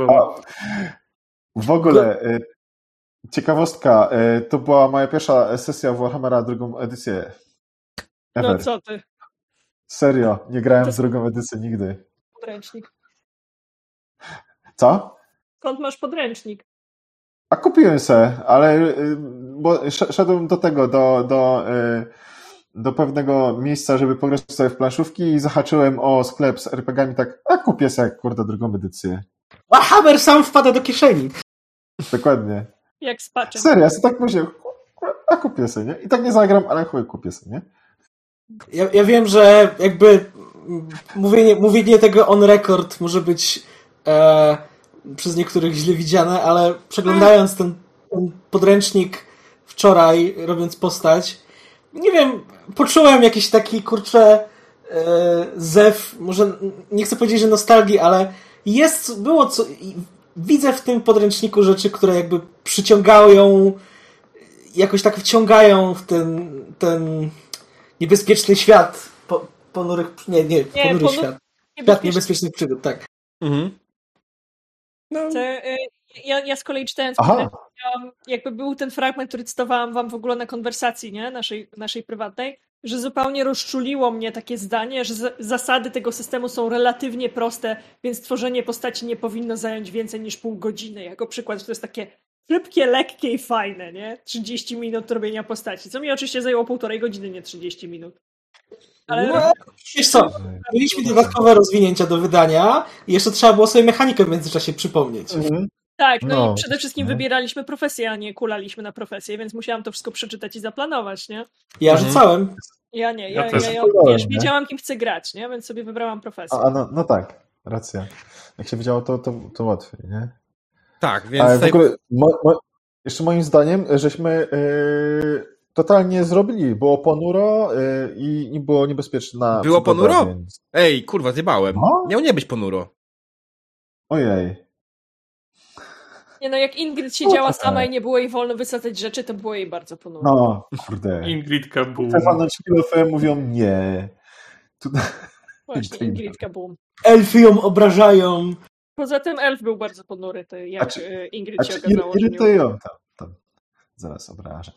W ogóle ciekawostka, to była moja pierwsza sesja Warhammera, drugą edycję. Ever. No co ty? Serio, nie grałem w drugą edycję nigdy. Podręcznik. Co? Skąd masz podręcznik? A kupiłem se, ale bo szedłem do tego, do pewnego miejsca, żeby pograć sobie w planszówki i zahaczyłem o sklep z RPG-ami tak, a kupię sobie, kurde, drugą edycję. Warhammer sam wpada do kieszeni. Dokładnie. Jak z patchem. Serio, ja sobie tak myślę, a kupię sobie, nie? I tak nie zagram, ale chuj, kupię sobie, nie? Ja wiem, że jakby mówienie tego on record może być przez niektórych źle widziane, ale przeglądając ten podręcznik wczoraj, robiąc postać, nie wiem, poczułem jakiś taki, zew, może nie chcę powiedzieć, że nostalgii, ale widzę w tym podręczniku rzeczy, które jakby przyciągają, jakoś tak wciągają w ten niebezpieczny świat ponurych, ponury świat. Świat niebezpiecznych przygód, tak. No. Ja z kolei czytając jakby był ten fragment, który cytowałam wam w ogóle na konwersacji, nie? Naszej prywatnej, że zupełnie rozczuliło mnie takie zdanie, że zasady tego systemu są relatywnie proste, więc tworzenie postaci nie powinno zająć więcej niż pół godziny. Jako przykład, że to jest takie szybkie, lekkie i fajne, nie? 30 minut robienia postaci, co mi oczywiście zajęło 1,5 godziny, nie 30 minut. Ale Wiesz co, mieliśmy dodatkowe rozwinięcia do wydania i jeszcze trzeba było sobie mechanikę w międzyczasie przypomnieć. tak, No, i przede wszystkim no. wybieraliśmy profesję, a nie kulaliśmy na profesję, więc musiałam to wszystko przeczytać i zaplanować, nie? Ja rzucałem. Ja nie, Ja ja też wiesz, nie? wiedziałam, kim chcę grać, nie? Więc sobie wybrałam profesję. No tak, racja. Jak się wiedziało, to łatwiej, nie? Tak, więc Ale w tutaj... ogóle, jeszcze moim zdaniem, żeśmy totalnie zrobili. Było ponuro i było niebezpieczna Było przygoda, ponuro? Więc... Ej, kurwa, zjebałem. No? Miał nie być ponuro. Ojej. Nie no, jak Ingrid siedziała tak. sama i nie było jej wolno wysadzać rzeczy, to było jej bardzo ponuro. No, kurde. Ingrid Kaboom. Te fanowcy mówią nie. Tu... Właśnie, Ingrid Kaboom. Elfy ją obrażają. Poza tym elf był bardzo ponury, to jak Ingrid się czy okazało, że nie irytują tam. Zaraz obrażać.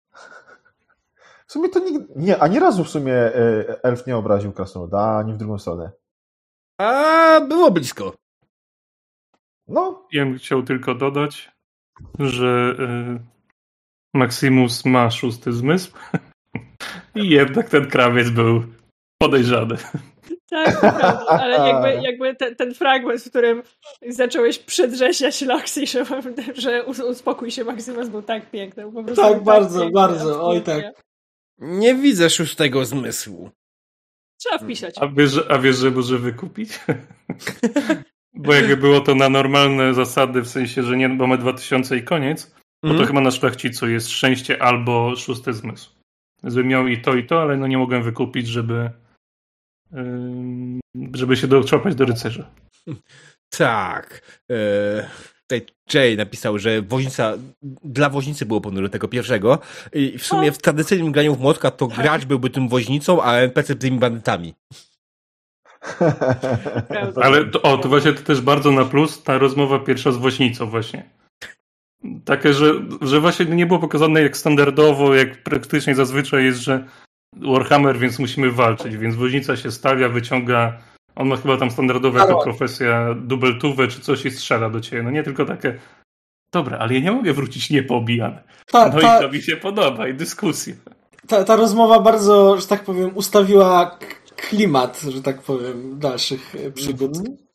W sumie to nie, ani razu w sumie elf nie obraził krasnoluda, ani w drugą stronę. A było blisko. No, Ja bym chciał tylko dodać, że Maximus ma 6. zmysł i jednak ten krawiec był podejrzany. Tak, to prawda, ale jakby ten fragment, w którym zacząłeś przedrzesiać Loxi, że uspokój się, Maximus był tak piękny. Po prostu Tak, był bardzo, piękny, bardzo, oj absolutnie. tak. Nie widzę 6. zmysłu. Trzeba wpisać. A wiesz, że może wykupić? Bo jakby było to na normalne zasady, w sensie, że nie mamy 2000 i koniec, bo to chyba na szlachcicu jest szczęście albo 6. zmysł. Żeby miał i to, ale no nie mogłem wykupić, żeby się doczłapać do rycerza. Tak. Tutaj Jay napisał, że dla woźnicy było ponuro tego pierwszego i w sumie w tradycyjnym graniu w młotka to gracz byłby tym woźnicą, a NPC tymi bandytami. Ale to właśnie to też bardzo na plus ta rozmowa pierwsza z woźnicą właśnie. Takie, że właśnie nie było pokazane jak standardowo, jak praktycznie zazwyczaj jest, że Warhammer, więc musimy walczyć, więc woźnica się stawia, wyciąga, on ma chyba tam standardowa jako profesja dubeltówę czy coś i strzela do ciebie. No nie tylko takie, dobra, ale ja nie mogę wrócić niepoobijany. I to mi się podoba i dyskusja. Ta rozmowa bardzo, że tak powiem, ustawiła klimat, że tak powiem, dalszych przygód.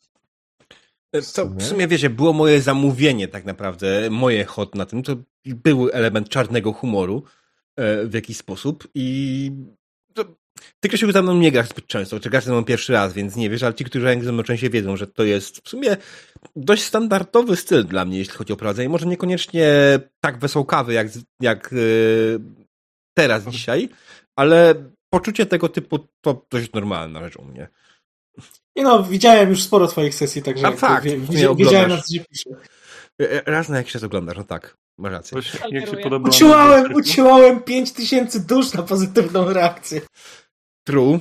To w sumie, wiecie, było moje zamówienie tak naprawdę, moje hot na tym, to był element czarnego humoru w jakiś sposób i ty, Krzysiu, ze mną nie grasz zbyt często, czy grasz ze mną pierwszy raz, więc nie wiesz, ale ci, którzy ze mną częściej wiedzą, że to jest w sumie dość standardowy styl dla mnie, jeśli chodzi o prowadzenie. Może niekoniecznie tak wesołkawy jak teraz, dzisiaj, ale poczucie tego typu to dość normalna rzecz u mnie. Widziałem już sporo twoich sesji, także wiedziałem, na co się pisze. Raz na jakiś czas oglądasz, no tak, masz rację. Jak się podoba? Uciłałem 5000 dusz na pozytywną reakcję. True.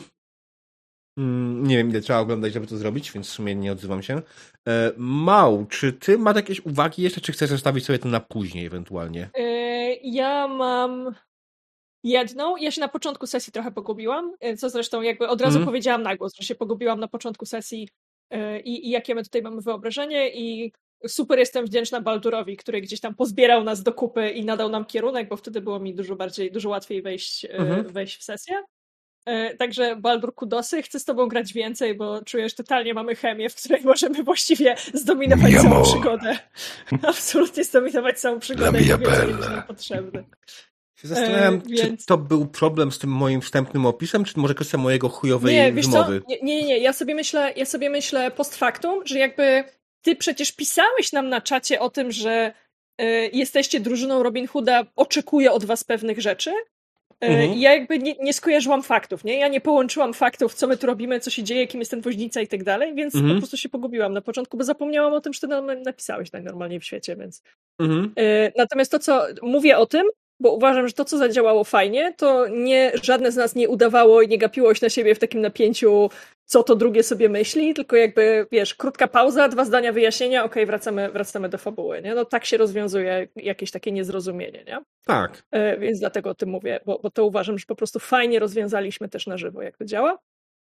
Nie wiem, ile trzeba oglądać, żeby to zrobić, więc w sumie nie odzywam się. Mał, czy ty masz jakieś uwagi jeszcze, czy chcesz zostawić sobie to na później ewentualnie? Ja mam jedną. Ja się na początku sesji trochę pogubiłam, co zresztą jakby od razu powiedziałam na głos, że się pogubiłam na początku sesji i jakie my tutaj mamy wyobrażenie i super jestem wdzięczna Baldurowi, który gdzieś tam pozbierał nas do kupy i nadał nam kierunek, bo wtedy było mi dużo łatwiej wejść w sesję. Także Baldur, kudosy, chcę z tobą grać więcej, bo czuję, że totalnie mamy chemię, w której możemy właściwie zdominować całą przygodę. Absolutnie zdominować całą przygodę i więcej niż nam potrzebne. Zastanawiam, czy to był problem z tym moim wstępnym opisem, czy może kwestia mojego chujowej wymowy? Nie. Ja sobie myślę post factum, że jakby ty przecież pisałeś nam na czacie o tym, że jesteście drużyną Robin Hooda, oczekuję od was pewnych rzeczy. Ja jakby nie skojarzyłam faktów, nie? Ja nie połączyłam faktów, co my tu robimy, co się dzieje, kim jest ten woźnica i tak dalej, więc po prostu się pogubiłam na początku, bo zapomniałam o tym, że ty napisałeś najnormalniej w świecie, więc... Natomiast to, co mówię o tym, bo uważam, że to, co zadziałało fajnie, to żadne z nas nie udawało i nie gapiło się na siebie w takim napięciu, co to drugie sobie myśli, tylko jakby, wiesz, krótka pauza, 2 zdania wyjaśnienia, okej, wracamy do fabuły, nie? No tak się rozwiązuje jakieś takie niezrozumienie, nie? Tak. Więc dlatego o tym mówię, bo to uważam, że po prostu fajnie rozwiązaliśmy też na żywo, jak to działa.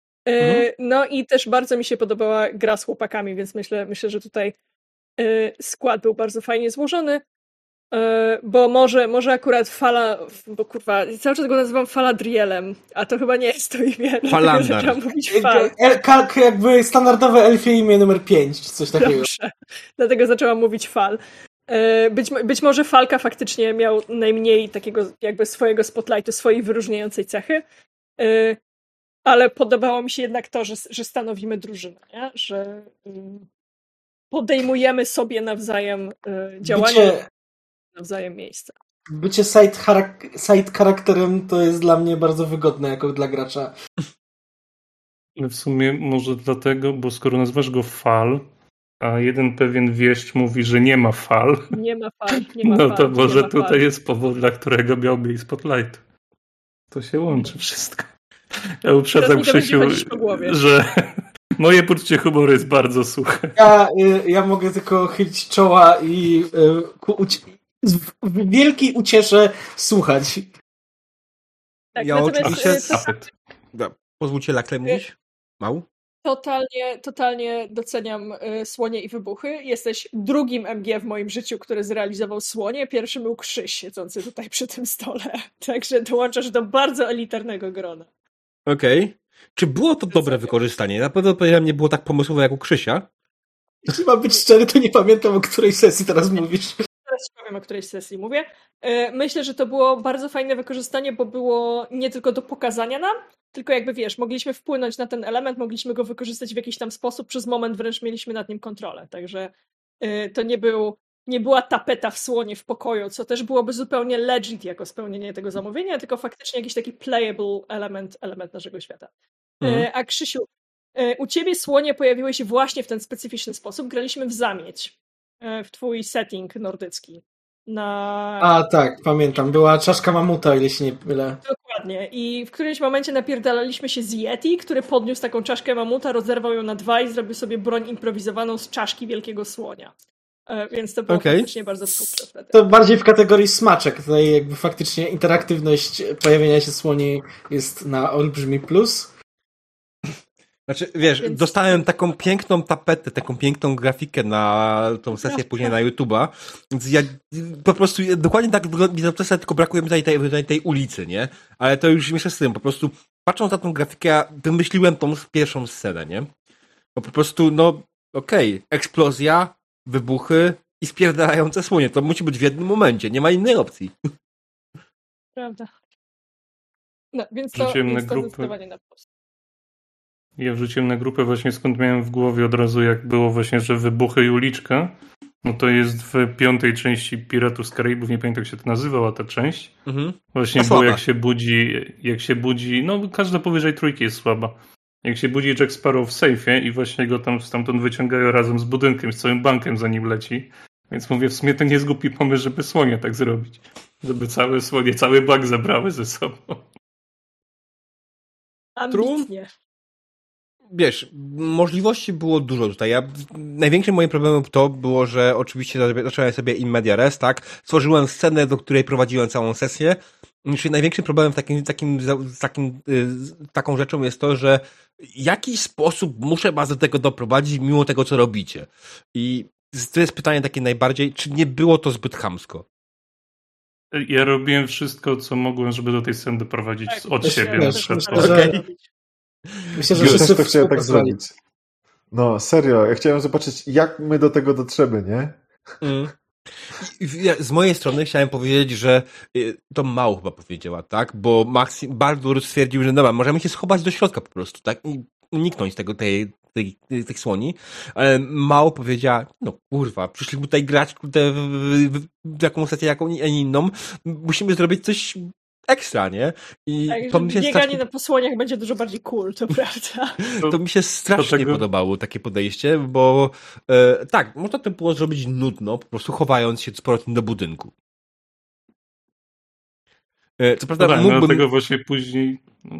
No i też bardzo mi się podobała gra z chłopakami, więc myślę, że tutaj skład był bardzo fajnie złożony. Bo może akurat Fala, bo kurwa, cały czas go nazywam Faladrielem, a to chyba nie jest to imię. Falandar. Zaczęłam mówić Fal. Kalk jakby standardowe elfie imię numer 5, czy coś takiego. Dobrze. Dlatego zaczęłam mówić Fal. Być może Falka faktycznie miał najmniej takiego jakby swojego spotlightu, swojej wyróżniającej cechy, ale podobało mi się jednak to, że stanowimy drużynę, nie? Że podejmujemy sobie nawzajem działania, nawzajem miejsca. Bycie side charakterem to jest dla mnie bardzo wygodne jako dla gracza. W sumie może dlatego, bo skoro nazywasz go Fal, a jeden pewien wieszcz mówi, że nie ma fal. Nie ma fal, nie ma no fal. To może tutaj fal. jest powód, dla którego miał mniej spotlight. To się łączy wszystko. Ja uprzedzam, Krzysiu, że moje poczucie humoru jest bardzo suche. Ja mogę tylko chylić czoła i w wielkiej uciesze słuchać. Tak, ja oczywiście... Pozwólcie Lakle mówić? Mał? Totalnie doceniam Słonie i wybuchy. Jesteś drugim MG w moim życiu, który zrealizował Słonie. Pierwszym był Krzyś, siedzący tutaj przy tym stole. Także dołączasz do bardzo elitarnego grona. Okej. Czy było to dobre wykorzystanie? Na pewno powiedziałem, nie było tak pomysłowe jak u Krzysia. Jeśli mam być szczery, to nie pamiętam, o której sesji teraz mówisz. Teraz ci powiem, o której sesji mówię. Myślę, że to było bardzo fajne wykorzystanie, bo było nie tylko do pokazania nam, tylko jakby wiesz, mogliśmy wpłynąć na ten element, mogliśmy go wykorzystać w jakiś tam sposób, przez moment wręcz mieliśmy nad nim kontrolę. Także to nie była tapeta w słonie w pokoju, co też byłoby zupełnie legit jako spełnienie tego zamówienia, tylko faktycznie jakiś taki playable element naszego świata. A Krzysiu, u ciebie słonie pojawiły się właśnie w ten specyficzny sposób. Graliśmy w zamieć, w twój setting nordycki. A tak, pamiętam. Była czaszka mamuta, ile się nie mylę. Dokładnie. I w którymś momencie napierdalaliśmy się z Yeti, który podniósł taką czaszkę mamuta, rozerwał ją na 2 i zrobił sobie broń improwizowaną z czaszki wielkiego słonia. Więc to było faktycznie bardzo twórcze wtedy. To bardziej w kategorii smaczek. Tutaj jakby faktycznie interaktywność pojawienia się słoni jest na olbrzymi plus. Znaczy, wiesz, dostałem taką piękną tapetę, taką piękną grafikę na tą sesję później na YouTube'a, więc ja po prostu dokładnie tak wygląda ta sesja, tylko brakuje mi tej ulicy, nie? Ale to już miesza z tym, po prostu patrząc na tą grafikę, ja wymyśliłem tą pierwszą scenę, nie? Bo po prostu, eksplozja, wybuchy i spierdalające słonie, to musi być w jednym momencie, nie ma innej opcji. Prawda. No, więc to zdecydowanie na plus. Ja wrzuciłem na grupę właśnie, skąd miałem w głowie od razu, jak było właśnie, że wybuchy i uliczka. No to jest w 5. części Piratów z Karaibów, nie pamiętam jak się to nazywała ta część. Właśnie było jak się budzi, no każda powyżej 3 jest słaba. Jak się budzi Jack Sparrow w sejfie i właśnie go tam stamtąd wyciągają razem z budynkiem, z całym bankiem za nim leci. Więc mówię, w sumie to nie jest głupi pomysł, żeby słonie tak zrobić. Żeby całe słonie, cały bank zabrały ze sobą. Ambitnie. Wiesz, możliwości było dużo tutaj. Największym moim problemem to było, że oczywiście zacząłem sobie in media res, tak? Stworzyłem scenę, do której prowadziłem całą sesję. Czyli największym problemem taką rzeczą jest to, że w jakiś sposób muszę was do tego doprowadzić, mimo tego, co robicie. I to jest pytanie takie najbardziej, czy nie było to zbyt chamsko? Ja robiłem wszystko, co mogłem, żeby do tej sceny doprowadzić od siebie. Myślę, że wszyscy to chciałem tak zrobić. No, serio, ja chciałem zobaczyć, jak my do tego dotrzemy, nie? Z mojej strony chciałem powiedzieć, że to Mało chyba powiedziała, tak? Bo Baldur stwierdził, że dobra, możemy się schować do środka po prostu, tak? I uniknąć tych słoni. Ale Mało powiedziała, no kurwa, przyszliśmy tutaj grać w jakąś sesję, jaką inną. Musimy zrobić coś ekstra, nie? I tak, to mi się bieganie na posłoniach będzie dużo bardziej cool, to prawda. To mi się strasznie podobało takie podejście, bo tak, można to było zrobić nudno, po prostu chowając się z powrotem do budynku. Co prawda dlatego właśnie później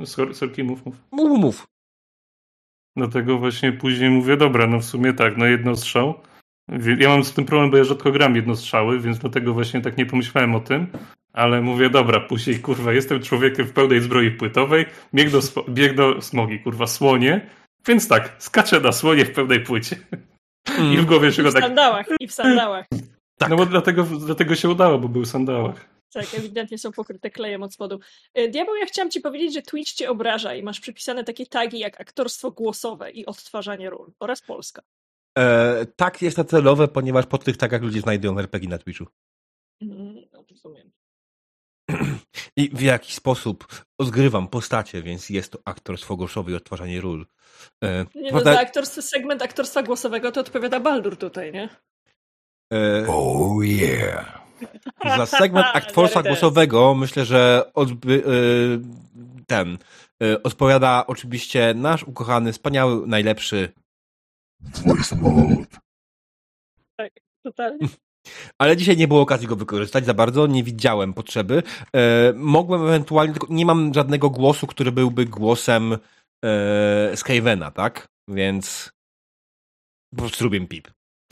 Mów. Dlatego właśnie później mówię, dobra, no w sumie tak, no jednostrzał. Ja mam z tym problem, bo ja rzadko gram jednostrzały, więc dlatego właśnie tak nie pomyślałem o tym. Ale mówię, dobra, później, kurwa, jestem człowiekiem w pełnej zbroi płytowej, biegną smogi, kurwa, słonie, więc tak, skaczę na słonie w pełnej płycie. I w głowie I w sandałach. Tak. No bo dlatego się udało, bo był w sandałach. Tak, ewidentnie są pokryte klejem od spodu. Diabeł, ja chciałam ci powiedzieć, że Twitch cię obraża i masz przypisane takie tagi jak aktorstwo głosowe i odtwarzanie ról oraz Polska. Tak jest to celowe, ponieważ po tych tagach ludzie znajdują RPG na Twitchu. No, rozumiem. I w jaki sposób odgrywam postacie, więc jest to aktorstwo głosowe i odtwarzanie ról. Nie no, za segment aktorstwa głosowego to odpowiada Baldur tutaj, nie? Oh yeah. Za segment aktorstwa głosowego myślę, że odpowiada oczywiście nasz ukochany, wspaniały, najlepszy tak, totalnie. Ale dzisiaj nie było okazji go wykorzystać za bardzo, nie widziałem potrzeby. Mogłem ewentualnie, tylko nie mam żadnego głosu, który byłby głosem Skavena, tak? Więc po prostu lubię pip.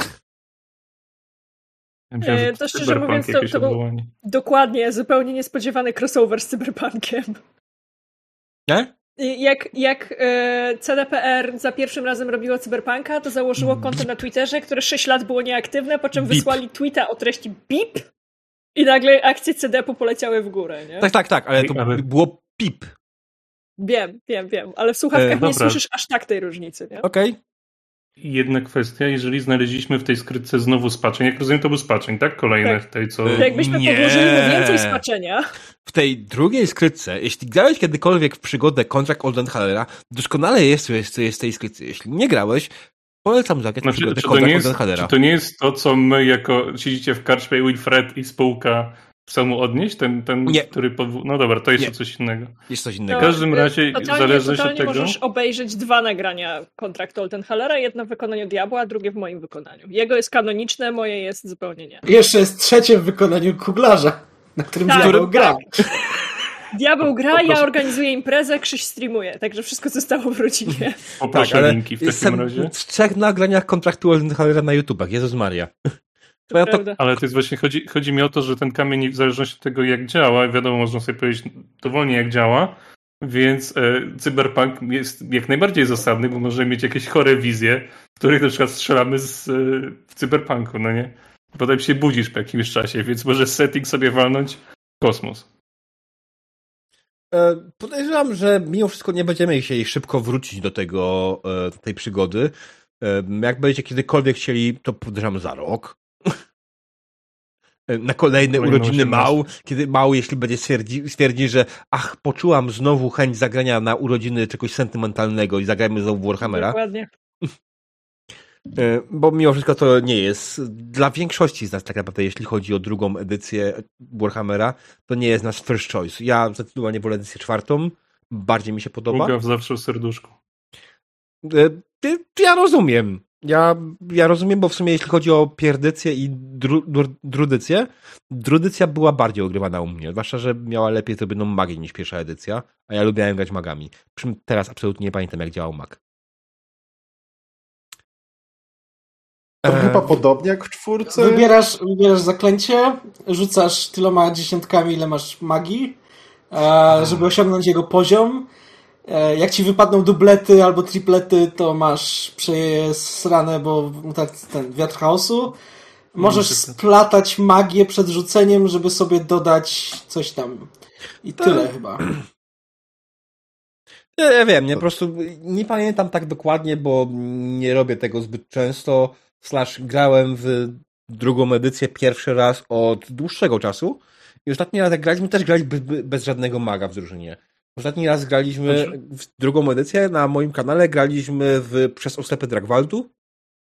Ja myślałem, to szczerze mówiąc, to był dokładnie zupełnie niespodziewany crossover z Cyberpunkiem. Nie? Jak CDPR za pierwszym razem robiło Cyberpunka, to założyło konto na Twitterze, które 6 lat było nieaktywne, po czym wysłali tweeta o treści BIP i nagle akcje CDP-u poleciały w górę, nie? Tak, ale to było pip. Wiem, ale w słuchawkach nie słyszysz aż tak tej różnicy, nie? Okej. Jedna kwestia, jeżeli znaleźliśmy w tej skrytce znowu spaczeń, jak rozumiem, to był spaczeń, tak? Kolejny tak. w tej, co... To jakbyśmy podłożyli mu więcej spaczenia. W tej drugiej skrytce, jeśli grałeś kiedykolwiek w przygodę Contract Oldenthalera, doskonale jest, co jest w tej skrytce. Jeśli nie grałeś, polecam zagrać przygodę Contract Oldenthalera. Czy to nie jest to, co my jako siedzicie w karczmie Wilfred i spółka chcą mu odnieść? Ten nie. Który... No dobra, to jest coś innego. Jest coś innego. W każdym razie, zależy się od tego... możesz obejrzeć 2 nagrania Kontraktu Oldenhalera, jedno w wykonaniu Diabła, a drugie w moim wykonaniu. Jego jest kanoniczne, moje jest zupełnie nie. Jeszcze jest trzecie w wykonaniu Kuglarza, na którym Diabeł gra. Diabeł gra, ja organizuję imprezę, Krzyś streamuje, także wszystko zostało w rodzinie. Poproszę linki w takim razie. W 3 nagraniach Kontraktu Oldenhalera na YouTubach, Jezus Maria. Ale to jest właśnie, chodzi mi o to, że ten kamień w zależności od tego, jak działa, wiadomo, można sobie powiedzieć dowolnie, jak działa, więc cyberpunk jest jak najbardziej zasadny, bo możemy mieć jakieś chore wizje, w których na przykład strzelamy w cyberpunku, no nie? Potem się budzisz po jakimś czasie, więc może setting sobie walnąć w kosmos. Podejrzewam, że mimo wszystko nie będziemy chcieli szybko wrócić do tej przygody. Jak będziecie kiedykolwiek chcieli, to podejrzewam za rok. Na kolejne urodziny Mał, kiedy Mał, jeśli będzie stwierdzi, że poczułam znowu chęć zagrania na urodziny czegoś sentymentalnego i zagrajmy znowu Warhammera. Dokładnie. Bo mimo wszystko to nie jest dla większości z nas tak naprawdę, jeśli chodzi o drugą edycję Warhammera, to nie jest nasz first choice. Ja zdecydowanie wolę edycję 4, bardziej mi się podoba. Druga zawsze w serduszku. Ja rozumiem. Ja rozumiem, bo w sumie jeśli chodzi o pierdycję i drudycję, drudycja była bardziej ogrywana u mnie, zwłaszcza, że miała lepiej zrobioną magię niż pierwsza edycja, a ja lubiałem grać magami. Przy czym teraz absolutnie nie pamiętam, jak działał mag. To chyba podobnie jak w 4. Wybierasz zaklęcie, rzucasz tyloma dziesiątkami, ile masz magii, żeby osiągnąć jego poziom. Jak ci wypadną dublety albo triplety, to masz przesrane, bo ten wiatr chaosu. Możesz splatać magię przed rzuceniem, żeby sobie dodać coś tam. I tyle chyba. Ja wiem, po prostu nie pamiętam tak dokładnie, bo nie robię tego zbyt często. Grałem w drugą edycję pierwszy raz od dłuższego czasu i ostatni raz jak graliśmy, też graliśmy bez żadnego maga w drużynie. Ostatni raz graliśmy w drugą edycję na moim kanale, graliśmy przez oślepy Dragwaldu.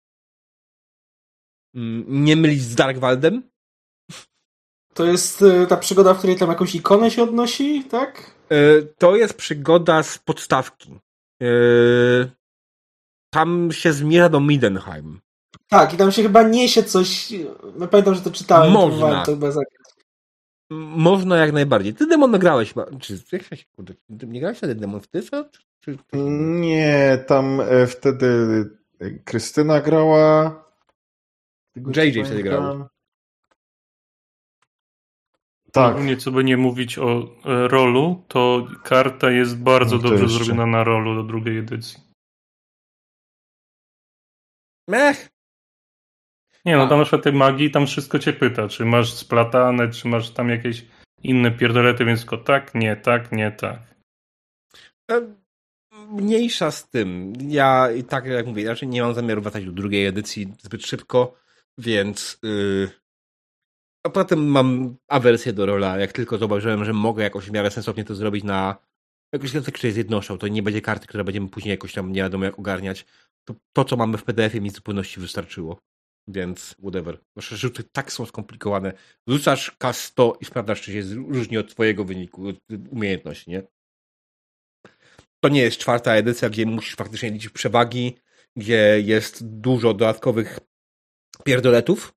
Nie mylić z Darkwaldem. To jest ta przygoda, w której tam jakąś ikonę się odnosi, tak? To jest przygoda z podstawki. Tam się zmierza do Middenheim. Tak, i tam się chyba niesie coś. No pamiętam, że to czytałem. Można. Można jak najbardziej. Ty Demon grałeś. Nie grałeś wtedy Demon w Tysa? Nie, tam wtedy Krystyna grała. JJ wtedy grał. Tak. No, nieco by nie mówić o rolu, to karta jest bardzo dobrze zrobiona na rolu do drugiej edycji. Nie, no tam na przykład tej magii, tam wszystko cię pyta, czy masz splatane, czy masz tam jakieś inne pierdolety, więc tylko tak, nie, tak, nie, tak. Mniejsza z tym. Ja i tak, jak mówię, raczej nie mam zamiaru wracać do drugiej edycji zbyt szybko, więc a poza tym mam awersję do rola. Jak tylko zobaczyłem, że mogę jakoś w miarę sensownie to zrobić na jakoś język, który jest jednością, to nie będzie karty, które będziemy później jakoś tam nie wiadomo jak ogarniać. To co mamy w PDF-ie mi w zupełności wystarczyło. Więc whatever. Nasze rzuty tak są skomplikowane. Rzucasz K100 i sprawdzasz, czy się różni od twojego wyniku, od umiejętności, nie? To nie jest 4. edycja, gdzie musisz faktycznie liczyć przewagi, gdzie jest dużo dodatkowych pierdoletów.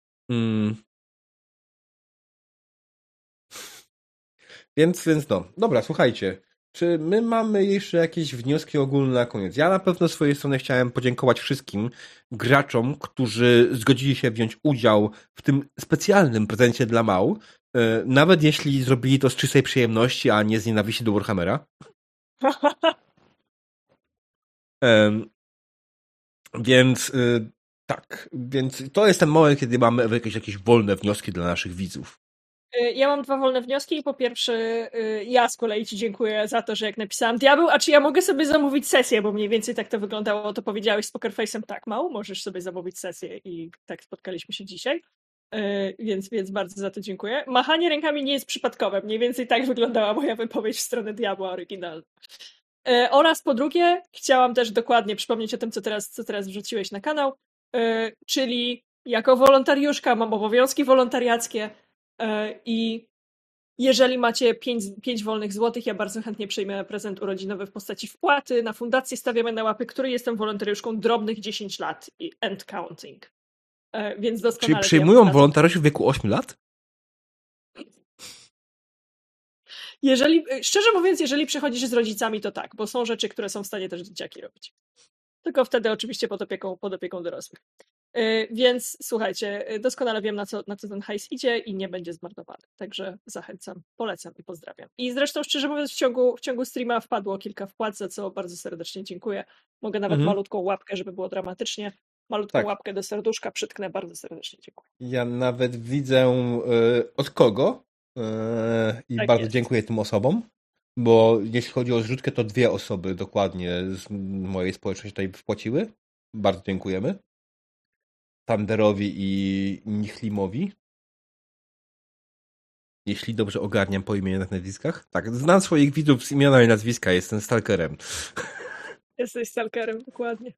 Więc no. Dobra, słuchajcie. Czy my mamy jeszcze jakieś wnioski ogólne na koniec? Ja na pewno z swojej strony chciałem podziękować wszystkim graczom, którzy zgodzili się wziąć udział w tym specjalnym prezencie dla Mał. Nawet jeśli zrobili to z czystej przyjemności, a nie z nienawiści do Warhammera. Więc tak, więc to jest ten moment, kiedy mamy jakieś wolne wnioski dla naszych widzów. Ja mam 2 wolne wnioski. Po pierwsze, ja z kolei ci dziękuję za to, że jak napisałam Diabeł, a czy ja mogę sobie zamówić sesję, bo mniej więcej tak to wyglądało, to powiedziałeś z Poker Face'em tak, Mał, możesz sobie zamówić sesję i tak spotkaliśmy się dzisiaj. Więc bardzo za to dziękuję. Machanie rękami nie jest przypadkowe. Mniej więcej tak wyglądała moja wypowiedź w stronę Diabła oryginalna. Oraz po drugie, chciałam też dokładnie przypomnieć o tym, co teraz wrzuciłeś na kanał, czyli jako wolontariuszka mam obowiązki wolontariackie i jeżeli macie 5 wolnych złotych, ja bardzo chętnie przyjmę prezent urodzinowy w postaci wpłaty. Na fundację stawiamy na łapy, której jestem wolontariuszką drobnych 10 lat i end counting. Więc doskonale. Czyli przyjmują wolontariuszy w wieku 8 lat? Szczerze mówiąc, jeżeli przychodzisz z rodzicami, to tak, bo są rzeczy, które są w stanie też dzieciaki robić. Tylko wtedy oczywiście pod opieką dorosłych. Więc słuchajcie, doskonale wiem, na co ten hajs idzie i nie będzie zmarnowany. Także zachęcam, polecam i pozdrawiam. I zresztą, szczerze mówiąc, w ciągu streama wpadło kilka wpłat, za co bardzo serdecznie dziękuję. Mogę nawet malutką łapkę, żeby było dramatycznie. Malutką łapkę do serduszka przytknę. Bardzo serdecznie dziękuję. Ja nawet widzę od kogo i tak bardzo dziękuję tym osobom, bo jeśli chodzi o zrzutkę, to 2 osoby dokładnie z mojej społeczności tutaj wpłaciły. Bardzo dziękujemy. Thunderowi i Nichlimowi. Jeśli dobrze ogarniam po imieniach, nazwiskach. Tak, znam swoich widzów z imiona i nazwiska, jestem stalkerem. Jesteś stalkerem, dokładnie.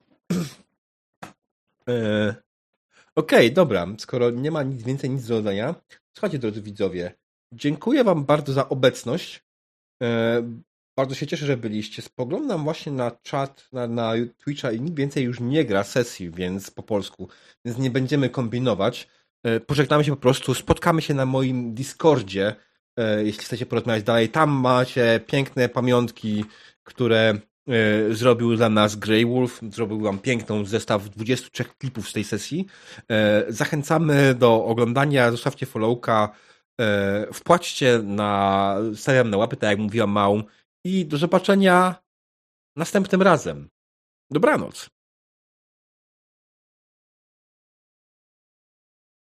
Okej, dobra. Skoro nie ma nic więcej, nic do dodania, słuchajcie, drodzy widzowie, dziękuję wam bardzo za obecność. Bardzo się cieszę, że byliście. Spoglądam właśnie na czat, na Twitcha i nikt więcej już nie gra sesji, więc po polsku, więc nie będziemy kombinować. Pożegnamy się po prostu, spotkamy się na moim Discordzie, jeśli chcecie porozmawiać dalej. Tam macie piękne pamiątki, które zrobił dla nas Grey Wolf. Zrobił wam piękną zestaw 23 klipów z tej sesji. Zachęcamy do oglądania, zostawcie followka, wpłaćcie stawiam na łapy, tak jak mówiła Mał, i do zobaczenia następnym razem. Dobranoc.